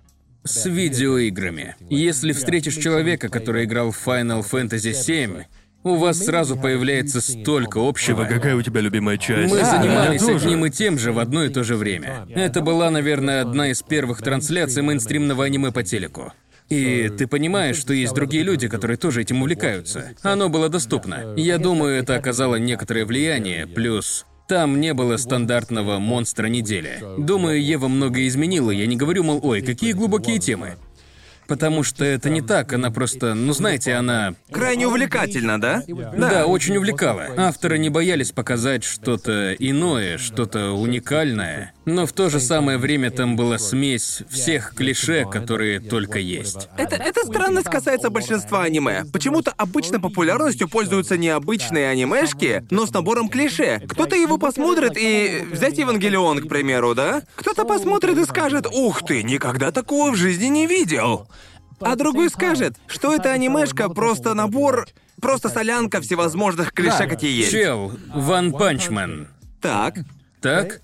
с видеоиграми. Если встретишь человека, который играл в Final Fantasy VII, у вас сразу появляется столько общего. Какая у тебя любимая часть? Мы занимались Я тоже. одним и тем же в одно и то же время. Это была, наверное, одна из первых трансляций мейнстримного аниме по телеку. И ты понимаешь, что есть другие люди, которые тоже этим увлекаются. Оно было доступно. Я думаю, это оказало некоторое влияние, плюс... Там не было стандартного монстра недели. Думаю, Ева многое изменила, я не говорю, мол, ой, какие глубокие темы. Потому что это не так, она просто, ну знаете, она... Крайне увлекательно, да? Да, очень увлекала. Авторы не боялись показать что-то иное, что-то уникальное. Но в то же самое время там была смесь всех клише, которые только есть. Эта странность касается большинства аниме. Почему-то обычно популярностью пользуются не обычные анимешки, но с набором клише. Кто-то его посмотрит и... Взять Евангелион, к примеру, да? Кто-то посмотрит и скажет: ух ты, никогда такого в жизни не видел. А другой скажет, что эта анимешка просто набор... Просто солянка всевозможных клише, какие есть. Чел, Ван Панчмен. Так. Так,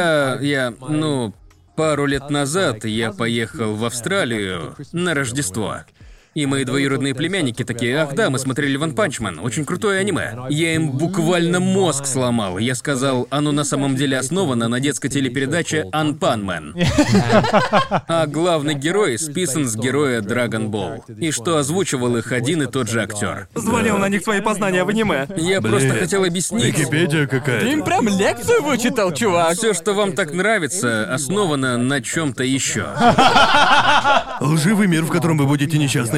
пару лет назад я поехал в Австралию на Рождество. И мои двоюродные племянники такие: ах да, мы смотрели Ван Панчмен, очень крутое аниме. Я им буквально мозг сломал. Я сказал, оно на самом деле основано на детской телепередаче Анпанмен. А главный герой списан с героя Dragon Ball. И что озвучивал их один и тот же актер. Взвалил на них свои познания в аниме. Я просто хотел объяснить. Википедия Ты им какая-то. прям лекцию вычитал, чувак. Все, что вам так нравится, основано на чем-то еще. Лживый мир, в котором вы будете несчастны и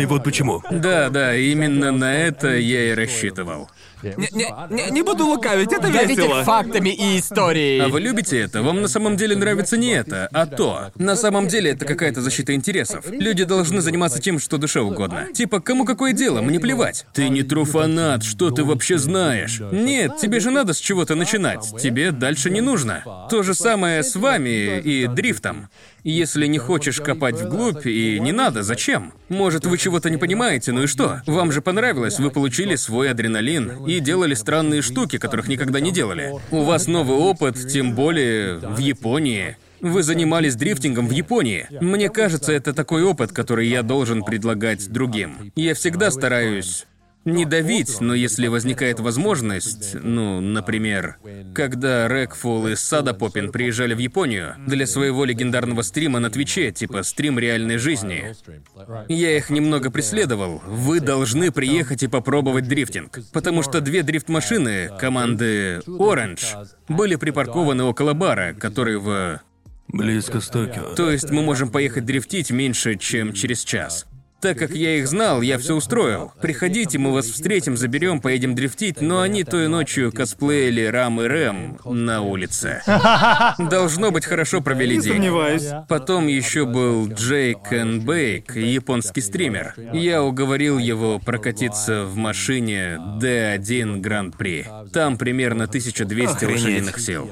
вот почему. Да, именно на это я и рассчитывал. Не буду лукавить, это Давите весело. фактами и историей. А вы любите это? Вам на самом деле нравится не это, а то. На самом деле это какая-то защита интересов. Люди должны заниматься тем, что душе угодно. Типа, кому какое дело, мне плевать. Ты не труфанат, что ты вообще знаешь? Нет, тебе же надо с чего-то начинать. Тебе дальше не нужно. То же самое с вами и дрифтом. Если не хочешь копать вглубь, и не надо, зачем? Может, вы чего-то не понимаете, ну и что? Вам же понравилось, вы получили свой адреналин и делали странные штуки, которых никогда не делали. У вас новый опыт, тем более в Японии. Вы занимались дрифтингом в Японии. Мне кажется, это такой опыт, который я должен предлагать другим. Я всегда стараюсь не давить, но если возникает возможность, ну, например, когда Рекфул и Сада Поппин приезжали в Японию для своего легендарного стрима на Твиче, типа стрим реальной жизни, я их немного преследовал. Вы должны приехать и попробовать дрифтинг, потому что 2 дрифт-машины команды Orange были припаркованы около бара, который в... Близко с Токио. То есть мы можем поехать дрифтить меньше, чем через час. Так как я их знал, я все устроил. Приходите, мы вас встретим, заберем, поедем дрифтить, но они той ночью косплеили Рам и Рэм на улице. Должно быть, хорошо провели день. Сомневаюсь. Потом еще был Джейк Н. Бейк, японский стример. Я уговорил его прокатиться в машине D1 Гран-при. Там примерно 1200 лошадиных сил.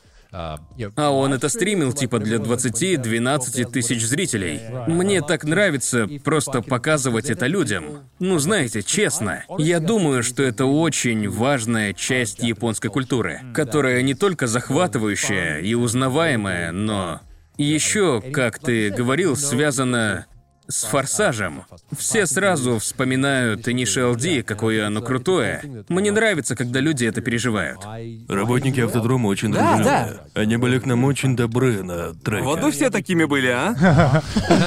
А он это стримил типа для 20-12 тысяч зрителей. Мне так нравится просто показывать это людям. Ну, знаете, честно, я думаю, что это очень важная часть японской культуры, которая не только захватывающая и узнаваемая, но еще, как ты говорил, связана с «Форсажем». Все сразу вспоминают Initial D, какое оно крутое. Мне нравится, когда люди это переживают. Работники автодрома очень дружелюбные. Они были к нам очень добры на треке. Вот вы все такими были, а?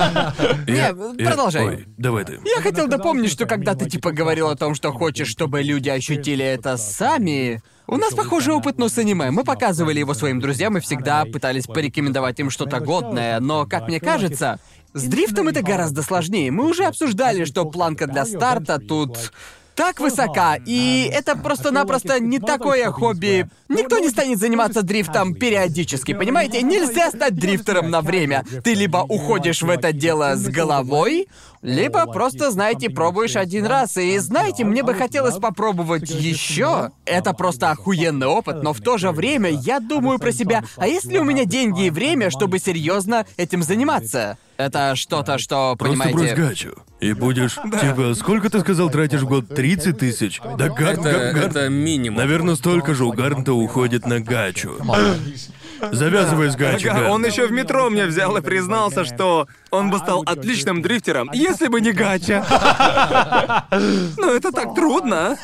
Продолжай. Ой, давай ты. Я хотел напомнить, что когда ты типа говорил о том, что хочешь, чтобы люди ощутили это сами... У нас похожий опыт, но с аниме. Мы показывали его своим друзьям и всегда пытались порекомендовать им что-то годное, но, как мне кажется, с дрифтом это гораздо сложнее. Мы уже обсуждали, что планка для старта тут так высока, и это просто-напросто не такое хобби. Никто не станет заниматься дрифтом периодически, понимаете? Нельзя стать дрифтером на время. Ты либо уходишь в это дело с головой, либо просто, знаете, пробуешь один раз. И знаете, мне бы хотелось попробовать еще. Это просто охуенный опыт, но в то же время я думаю про себя, а есть ли у меня деньги и время, чтобы серьезно этим заниматься? Это что-то, что, Просто понимаете... брось гачу. И будешь... Типа, сколько ты сказал, тратишь в год? 30 тысяч? Да Это минимум. Наверное, столько же у Гарнта уходит на гачу. Завязывай с гачи, Ага, Гарнт. он еще в метро мне взял и признался, что он бы стал отличным дрифтером, если бы не гача. Но это так трудно.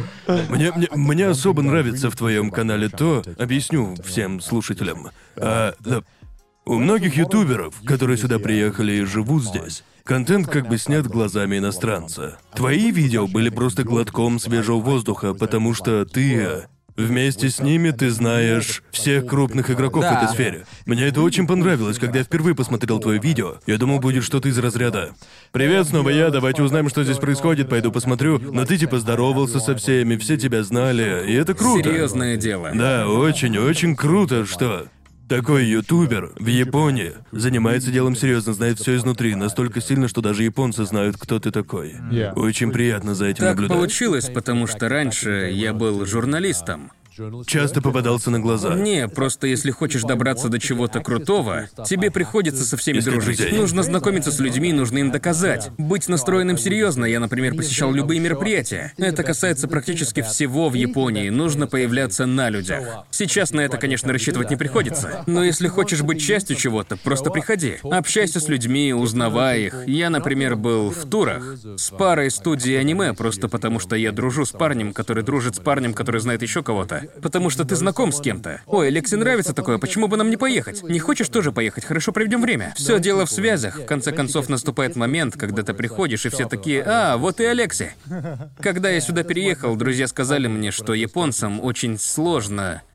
Мне особо нравится в твоем канале то, объясню всем слушателям. Да, у многих ютуберов, которые сюда приехали и живут здесь, контент как бы снят глазами иностранца. Твои видео были просто глотком свежего воздуха, потому что ты... Вместе с ними ты знаешь всех крупных игроков в этой сфере. Мне это очень понравилось, когда я впервые посмотрел твое видео. Я думал, будет что-то из разряда. «Привет, снова я, давайте узнаем, что здесь происходит, пойду посмотрю». Но ты типа здоровался со всеми, все тебя знали, и это круто. Серьезное дело. Да, очень-очень круто, что... Такой ютубер в Японии занимается делом серьезно, знает все изнутри, настолько сильно, что даже японцы знают, кто ты такой. Очень приятно за этим Так наблюдать. получилось, потому что раньше я был журналистом. Часто попадался на глаза. Не, просто если хочешь добраться до чего-то крутого, тебе приходится со всеми Искать дружить. друзей. Нужно знакомиться с людьми, нужно им доказать. Быть настроенным серьезно. Я, например, посещал любые мероприятия. Это касается практически всего в Японии. Нужно появляться на людях. Сейчас на это, конечно, рассчитывать не приходится. Но если хочешь быть частью чего-то, просто приходи. Общайся с людьми, узнавай их. Я, например, был в турах с парой студий аниме, просто потому что я дружу с парнем, который дружит с парнем, который знает еще кого-то. Потому что ты знаком с кем-то. Ой, Лексе нравится такое, почему бы нам не поехать? Не хочешь тоже поехать? Хорошо проведем время. Все дело в связях. В конце концов, наступает момент, когда ты приходишь, и все такие: «А, вот и Алекси». Когда я сюда переехал, друзья сказали мне, что японцам очень сложно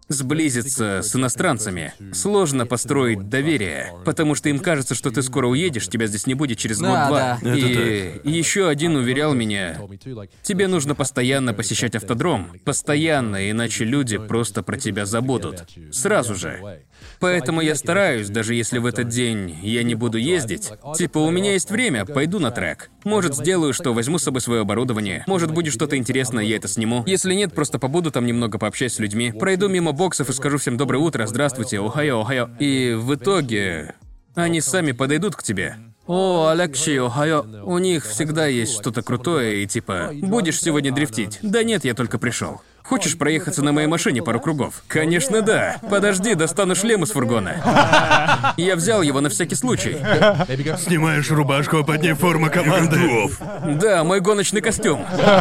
сблизиться с иностранцами. Сложно построить доверие, потому что им кажется, что ты скоро уедешь, тебя здесь не будет через год-два. да. И еще один уверял меня, тебе нужно постоянно посещать автодром. Постоянно, иначе люди просто про тебя забудут. Сразу же. Поэтому я стараюсь, даже если в этот день я не буду ездить. Типа, у меня есть время, пойду на трек. Может, сделаю, что возьму с собой свое оборудование. Может, будет что-то интересное, я это сниму. Если нет, просто побуду там немного, пообщаюсь с людьми. Пройду мимо боксов и скажу всем доброе утро, здравствуйте, охайо, охайо. И в итоге они сами подойдут к тебе. О, Алекси, охайо. У них всегда есть что-то крутое и типа, будешь сегодня дрифтить? Да нет, я только пришел. Хочешь проехаться на моей машине пару кругов? Конечно, да. Подожди, достану шлем из фургона. Я взял его на всякий случай. Снимаешь рубашку, а под ней форма команды. Да, мой гоночный костюм.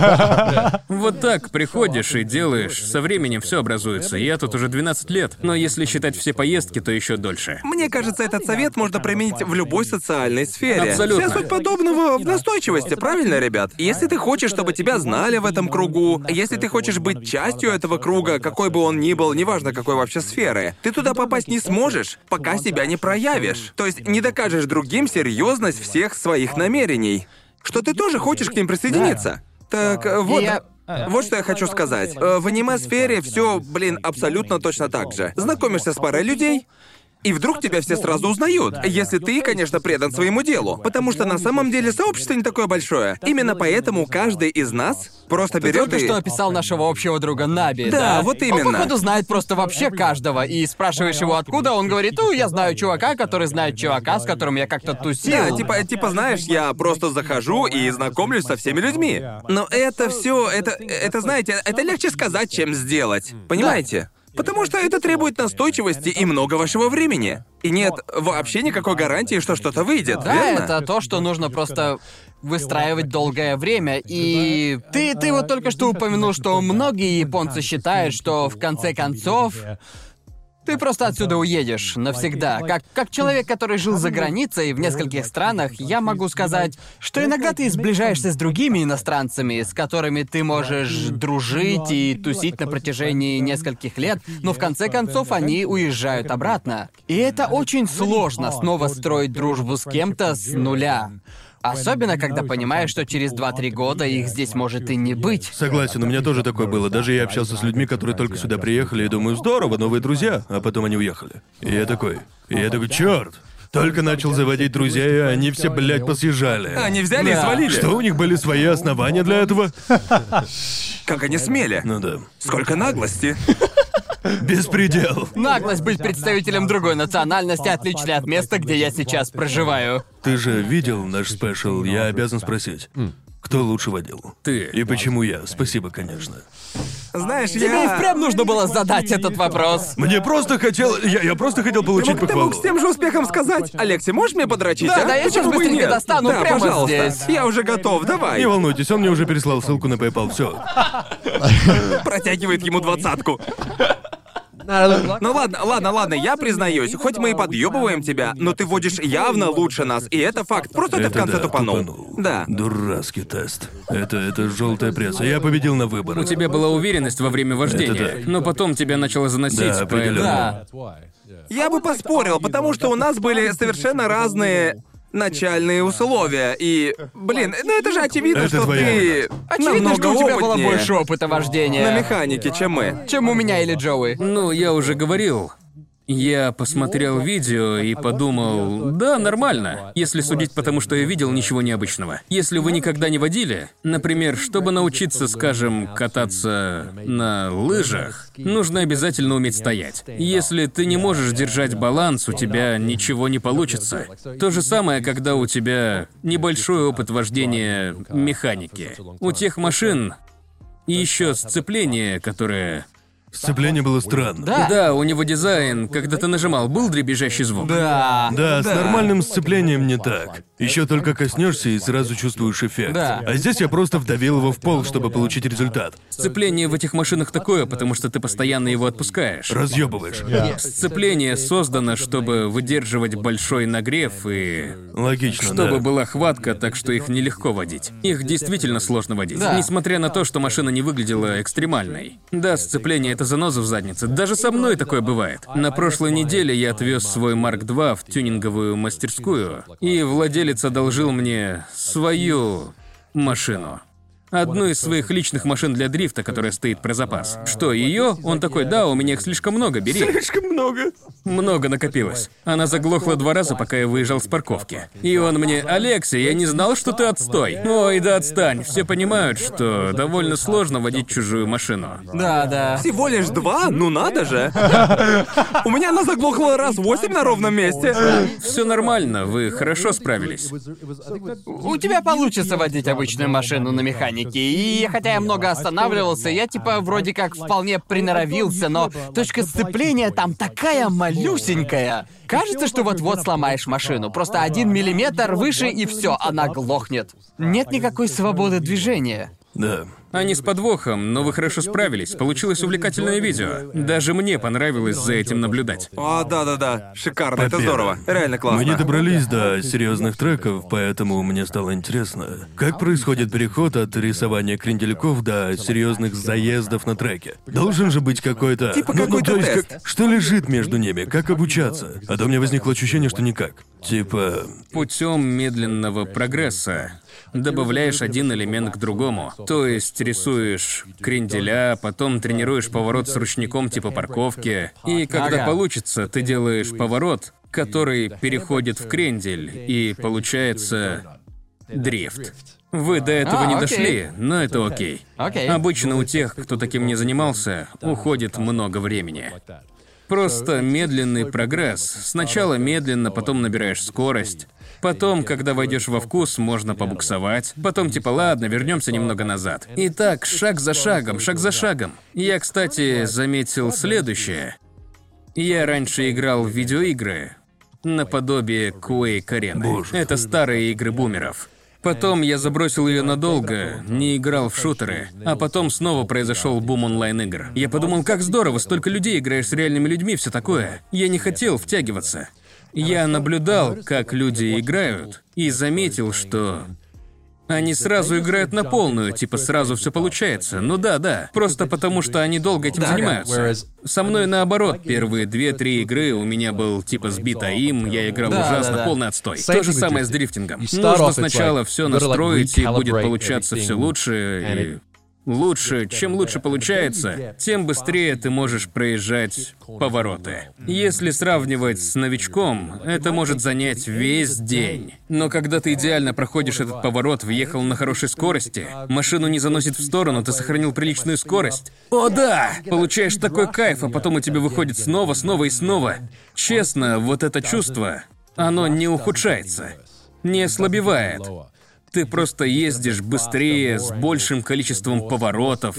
Вот так приходишь и делаешь. Со временем все образуется. Я тут уже 12 лет, но если считать все поездки, то еще дольше. Мне кажется, этот совет можно применить в любой социальной сфере. Абсолютно. Вся суть подобного в настойчивости, правильно, ребят? Если ты хочешь, чтобы тебя знали в этом кругу, если ты хочешь быть частью этого круга, какой бы он ни был, неважно какой вообще сферы, ты туда попасть не сможешь, пока себя не проявишь. То есть не докажешь другим серьезность всех своих намерений. Что ты тоже хочешь к ним присоединиться. Так, вот... Вот что я хочу сказать. В аниме-сфере все, абсолютно точно так же. Знакомишься с парой людей, и вдруг тебя все сразу узнают, если ты, конечно, предан своему делу. Потому что на самом деле сообщество не такое большое. Именно поэтому каждый из нас просто Ты берет только и... что описал нашего общего друга Наби, Да, вот именно. Он, походу, знает просто вообще каждого, и спрашиваешь его откуда, он говорит, я знаю чувака, который знает чувака, с которым я как-то тусил. Да, типа, знаешь, я просто захожу и знакомлюсь со всеми людьми. Но это все, это, знаете, это легче сказать, чем сделать. Понимаете? Потому что это требует настойчивости и много вашего времени. И нет вообще никакой гарантии, что что-то выйдет, Да, верно? это то, что нужно просто выстраивать долгое время. И ты вот только что упомянул, что многие японцы считают, что в конце концов ты просто отсюда уедешь навсегда. Как человек, который жил за границей в нескольких странах, я могу сказать, что иногда ты сближаешься с другими иностранцами, с которыми ты можешь дружить и тусить на протяжении нескольких лет, но в конце концов они уезжают обратно. И это очень сложно снова строить дружбу с кем-то с нуля. Особенно, когда понимаешь, что через 2-3 года их здесь может и не быть. Согласен, у меня тоже такое было. Даже я общался с людьми, которые только сюда приехали, и думаю, здорово, новые друзья, а потом они уехали. И я такой, черт! Только начал заводить друзей, и они все, посъезжали. Они взяли и Да. свалили. Что, у них были свои основания для этого? Как они смели? Ну да. Сколько наглости. Беспредел. Наглость быть представителем другой национальности, отличной от места, где я сейчас проживаю. Ты же видел наш спешл? Я обязан спросить. Кто лучше водил? Ты. И почему я? Спасибо, конечно. Знаешь, Тебе и я... впрямь нужно было задать этот вопрос. Мне просто хотел... Я просто хотел получить Ты похвалу. мог с тем же успехом сказать. Алекси, можешь мне подрочить, Да, а? да, я сейчас Почему бы и быстренько нет? достану Да, прямо пожалуйста. здесь. Я уже готов, давай. Не волнуйтесь, он мне уже переслал ссылку на PayPal, все. Протягивает ему 20-ку. Nah, Ну ладно, я признаюсь, хоть мы и подъебываем тебя, но ты водишь явно лучше нас, и это факт. Просто ты в конце тупанул. Да. Дурацкий тест. Это желтая пресса. Я победил на выборах. У тебя была уверенность во время вождения, Это да. но потом тебя начало заносить, Да, определенно. Да. that's why. Yeah. Я бы поспорил, потому что у нас были совершенно разные начальные условия, и... это же очевидно, Это что твоя ты Очевидно, намного что у тебя было опытнее больше опыта вождения. на механике, чем мы. Чем у меня или Джоуи. Ну, я уже говорил. Я посмотрел видео и подумал, да, нормально, если судить по тому, что я видел, ничего необычного. Если вы никогда не водили, например, чтобы научиться, скажем, кататься на лыжах, нужно обязательно уметь стоять. Если ты не можешь держать баланс, у тебя ничего не получится. То же самое, когда у тебя небольшой опыт вождения механики. У тех машин еще сцепление, которое... Сцепление было странно. Да. Да, у него дизайн, когда ты нажимал, был дребезжащий звук. Да. Да, с нормальным сцеплением не так. Еще только коснешься и сразу чувствуешь эффект. Да. А здесь я просто вдавил его в пол, чтобы получить результат. Сцепление в этих машинах такое, потому что ты постоянно его отпускаешь. Разъебываешь. Сцепление создано, чтобы выдерживать большой нагрев и... Логично, чтобы да. была хватка, так что их нелегко водить. Их действительно сложно водить, Да. несмотря на то, что машина не выглядела экстремальной. Да, сцепление — это какая-то заноза в заднице. Даже со мной такое бывает. На прошлой неделе я отвез свой Марк II в тюнинговую мастерскую, и владелец одолжил мне свою машину. Одну из своих личных машин для дрифта, которая стоит про запас. Что, ее? Он такой: да, у меня их слишком много, бери. Слишком много. Много накопилось. Она заглохла 2 раза, пока я выезжал с парковки. И он мне: Алексей, я не знал, что ты отстой. Ой, да отстань. Все понимают, что довольно сложно водить чужую машину. Да. Всего лишь 2? Ну надо же. У меня она заглохла раз 8 на ровном месте. Все нормально, вы хорошо справились. У тебя получится водить обычную машину на механике. И хотя я много останавливался, я типа вроде как вполне приноровился, но точка сцепления там такая малюсенькая. Кажется, что вот-вот сломаешь машину. Просто 1 миллиметр выше, и все, она глохнет. Нет никакой свободы движения. Да. Они с подвохом, но вы хорошо справились. Получилось увлекательное видео. Даже мне понравилось за этим наблюдать. О, да. Шикарно, это Победа. здорово. Реально классно. Мы не добрались до серьезных треков, поэтому мне стало интересно, как происходит переход от рисования крендельков до серьезных заездов на треке. Должен же быть какой-то... Типа какой-то то есть, тест. что лежит между ними, как обучаться? А то у меня возникло ощущение, что никак. Типа... Путем медленного прогресса добавляешь один элемент к другому. То есть рисуешь кренделя, потом тренируешь поворот с ручником типа парковки, и когда получится, ты делаешь поворот, который переходит в крендель, и получается дрифт. Вы до этого не дошли, но это окей. Обычно у тех, кто таким не занимался, уходит много времени. Просто медленный прогресс. Сначала медленно, потом набираешь скорость. Потом, когда войдешь во вкус, можно побуксовать. Потом типа, ладно, вернемся немного назад. И так, шаг за шагом, шаг за шагом. Я, кстати, заметил следующее. Я раньше играл в видеоигры наподобие Quake Arena. Это старые игры бумеров. Потом я забросил ее надолго, не играл в шутеры, а потом снова произошел бум онлайн-игр. Я подумал, как здорово, столько людей играешь с реальными людьми, все такое. Я не хотел втягиваться. Я наблюдал, как люди играют, и заметил, что они сразу играют на полную, типа сразу все получается. Ну да, просто потому что они долго этим занимаются. Со мной наоборот, первые 2-3 игры у меня был типа сбит АИМ, я играл ужасно, полный отстой. То же самое с дрифтингом. Нужно сначала все настроить, и будет получаться все лучше, и... Лучше, чем лучше получается, тем быстрее ты можешь проезжать повороты. Если сравнивать с новичком, это может занять весь день. Но когда ты идеально проходишь этот поворот, въехал на хорошей скорости, машину не заносит в сторону, ты сохранил приличную скорость. О да! Получаешь такой кайф, а потом у тебя выходит снова и снова. Честно, вот это чувство, оно не ухудшается, не ослабевает. Ты просто ездишь быстрее, с большим количеством поворотов.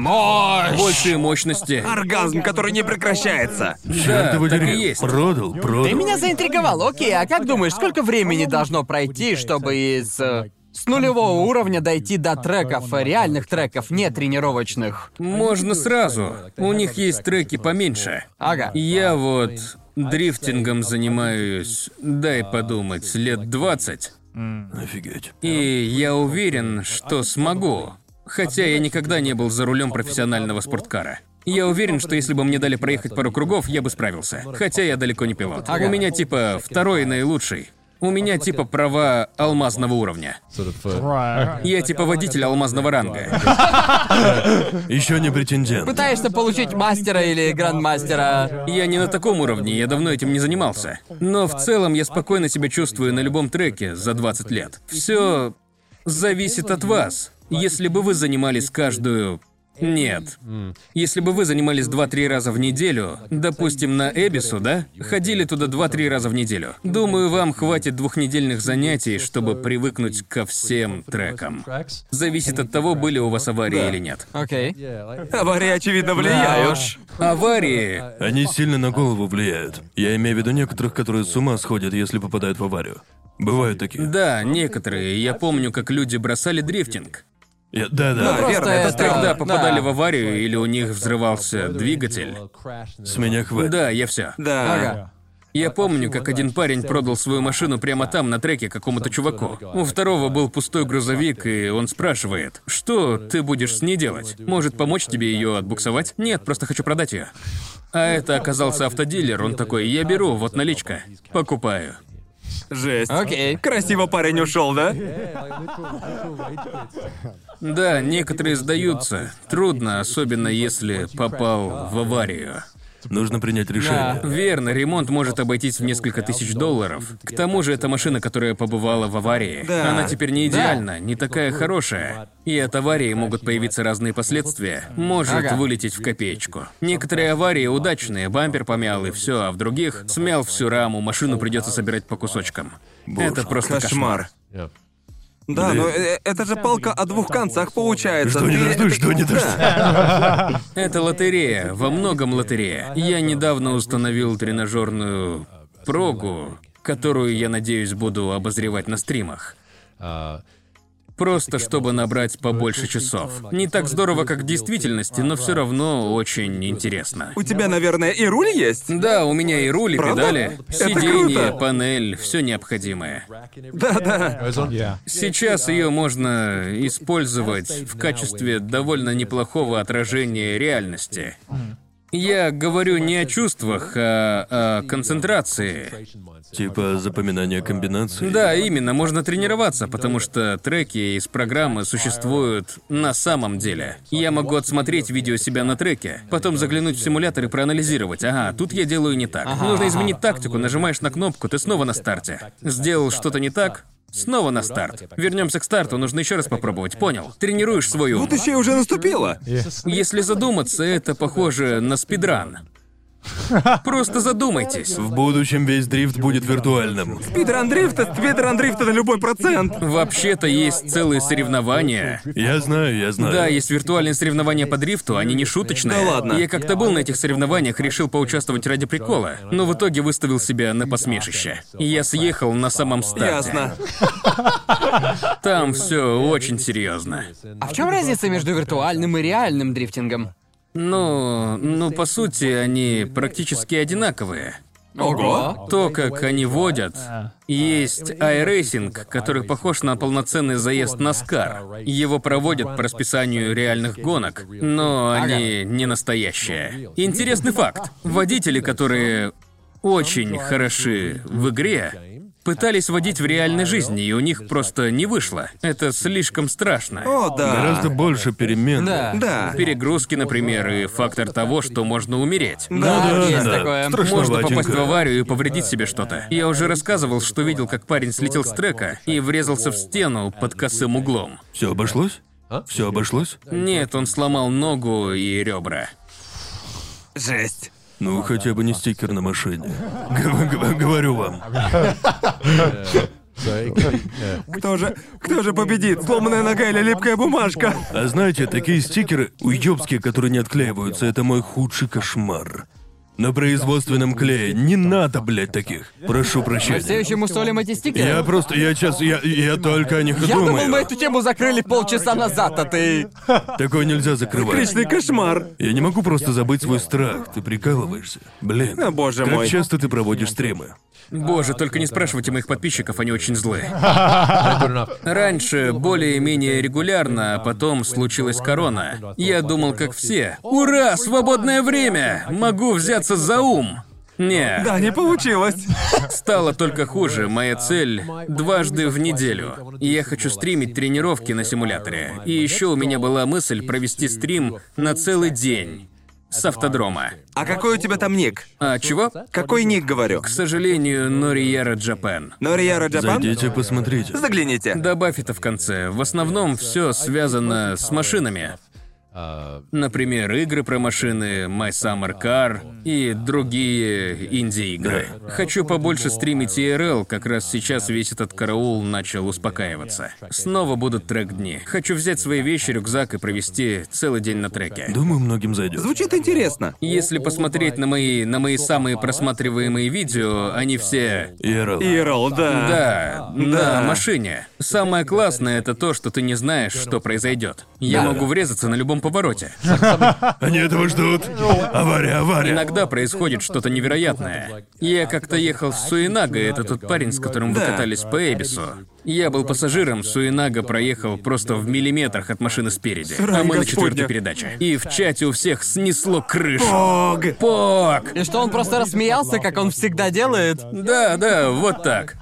Большей мощности. Оргазм, который не прекращается. Да, так и есть. Продал. Ты меня заинтриговал, окей, а как думаешь, сколько времени должно пройти, чтобы с нулевого уровня дойти до треков, реальных треков, не тренировочных? Можно сразу. У них есть треки поменьше. Ага. Я вот дрифтингом занимаюсь, дай подумать, лет 20. Офигеть. И я уверен, что смогу. Хотя я никогда не был за рулем профессионального спорткара. Я уверен, что если бы мне дали проехать пару кругов, я бы справился. Хотя я далеко не пилот. У меня типа второй наилучший. У меня типа права алмазного уровня. Я типа водитель алмазного ранга. Еще не претендент. Пытаешься получить мастера или грандмастера? Я не на таком уровне, я давно этим не занимался. Но в целом я спокойно себя чувствую на любом треке за 20 лет. Все зависит от вас. Если бы вы занимались каждую... Нет. Если бы вы занимались 2-3 раза в неделю, допустим, на Эбису, да? Ходили туда 2-3 раза в неделю. Думаю, вам хватит 2-недельных занятий, чтобы привыкнуть ко всем трекам. Зависит от того, были у вас аварии или нет. Окей. Аварии, очевидно, влияют. Аварии... Они сильно на голову влияют. Я имею в виду некоторых, которые с ума сходят, если попадают в аварию. Бывают такие. Да, некоторые. Я помню, как люди бросали дрифтинг. Да. Верно, это Когда попадали в аварию или у них взрывался двигатель. С меня хватит. Да, я все. Да. Ага. Я помню, как один парень продал свою машину прямо там, на треке, какому-то чуваку. У второго был пустой грузовик, и он спрашивает, что ты будешь с ней делать? Может, помочь тебе ее отбуксовать? Нет, просто хочу продать ее. А это оказался автодилер, он такой, я беру, вот наличка, покупаю. Жесть. Окей. Красиво парень ушел, да? Да, некоторые сдаются. Трудно, особенно если попал в аварию. Нужно принять решение. Верно, ремонт может обойтись в несколько тысяч долларов. К тому же это машина, которая побывала в аварии. Да. Она теперь не идеальна, не такая хорошая. И от аварии могут появиться разные последствия. Может вылететь в копеечку. Некоторые аварии удачные, бампер помял и все, а в других смял всю раму, машину придется собирать по кусочкам. Это просто кошмар. Yeah. Да, но это же палка о двух концах получается. Что не дождусь, что не дождусь. Это лотерея, во многом лотерея. Я недавно установил тренажерную прогу, которую, я надеюсь, буду обозревать на стримах. Просто чтобы набрать побольше часов. Не так здорово, как в действительности, но все равно очень интересно. У тебя, наверное, и руль есть? Да, у меня и руль, и Правда? педали, Это сиденье, круто. панель, все необходимое. Да. Yeah. Сейчас ее можно использовать в качестве довольно неплохого отражения реальности. Я говорю не о чувствах, а о концентрации. Типа запоминание комбинаций. Да, именно, можно тренироваться, потому что треки из программы существуют на самом деле. Я могу отсмотреть видео себя на треке, потом заглянуть в симулятор и проанализировать. Ага, тут я делаю не так. Нужно изменить тактику, нажимаешь на кнопку, ты снова на старте. Сделал что-то не так, снова на старт. Вернемся к старту, нужно еще раз попробовать, понял? Тренируешь свой ум. Будущее уже наступило. Если задуматься, это похоже на спидран. Просто задумайтесь. В будущем весь дрифт будет виртуальным. Спидран дрифта на любой процент. Вообще-то есть целые соревнования. Я знаю. Да, есть виртуальные соревнования по дрифту, они не шуточные. Да ладно. Я как-то был на этих соревнованиях, решил поучаствовать ради прикола, но в итоге выставил себя на посмешище. И я съехал на самом старте. Ясно. Там все очень серьезно. А в чем разница между виртуальным и реальным дрифтингом? Ну, по сути, они практически одинаковые. Ого. То, как они водят. Есть iRacing, который похож на полноценный заезд NASCAR. Его проводят по расписанию реальных гонок, но они не настоящие. Интересный факт. Водители, которые очень хороши в игре, пытались водить в реальной жизни, и у них просто не вышло. Это слишком страшно. О, да. Гораздо больше перемен. Да. Перегрузки, например, и фактор того, что можно умереть. Да. Есть такое. Можно попасть в Страшноватенько. аварию и повредить себе что-то. Я уже рассказывал, что видел, как парень слетел с трека и врезался в стену под косым углом. Все обошлось? Все обошлось? Нет, он сломал ногу и ребра. Жесть. Ну, хотя бы не стикер на машине. Говорю вам. Кто же победит? Сломанная нога или липкая бумажка? А знаете, такие стикеры, уёбские, которые не отклеиваются, это мой худший кошмар. На производственном клее не надо, блядь, таких. Прошу Мы все прощения. еще мусолим эти стикеры? Я только о них и Я думал, думаю. мы эту тему закрыли полчаса назад, а ты... Такое нельзя закрывать. Личный кошмар. Я не могу просто забыть свой страх. Ты прикалываешься? Блин. О, боже как мой. часто ты проводишь стримы? Боже, только не спрашивайте моих подписчиков, они очень злые. Раньше более-менее регулярно, а потом случилась корона. Я думал, как все. Ура, свободное время! Могу взяться за ум. Не, Да, не получилось. стало только хуже. Моя цель — дважды в неделю. И я хочу стримить тренировки на симуляторе. И еще у меня была мысль провести стрим на целый день с автодрома. А какой у тебя там ник? А чего? Какой ник, говорю? К сожалению, Нориера Джапан. Нориера Джапан? Зайдите, посмотрите. Загляните. Добавь это в конце. В основном все связано с машинами. Например, игры про машины, My Summer Car и другие инди-игры. Хочу побольше стримить IRL, как раз сейчас весь этот караул начал успокаиваться. Снова будут трек-дни. Хочу взять свои вещи, рюкзак и провести целый день на треке. Думаю, многим зайдет. Звучит интересно. Если посмотреть на мои самые просматриваемые видео, они все... Ирл. Ирл, да. Да, на машине. Самое классное — это то, что ты не знаешь, что произойдет. Я могу врезаться на любом повороте. Они этого ждут. Авария, авария. Иногда происходит что-то невероятное. Я как-то ехал с Суинага, это тот парень, с которым вы катались по Эбису. Я был пассажиром, Суинага проехал просто в миллиметрах от машины спереди. А мы на 4-й передаче. И в чате у всех снесло крышу. Пог! И что, он просто рассмеялся, как он всегда делает? Да, вот так.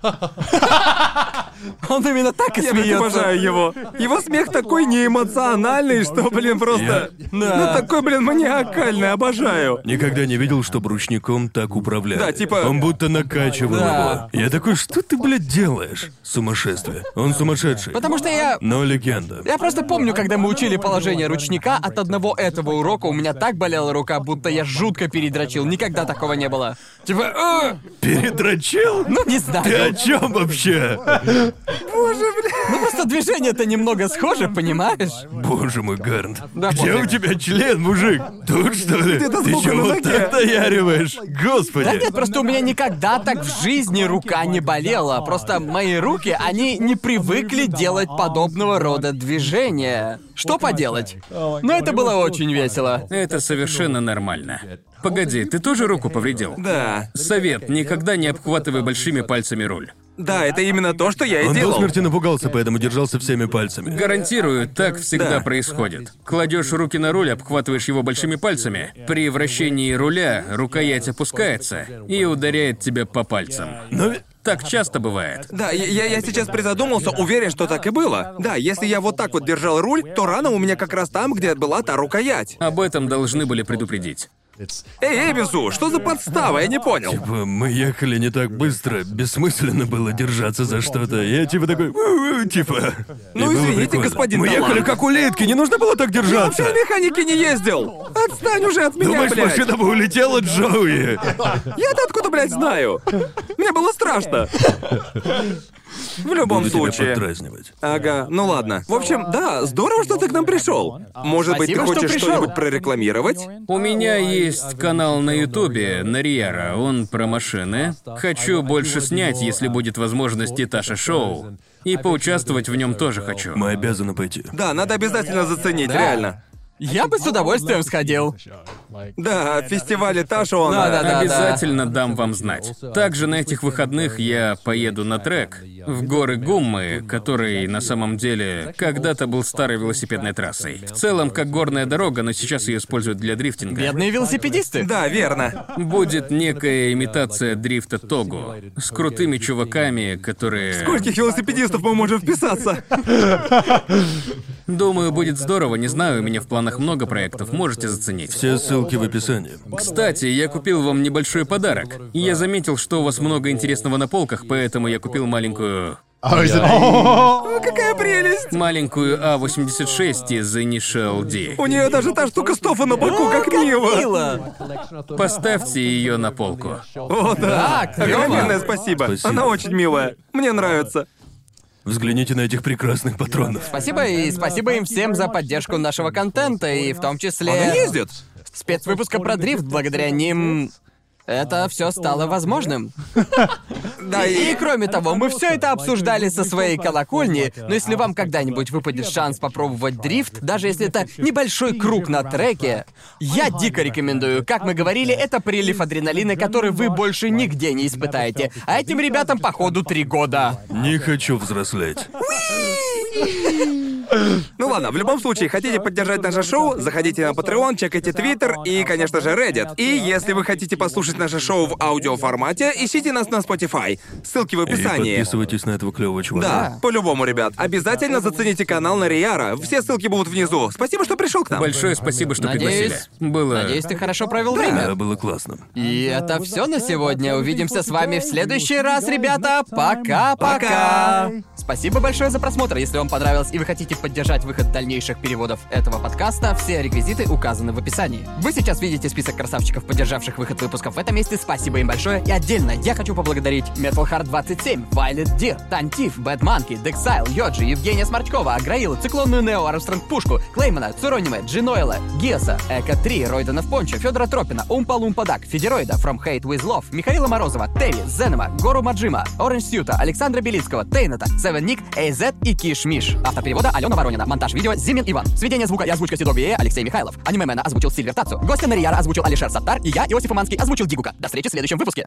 Он именно так и Я блин, смеется. обожаю его. Его смех такой неэмоциональный, что, блин, просто... Ну, такой, блин, маниакальный, обожаю. Никогда не видел, чтобы ручником так управляли. Да, типа- Он будто накачивал Да. его. Я такой, что ты, блядь, делаешь? Сумасшествие. Он сумасшедший. Потому что я Но легенда. просто помню, когда мы учили положение ручника, от одного этого урока у меня так болела рука, будто я жутко передрочил. Никогда такого не было. Типа, Передрочил? ну не Ты о знаю. чем вообще? Ну просто движение-то немного схоже, понимаешь? Боже мой, Гарнт. Да, Где пофиг. у тебя член, мужик? Тут, что ли? Где-то Ты сбоку чё на вот ноге. так наяриваешь? Господи. Да нет, просто у меня никогда так в жизни рука не болела. Просто мои руки, они не привыкли делать подобного рода движения. Что поделать? Но это было очень весело. Это совершенно нормально. Погоди, ты тоже руку повредил? Да. Совет, никогда не обхватывай большими пальцами руль. Да, это именно то, что я и Он до делал. смерти напугался, поэтому держался всеми пальцами. Гарантирую, так всегда Да. происходит. Кладешь руки на руль, обхватываешь его большими пальцами. При вращении руля рукоять опускается и ударяет тебя по пальцам. Но Так часто бывает. Да, я сейчас призадумался, уверен, что так и было. Да, если я вот так вот держал руль, то рана у меня как раз там, где была та рукоять. Об этом должны были предупредить. Эй, Эбису, что за подстава? Я не понял. Типа, мы ехали не так быстро, бессмысленно было держаться за что-то. Я типа такой, «У-у-у», типа. Ну, И было извините, прикольно. господин Мы Талант. ехали как улитки, не нужно было так Я держаться. вообще на механике не ездил. Отстань уже от меня, Думаешь, блядь. машина бы улетела, Джоуи? Я-то откуда, блядь, знаю? Мне было страшно. В любом Буду тебя случае. поддразнивать. Ага, ну ладно. В общем, да, здорово, что ты к нам пришел. Может быть, ты Спасибо, что хочешь пришел. что-нибудь прорекламировать? У меня есть канал на Ютубе Нарияра, он про машины. Хочу больше снять, если будет возможность, и Таша Шоу. И поучаствовать в нем тоже хочу. Мы обязаны пойти. Да, надо обязательно заценить, Да. реально. Я бы с удовольствием сходил. Да, фестиваль Таша, он... Да. Обязательно дам вам знать. Также на этих выходных я поеду на трек в горы Гуммы, который на самом деле когда-то был старой велосипедной трассой. В целом как горная дорога, но сейчас ее используют для дрифтинга. Бедные велосипедисты. Да, верно. Будет некая имитация дрифта Тогу с крутыми чуваками, которые... Скольких велосипедистов мы можем вписаться? Думаю, будет здорово, не знаю, у меня в планах много проектов, можете заценить. Все ссылки в описании. Кстати, я купил вам небольшой подарок. Я заметил, что у вас много интересного на полках, поэтому я купил маленькую О, какая прелесть! маленькую А86 из Initial D. У нее даже та штука стофа на боку, как мило. Мило. Поставьте ее на полку. О, да. Так, клёво. Огроменное спасибо. Спасибо. Она очень милая. Мне нравится. Взгляните на этих прекрасных патронов. Спасибо и спасибо им всем за поддержку нашего контента, и в том числе... Она ездит. Спецвыпуска про дрифт, благодаря ним... Это все стало возможным. Да, И кроме того, мы все это обсуждали со своей колокольни, но если вам когда-нибудь выпадет шанс попробовать дрифт, даже если это небольшой круг на треке, я дико рекомендую. Как мы говорили, это прилив адреналина, который вы больше нигде не испытаете. А этим ребятам, походу, 3 года. Не хочу взрослеть. Ну ладно, в любом случае, хотите поддержать наше шоу, заходите на Patreon, чекайте Twitter и, конечно же, Reddit. И если вы хотите послушать наше шоу в аудиоформате, ищите нас на Spotify. Ссылки в И описании. подписывайтесь на этого клевого чувака. Да, по-любому, ребят. Обязательно зацените канал Нарияра. Все ссылки будут внизу. Спасибо, что пришел к нам. Большое спасибо, что пригласили. Надеюсь, Было... надеюсь, ты хорошо провел Да, время. было классно. И это все на сегодня. Увидимся с вами в следующий раз, ребята. Пока-пока. Пока. Спасибо большое за просмотр. Если вам понравилось и вы хотите поддержать выход дальнейших переводов этого подкаста, все реквизиты указаны в описании. Вы сейчас видите список красавчиков, поддержавших выход выпусков в этом месте. Спасибо им большое. И отдельно я хочу поблагодарить Metal Heart 27, Violet Deer, Тантиф, Bad Monkey, Dexile, Йоджи, Евгения Сморчкова, Аграила, Циклонную Нео, Армстронг Пушку, Клеймана, Цурониме, Джиноэла, Гиаса, Эко 3, Ройдена в Пончо, Федора Тропина, Умпа Лумпа Дак, Федероида, From Hate With Love, Михаила Морозова, Терри, Зенема, Гору Маджима, Оранж Сьюта, Александра Белицкого, Тейната, Севен Ник, AZ и Киш Миш. Автор перевода Алена Артема Воронина. Монтаж видео Зимин Иван. Сведение звука и озвучка Седок Вие Алексей Михайлов. Анимемена озвучил Сильвер Тацу. Гостя Нарияра озвучил Алишер Саттар. И я, Иосиф Уманский, озвучил Гигука. До встречи в следующем выпуске.